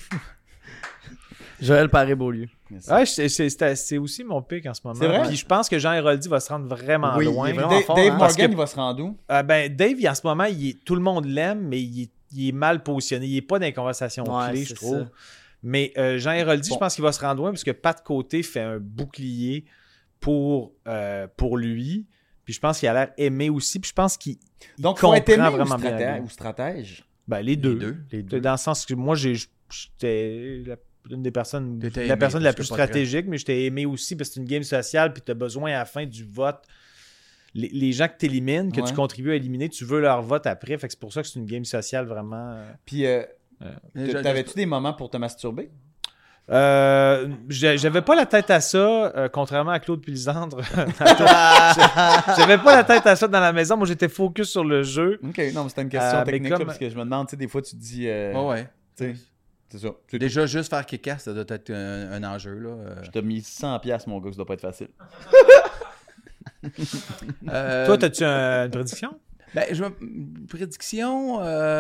Joël Paré-Beaulieu. Ouais, c'est, c'est, c'est- c'est aussi mon pick en ce moment. C'est vrai? Puis je pense que Jean Héroldi va se rendre vraiment Oui, loin. il est vraiment Dave, fort, Dave hein, parce Morgan, que- il va se rendre où? Euh, ben, Dave, il- en ce moment, il est- tout le monde l'aime, mais il est, il est mal positionné. Il n'est pas dans les conversations Ouais, clés, c'est je trouve. ça. Mais euh, Jean Héroldi, Bon. je pense qu'il va se rendre loin parce que Pat Côté fait un bouclier pour, euh, pour lui. Puis je pense qu'il a l'air aimé aussi. Puis je pense qu'il il Donc, il faut être comprend aimé ou vraiment bien la stratège, game. ou stratège? Ben, les deux. deux. Les C'est deux. Dans le sens que moi, j'ai, j'étais la- une des personnes, T'étais la aimé, personne la parce plus que pas très. stratégique, mais j'étais aimé aussi parce que c'est une game sociale, puis tu as besoin à la fin du vote. Les, les gens que tu élimines, que Ouais. tu contribues à éliminer, tu veux leur vote après. Fait que c'est pour ça que c'est une game sociale vraiment. euh, Puis, euh, Mais je- t'avais-tu des moments pour te masturber? Euh, j'ai- j'avais pas la tête à ça, euh, contrairement à Claude Pilisandre. J'avais pas la tête à ça dans la maison. Moi, j'étais focus sur le jeu. OK, non, mais c'était une question Euh, mais technique, là, comme- parce que je me demande, tu sais, des fois, tu te dis... euh, Ouais, ouais. tu sais, c'est ça. C'est- Déjà, juste faire kick-ass, ça doit être un, un enjeu. Là. Euh, Je t'ai mis cent piastres, mon gars, ça doit pas être facile. euh, Toi, t'as-tu un- une prédiction? Ben, je me- prédiction.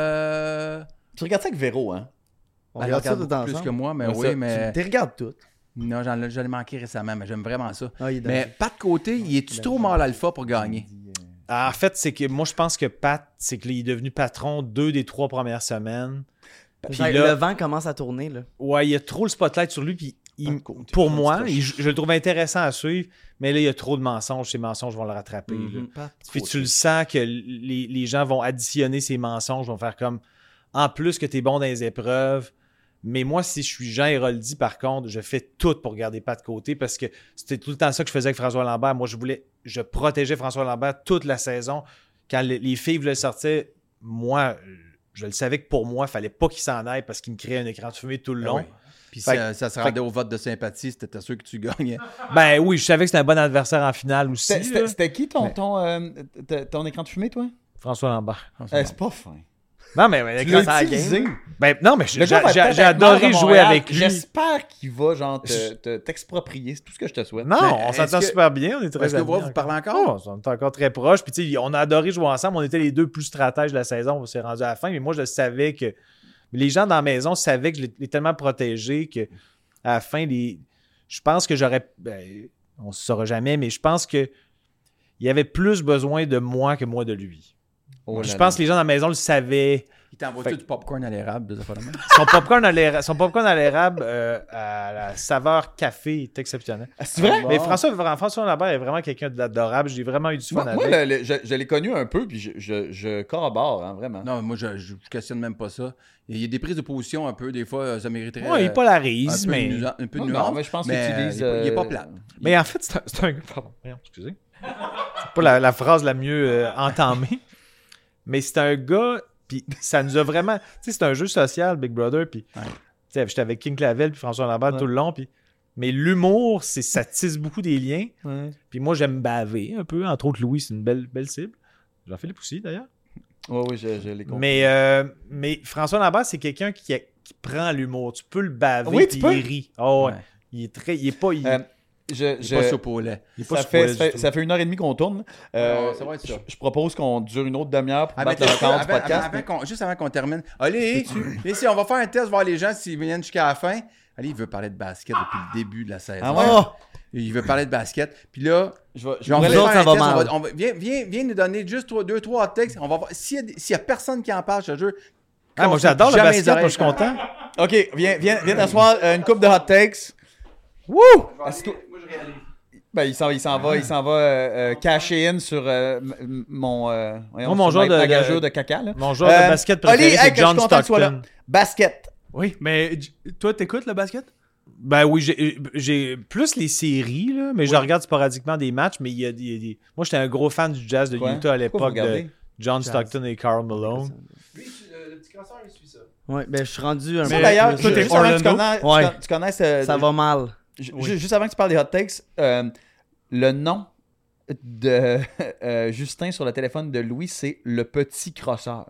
Euh... Tu regardes ça avec Véro, hein? On elle regarde ça regarde tout beaucoup plus ensemble. que moi, mais Ouais, oui, ça, mais. Tu les regardes toutes. Non, j'en ai, j'en ai manqué récemment, mais j'aime vraiment ça. Ah, il est dans- Mais pas de côté, il est-tu trop mort l'alpha pour gagner? Ah, en fait, c'est que moi, je pense que Pat, c'est qu'il est devenu patron deux des trois premières semaines. Puis Genre, là, Le vent commence à tourner, là. ouais, il y a trop le spotlight sur lui. Puis il- Pas de côté, pour je moi, pense que il- je le trouve intéressant à suivre. Mais là, il y a trop de mensonges. Ces mensonges vont le rattraper. Mhm. là. Puis tu le sens que les, les gens vont additionner ces mensonges, vont faire comme en plus que tu es bon dans les épreuves. Mais moi, si je suis Jean Héroldi, par contre, je fais tout pour garder pas de côté parce que c'était tout le temps ça que je faisais avec François Lambert. Moi, je voulais, je protégeais François Lambert toute la saison. Quand les, les filles le sortaient, moi, je le savais que pour moi, il fallait pas qu'il s'en aille parce qu'il me créait un écran de fumée tout le long. Ah oui. Puis Fait ça, ça se rendait au vote de sympathie, c'était sûr que tu gagnais. Ben oui, je savais que c'était un bon adversaire en finale aussi. C'était- C'était là. c'était qui ton, Mais- ton, euh, t- ton écran de fumée, toi? François Lambert. Eh, c'est pas fin. Non, mais, mais Tu quand- l'as utilisé. ben, non, mais j'ai Le gars va j'ai- peut-être j'ai être maire adoré de jouer Montréal. avec lui. J'espère qu'il va, genre, te- Je- te- t'exproprier. C'est tout ce que je te souhaite. Non, Mais on est-ce s'entend que- super bien, on est très Est-ce que amis vous, vous parlez encore? Oh, on est encore très proches. Puis, tu sais, on a adoré jouer ensemble. On était les deux plus stratèges de la saison. On s'est rendu à la fin. Mais moi, je savais que. Les gens dans la maison savaient que je l'ai tellement protégé que à la fin, les... je pense que j'aurais. Ben, on ne saura jamais, mais je pense que il y avait plus besoin de moi que moi de lui. Oh je là pense là. que les gens dans la maison le savaient. Il t'envoie Fait- du popcorn à l'érable, des affaires de même? Son popcorn à l'érable, son popcorn à l'érable euh, à la saveur café est exceptionnel. Ah, c'est vrai? Mais François, François Lambert est vraiment quelqu'un d'adorable. J'ai vraiment eu du fun Moi, moi, avec. le- le- je, je l'ai connu un peu, puis je, je, je corrobore, hein, vraiment. Non, moi, je, je questionne même pas ça. Il y a des prises de position un peu, des fois, ça mériterait. Ouais, il euh, polarise, un peu mais. de nuan- un peu de Non, non, nuance, mais je pense mais qu'il utilise. il est pas- il est pas euh, plate. Mais en fait, c'est un, c'est un gars. Pardon, voyons, excusez. C'est pas la, la phrase la mieux euh, entamée. Mais c'est un gars. Puis ça nous a vraiment. Tu sais, c'est un jeu social, Big Brother. Puis. Ouais. Tu sais, j'étais avec King Clavel puis François Lambert Ouais. tout le long. Puis. Mais l'humour, c'est, ça tisse beaucoup des liens. Ouais. Puis moi, j'aime baver un peu. Entre autres, Louis, c'est une belle, belle cible. Jean-Philippe aussi, d'ailleurs. Ouais, oui, je, je l'ai compris. Mais, euh, mais François Lambert, c'est quelqu'un qui, a- qui prend l'humour. Tu peux le baver Oui, puis tu peux. il rit. Oh, ouais. Ouais. Il est très. Il est pas. Il, Euh, je, Il je- est pas soupe au lait. il est pas ça, spoilé fait, du ça, fait, tout. ça fait une heure et demie qu'on tourne. Euh, Ouais, ça va être ça. je, je propose qu'on dure une autre demi-heure pour Ah, battre mais le attends, record du avant- podcast. avant- avant qu'on- juste avant qu'on termine. Allez, ici, on va faire un test, voir les gens s'ils viennent jusqu'à la fin. Allez, il veut parler de basket depuis le début de la saison. Ah ouais? Oh! Il veut parler de basket. Puis là, Je vais, je je vais pourrais en les- autres, faire un ça va test, on mal. va- on va- viens, viens, viens nous donner juste trois- deux, trois hot takes. On va voir. S'il y, a des- s'il y a personne qui en parle, je te jure. Ah, moi, qu'on j'adore le jamais basket. les Moi, je suis oreilles. content. OK, viens, viens, viens t'asseoir. euh, une coupe de hot takes. Wouh! Assis-toi. Ben, il s'en, il s'en va, il s'en va euh, euh, cacher in sur euh, m- m- mon, euh, voyons, Moi, mon sur joueur ma- de- magageur de- de caca. Là. Mon joueur Euh, de basket Oli, préféré, hey, c'est que je suis John content que tu sois là. Stockton. Basket. Oui, mais j- toi, t'écoutes le basket? Ben oui, j'ai, j'ai plus les séries, là, mais je regarde sporadiquement des matchs, mais il y a des... des- Moi, j'étais un gros fan du Jazz de Quoi? Utah à Pourquoi vous l'époque de regardez? John Jazz. Stockton et Karl Malone. Lui, le petit crosseur, il suit ça. Ouais, ben je suis rendu un Ça, peu. d'ailleurs, plus- toi, t'es juste avant que tu Orlando? connaisses, tu Ouais. con- tu connaisses, euh, Ça va mal. ju- ju- juste avant que tu parles des hot takes, euh, le nom de euh, Justin sur le téléphone de Louis, c'est le petit crosseur.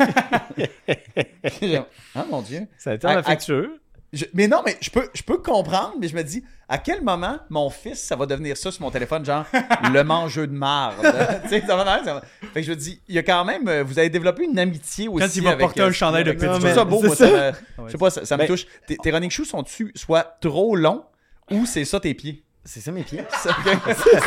Ah mon Dieu. Ça a été À- à- affectueux. Je- mais non, mais je peux, je peux comprendre, mais je me dis, à quel moment mon fils, ça va devenir ça sur mon téléphone, genre le mangeur de marde. Tu sais, ça va dans- ça va- Fait que je me dis, il y a quand même, euh, vous avez développé une amitié aussi. Quand il va avec, porter euh, un chandail de avec- petit Je trouve mais ça beau, c'est moi, ça. ça me- je sais pas, ça, ça me Ben- touche. Tes, tes running shoes sont-tu soit trop longs ou c'est ça tes pieds? C'est ça mes pieds. Ça, ok.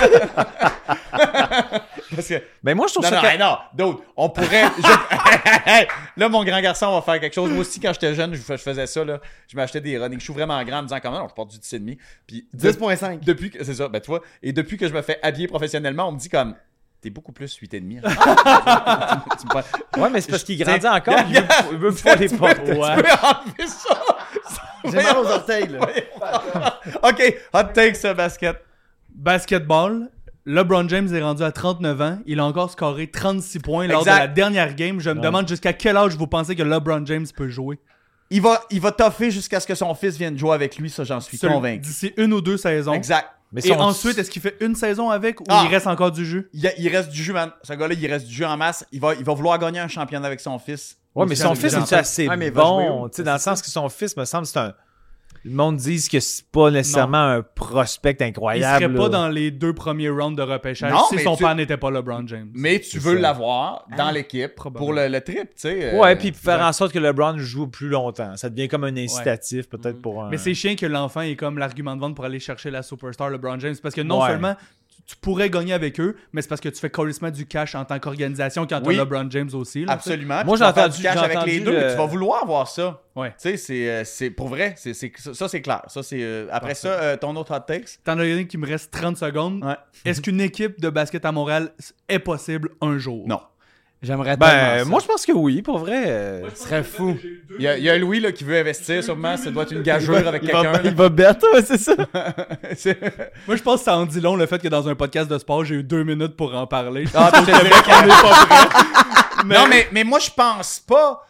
Parce que Ben moi, je trouve non, ça... non, quand- hey, non, d'autres. On pourrait. je- Là, mon grand garçon va faire quelque chose. Moi aussi, quand j'étais jeune, je, je faisais ça. Là. Je m'achetais des running shoes vraiment grands en me disant, comment non, je porte du dix virgule cinq. Puis de- dix virgule cinq. depuis que. C'est ça, ben tu vois. Et depuis que je me fais habiller professionnellement, on me dit comme. T'es beaucoup plus huit virgule cinq. Tu me prends- Ouais, mais c'est parce qu'il Tiens, grandit encore, il regarde, veut, il veut pouvoir les porter. Tu peux enlever ça. J'ai mal aux orteils, là. Ok, hot take ce basket. Basketball, LeBron James est rendu à trente-neuf ans. Il a encore scoré trente-six points lors Exact. de la dernière game. Je me demande jusqu'à quel âge vous pensez que LeBron James peut jouer. il va, il va toffer jusqu'à ce que son fils vienne jouer avec lui, ça, j'en suis Seul- convaincu. D'ici une ou deux saisons. Exact. Mais Et son- ensuite, est-ce qu'il fait une saison avec ou Ah. il reste encore du jeu? Il, y a- il reste du jeu, man. Ce gars-là, il reste du jeu en masse. Il va, il va vouloir gagner un championnat avec son fils. Ouais, mais son Aussi, fils avec est assez Ouais, mais il va jouer bon. où? Tu sais, dans le sens que son fils, me semble, c'est un. Le monde dit que c'est pas nécessairement un prospect Il incroyable. serait pas là. dans les deux premiers rounds de repêchage Non, si mais son tu- père n'était pas LeBron James. Mais tu C'est veux ça. l'avoir dans Hein? l'équipe Probablement. pour le, le trip, tu sais. euh, Ouais, puis faire exact. en sorte que LeBron joue plus longtemps. Ça devient comme un incitatif, peut-être, Mm. pour un. Mais c'est chiant que l'enfant est comme l'argument de vente pour aller chercher la superstar LeBron James. Parce que non Ouais. seulement tu, tu pourrais gagner avec eux, mais c'est parce que tu fais carrément du cash en tant qu'organisation quand Oui. t'as LeBron James aussi. Là, Absolument. Moi, Puis tu vas j'ai faire entendu- du cash j'ai avec entendu les deux. le- Tu vas vouloir voir ça. Ouais. Tu sais, c'est, euh, c'est pour vrai. C'est, c'est, ça, ça, c'est clair. Ça, c'est, euh, après Parfait. ça, euh, ton autre hot takes. T'en as une qui me reste trente secondes. Ouais. Est-ce qu'une équipe de basket à Montréal est possible un jour? Non. J'aimerais tellement Ben, ça. moi, je pense que oui, pour vrai. euh, Ce serait fou. Il y, a, il y a Louis là, qui veut investir, sûrement. Ça doit être une gageure avec Il quelqu'un. va, il va bête, ouais, c'est ça. C'est- Moi, je pense que ça en dit long le fait que dans un podcast de sport, j'ai eu deux minutes pour en parler. Je Ah, pense puis je te que dirais on n'est pas prêt. Non, mais, mais moi, je pense pas.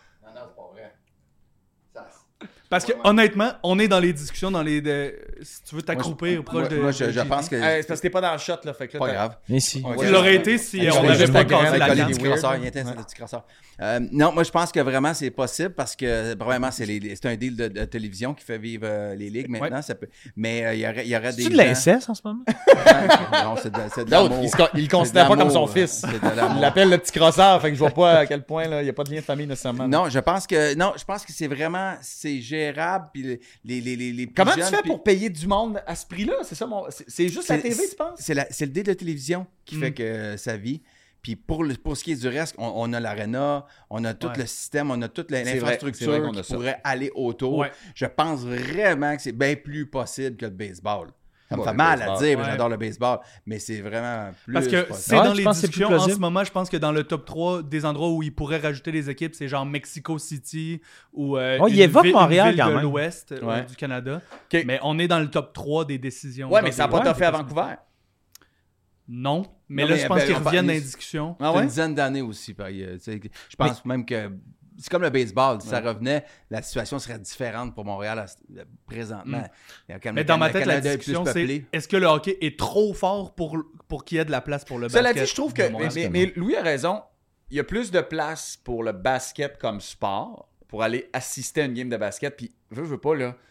Parce que honnêtement, on est dans les discussions, dans les. de- si tu veux t'accroupir Moi, proche moi, de. moi, je, de je J D. pense que. Euh, c'est parce que t'es pas dans le shot, là. Fait que là, pas t'as- grave. Mais si. Ouais, Tu ouais. l'aurais été si Avec on les n'avait juste pas avec cassé la les canne. petits weird. crosseurs, il était le petit crosseur. Euh, non, moi je pense que vraiment c'est possible parce que vraiment c'est, les- c'est un deal de, de télévision qui fait vivre euh, les ligues maintenant. Ouais. Ça peut, mais euh, il y aurait, il y aurait des. C'est de gens- l'inceste en ce moment? Non, c'est de, c'est de L'autre, l'amour. il, se con- il le C'est considère de pas comme son l'amour, fils. c'est de l'amour. Il l'appelle le petit crosseur. Fait que je vois pas à quel point là, il y a pas de lien de famille nécessairement. Non, je pense que non, je pense que c'est vraiment c'est gérable puis les les les, les, les plus Comment tu jeunes, fais puis- pour payer du monde à ce prix-là? C'est ça mon. C'est, c'est juste la C'est- T V, tu penses? C'est, la- c'est le deal de télévision qui Mm. fait que ça vit. Puis pour, le- pour ce qui est du reste, on, on a l'aréna, on a tout Ouais. le système, on a toute la- C'est vrai, c'est l'infrastructure vrai qu'on a qui ça. pourrait aller autour. Ouais. Je pense vraiment que c'est bien plus possible que le baseball. Ça me Ouais, fait le mal à baseball. dire, mais Ouais. j'adore le baseball, mais c'est vraiment plus Parce que possible. c'est Ouais, dans je les pense que c'est plus discussions en plausible. ce moment, je pense que dans le top trois des endroits où ils pourraient rajouter les équipes, c'est genre Mexico City ou euh, Oh, il une évoque ville- Montréal, une ville quand de même. l'ouest euh, Ouais. du Canada. Ok. Mais on est dans le top trois des décisions. Ouais, genre mais ça n'a des- pas Ouais, toffé à des- Vancouver. Non, mais Non, là mais, je pense ben, qu'ils on reviennent parle- dans les discussions. Ah C'est ouais? une dizaine d'années aussi. pareil, euh, tu sais, je pense même que c'est comme le baseball. Si ça revenait, la situation serait différente pour Montréal à ce- présentement. Il y a quand même- Mais dans ma le tête, la Canada est plus discussion, peuplé. c'est est-ce que le hockey est trop fort pour, pour qu'il y ait de la place pour le Cela basket? dit, je trouve que. de Mais, Montréal? mais- mais Louis a raison. Il y a plus de place pour le basket comme sport, pour aller assister à une game de basket. Puis, veux, veux pas, là.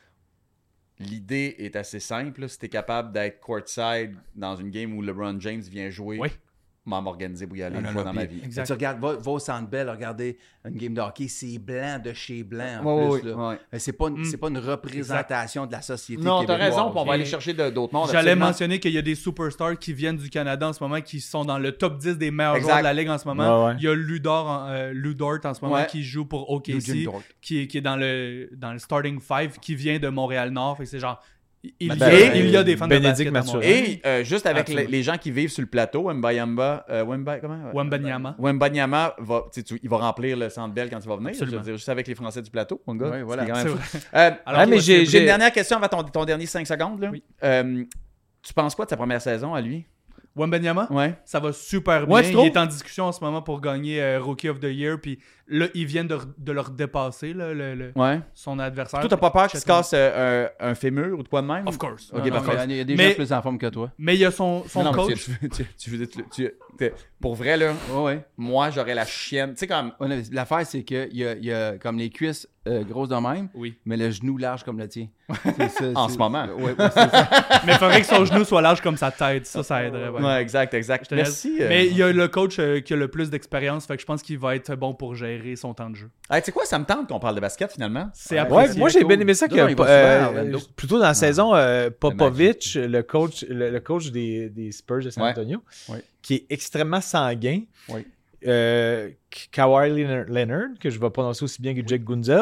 L'idée est assez simple. là. Si t'es capable d'être courtside dans une game où LeBron James vient jouer, Oui. m'en m'organiser pour y aller Non, une non, fois non, dans ma puis- vie. Exact. Tu regardes, va, va au Centre Bell, regardez une game de hockey, c'est blanc de chez blanc en Ouais, plus. ouais, là. ouais. Mais C'est, pas une, Mm. c'est pas une représentation de la société Non, t'as québécoise. raison, puis on va Et- aller chercher de- d'autres mondes. J'allais absolument. mentionner qu'il y a des superstars qui viennent du Canada en ce moment, qui sont dans le top dix des meilleurs Exact. joueurs de la ligue en ce moment. Ouais, ouais. Il y a Ludor, en- euh, Ludort en ce moment Ouais. qui joue pour O K C, Eugene Dort. qui, est- qui est dans le, dans le starting five, qui vient de Montréal-Nord. Fait que c'est genre, il, il Ben, y a, ben, il y a des fans Bénédicte de basket à Mathurin. Montréal. Et euh, juste avec les, Absolument. les gens qui vivent sur le plateau, Wembayamba, euh, Wemba, comment? Wembanyama. Wembanyama, va, tu sais, tu- il va remplir le Centre Bell quand il va venir. Absolument. Je veux dire, juste avec les Français du plateau, mon gars. Ouais, voilà. C'est quand C'est même vrai. fou. Euh, Alors, Ouais, mais toi, j'ai- J'ai une dernière question avant ton, ton dernier cinq secondes. Là. Oui. Euh, tu penses quoi de sa première saison à lui? Wembanyama, Ouais. ça va super bien. Ouais, tu il trouves? est en discussion en ce moment pour gagner euh, Rookie of the Year. Puis là, ils viennent de, de leur dépasser là, le, le- Ouais. son adversaire. Toi, t'as pas peur qu'il se Check-le. casse euh, un, un fémur ou de quoi de même? Of course. Ok, Non, parfait. non, Il y a des Mais- gens plus en forme que toi. Mais il y a son, son Non, mais coach. tu, tu, tu, veux dire, tu- tu- t'es- pour vrai, là, Ouais, ouais. moi, j'aurais la chienne. Tu sais, comme. Ouais, non, l'affaire, c'est qu'il y a, il y a comme les cuisses euh, grosses de même, Oui. mais le genou large comme le tien. C'est ça, En c'est- ce moment. Ouais, ouais, c'est ça. Mais il faudrait que son genou soit large comme sa tête. Ça, ça aiderait. Ouais, ouais. exact, exact. Je te Merci. laisse. euh. Mais il y a le coach euh, qui a le plus d'expérience. Fait que je pense qu'il va être bon pour gérer son temps de jeu. Hey, tu sais quoi, ça me tente qu'on parle de basket finalement. C'est Ouais, Ouais, apprécié. moi j'ai cool. bien aimé ça que Non, non, il va euh, souvent à Orlando. plutôt dans la saison euh, Popovich, Magic. le coach, le, le coach des, des Spurs de San Ouais. Antonio, Ouais. qui est extrêmement sanguin. Ouais. Euh, Kawhi Leonard, Leonard, que je vais prononcer aussi bien que Jake Gunzel.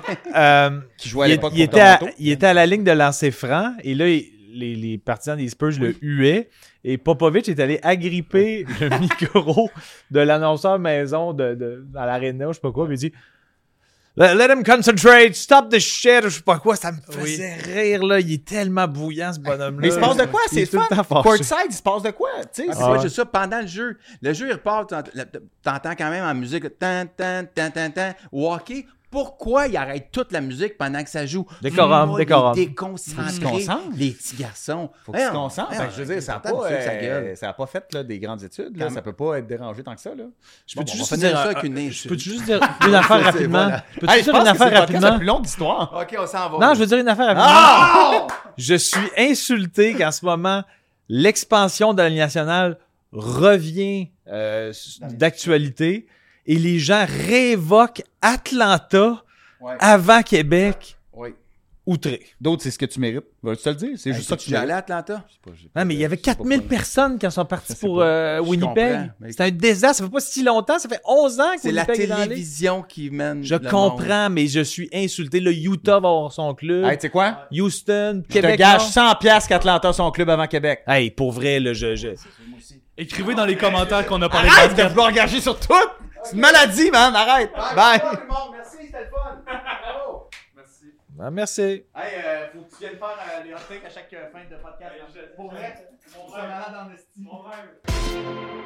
euh, Qui jouait à il, l'époque il pour était à, Toronto. il était à la ligne de lancer franc et là, il- les, les partisans des Spurs le huaient et Popovich est allé agripper le micro de l'annonceur maison de, de, à l'aréna, je sais pas quoi, puis il dit Let, let him concentrate, stop the shit, je sais pas quoi, ça me faisait rire là, il est tellement bouillant ce bonhomme-là. Mais il se passe de quoi? Il C'est est tout le fun. temps fâché. Courtside, il se passe de quoi? Tu sais, Ah, c'est- c'est pas juste ça, pendant le jeu. Le jeu, il repart, t'ent- t'entends quand même en musique, tan, tan, tan, tan, tan. Au hockey, Pourquoi ils arrêtent toute la musique pendant que ça joue? Décorum, Moi, décorum. Les déconcentrés, Faut qu'ils se concentrent. les petits garçons. Faut qu'ils se Voyons, concentrent. voyons, Ben, je veux dire, ça n'a t'entends pas, le feu de sa euh, gueule. ça a pas fait là, des grandes études. Là. Quand- Ça peut pas être dérangé tant que ça. Là. Je Bon, peux bon, juste on va finir dire, ça un- avec une je insulte. peux juste dire une affaire C'est- rapidement? voilà. Je peux Hey, je dire pense une que c'est affaire le podcast rapidement? le plus long d'histoire. OK, on s'en va. Non, je veux dire une affaire rapidement. Ah! Je suis insulté qu'en ce moment, l'expansion de la Ligue nationale revient euh, d'actualité et les gens réévoquent Atlanta Ouais. avant Québec. Oui. Outré. D'autres, c'est ce que tu mérites. Vas-tu te le dire? C'est Hey, juste ça que tu tu es allé mérites. à Atlanta? Ah, mais il y avait quatre mille personnes quand sont partis Je sais pour pas. euh, Je Winnipeg. comprends, mais- C'est un désastre. Ça fait pas si longtemps. Ça fait onze ans que C'est la Winnipeg est dans la Ligue. télévision qui mène Je le monde. comprends, mais je suis insulté. Le Utah va avoir son club. Hey, tu sais quoi? Houston, Je te Québec. gage non? cent piastres qu'Atlanta a son club avant Québec. Hey, pour vrai, là, je, je... Écrivez dans les commentaires qu'on a parlé Arrête de de basket. vouloir engager sur tout! C'est une maladie, man! Arrête! Bye! Merci, c'était le fun. Bravo. Ah, merci. Hey, euh, faut que tu viennes faire euh, les hot takes à chaque euh, fin de podcast. Pour vrai, on se malade en esti.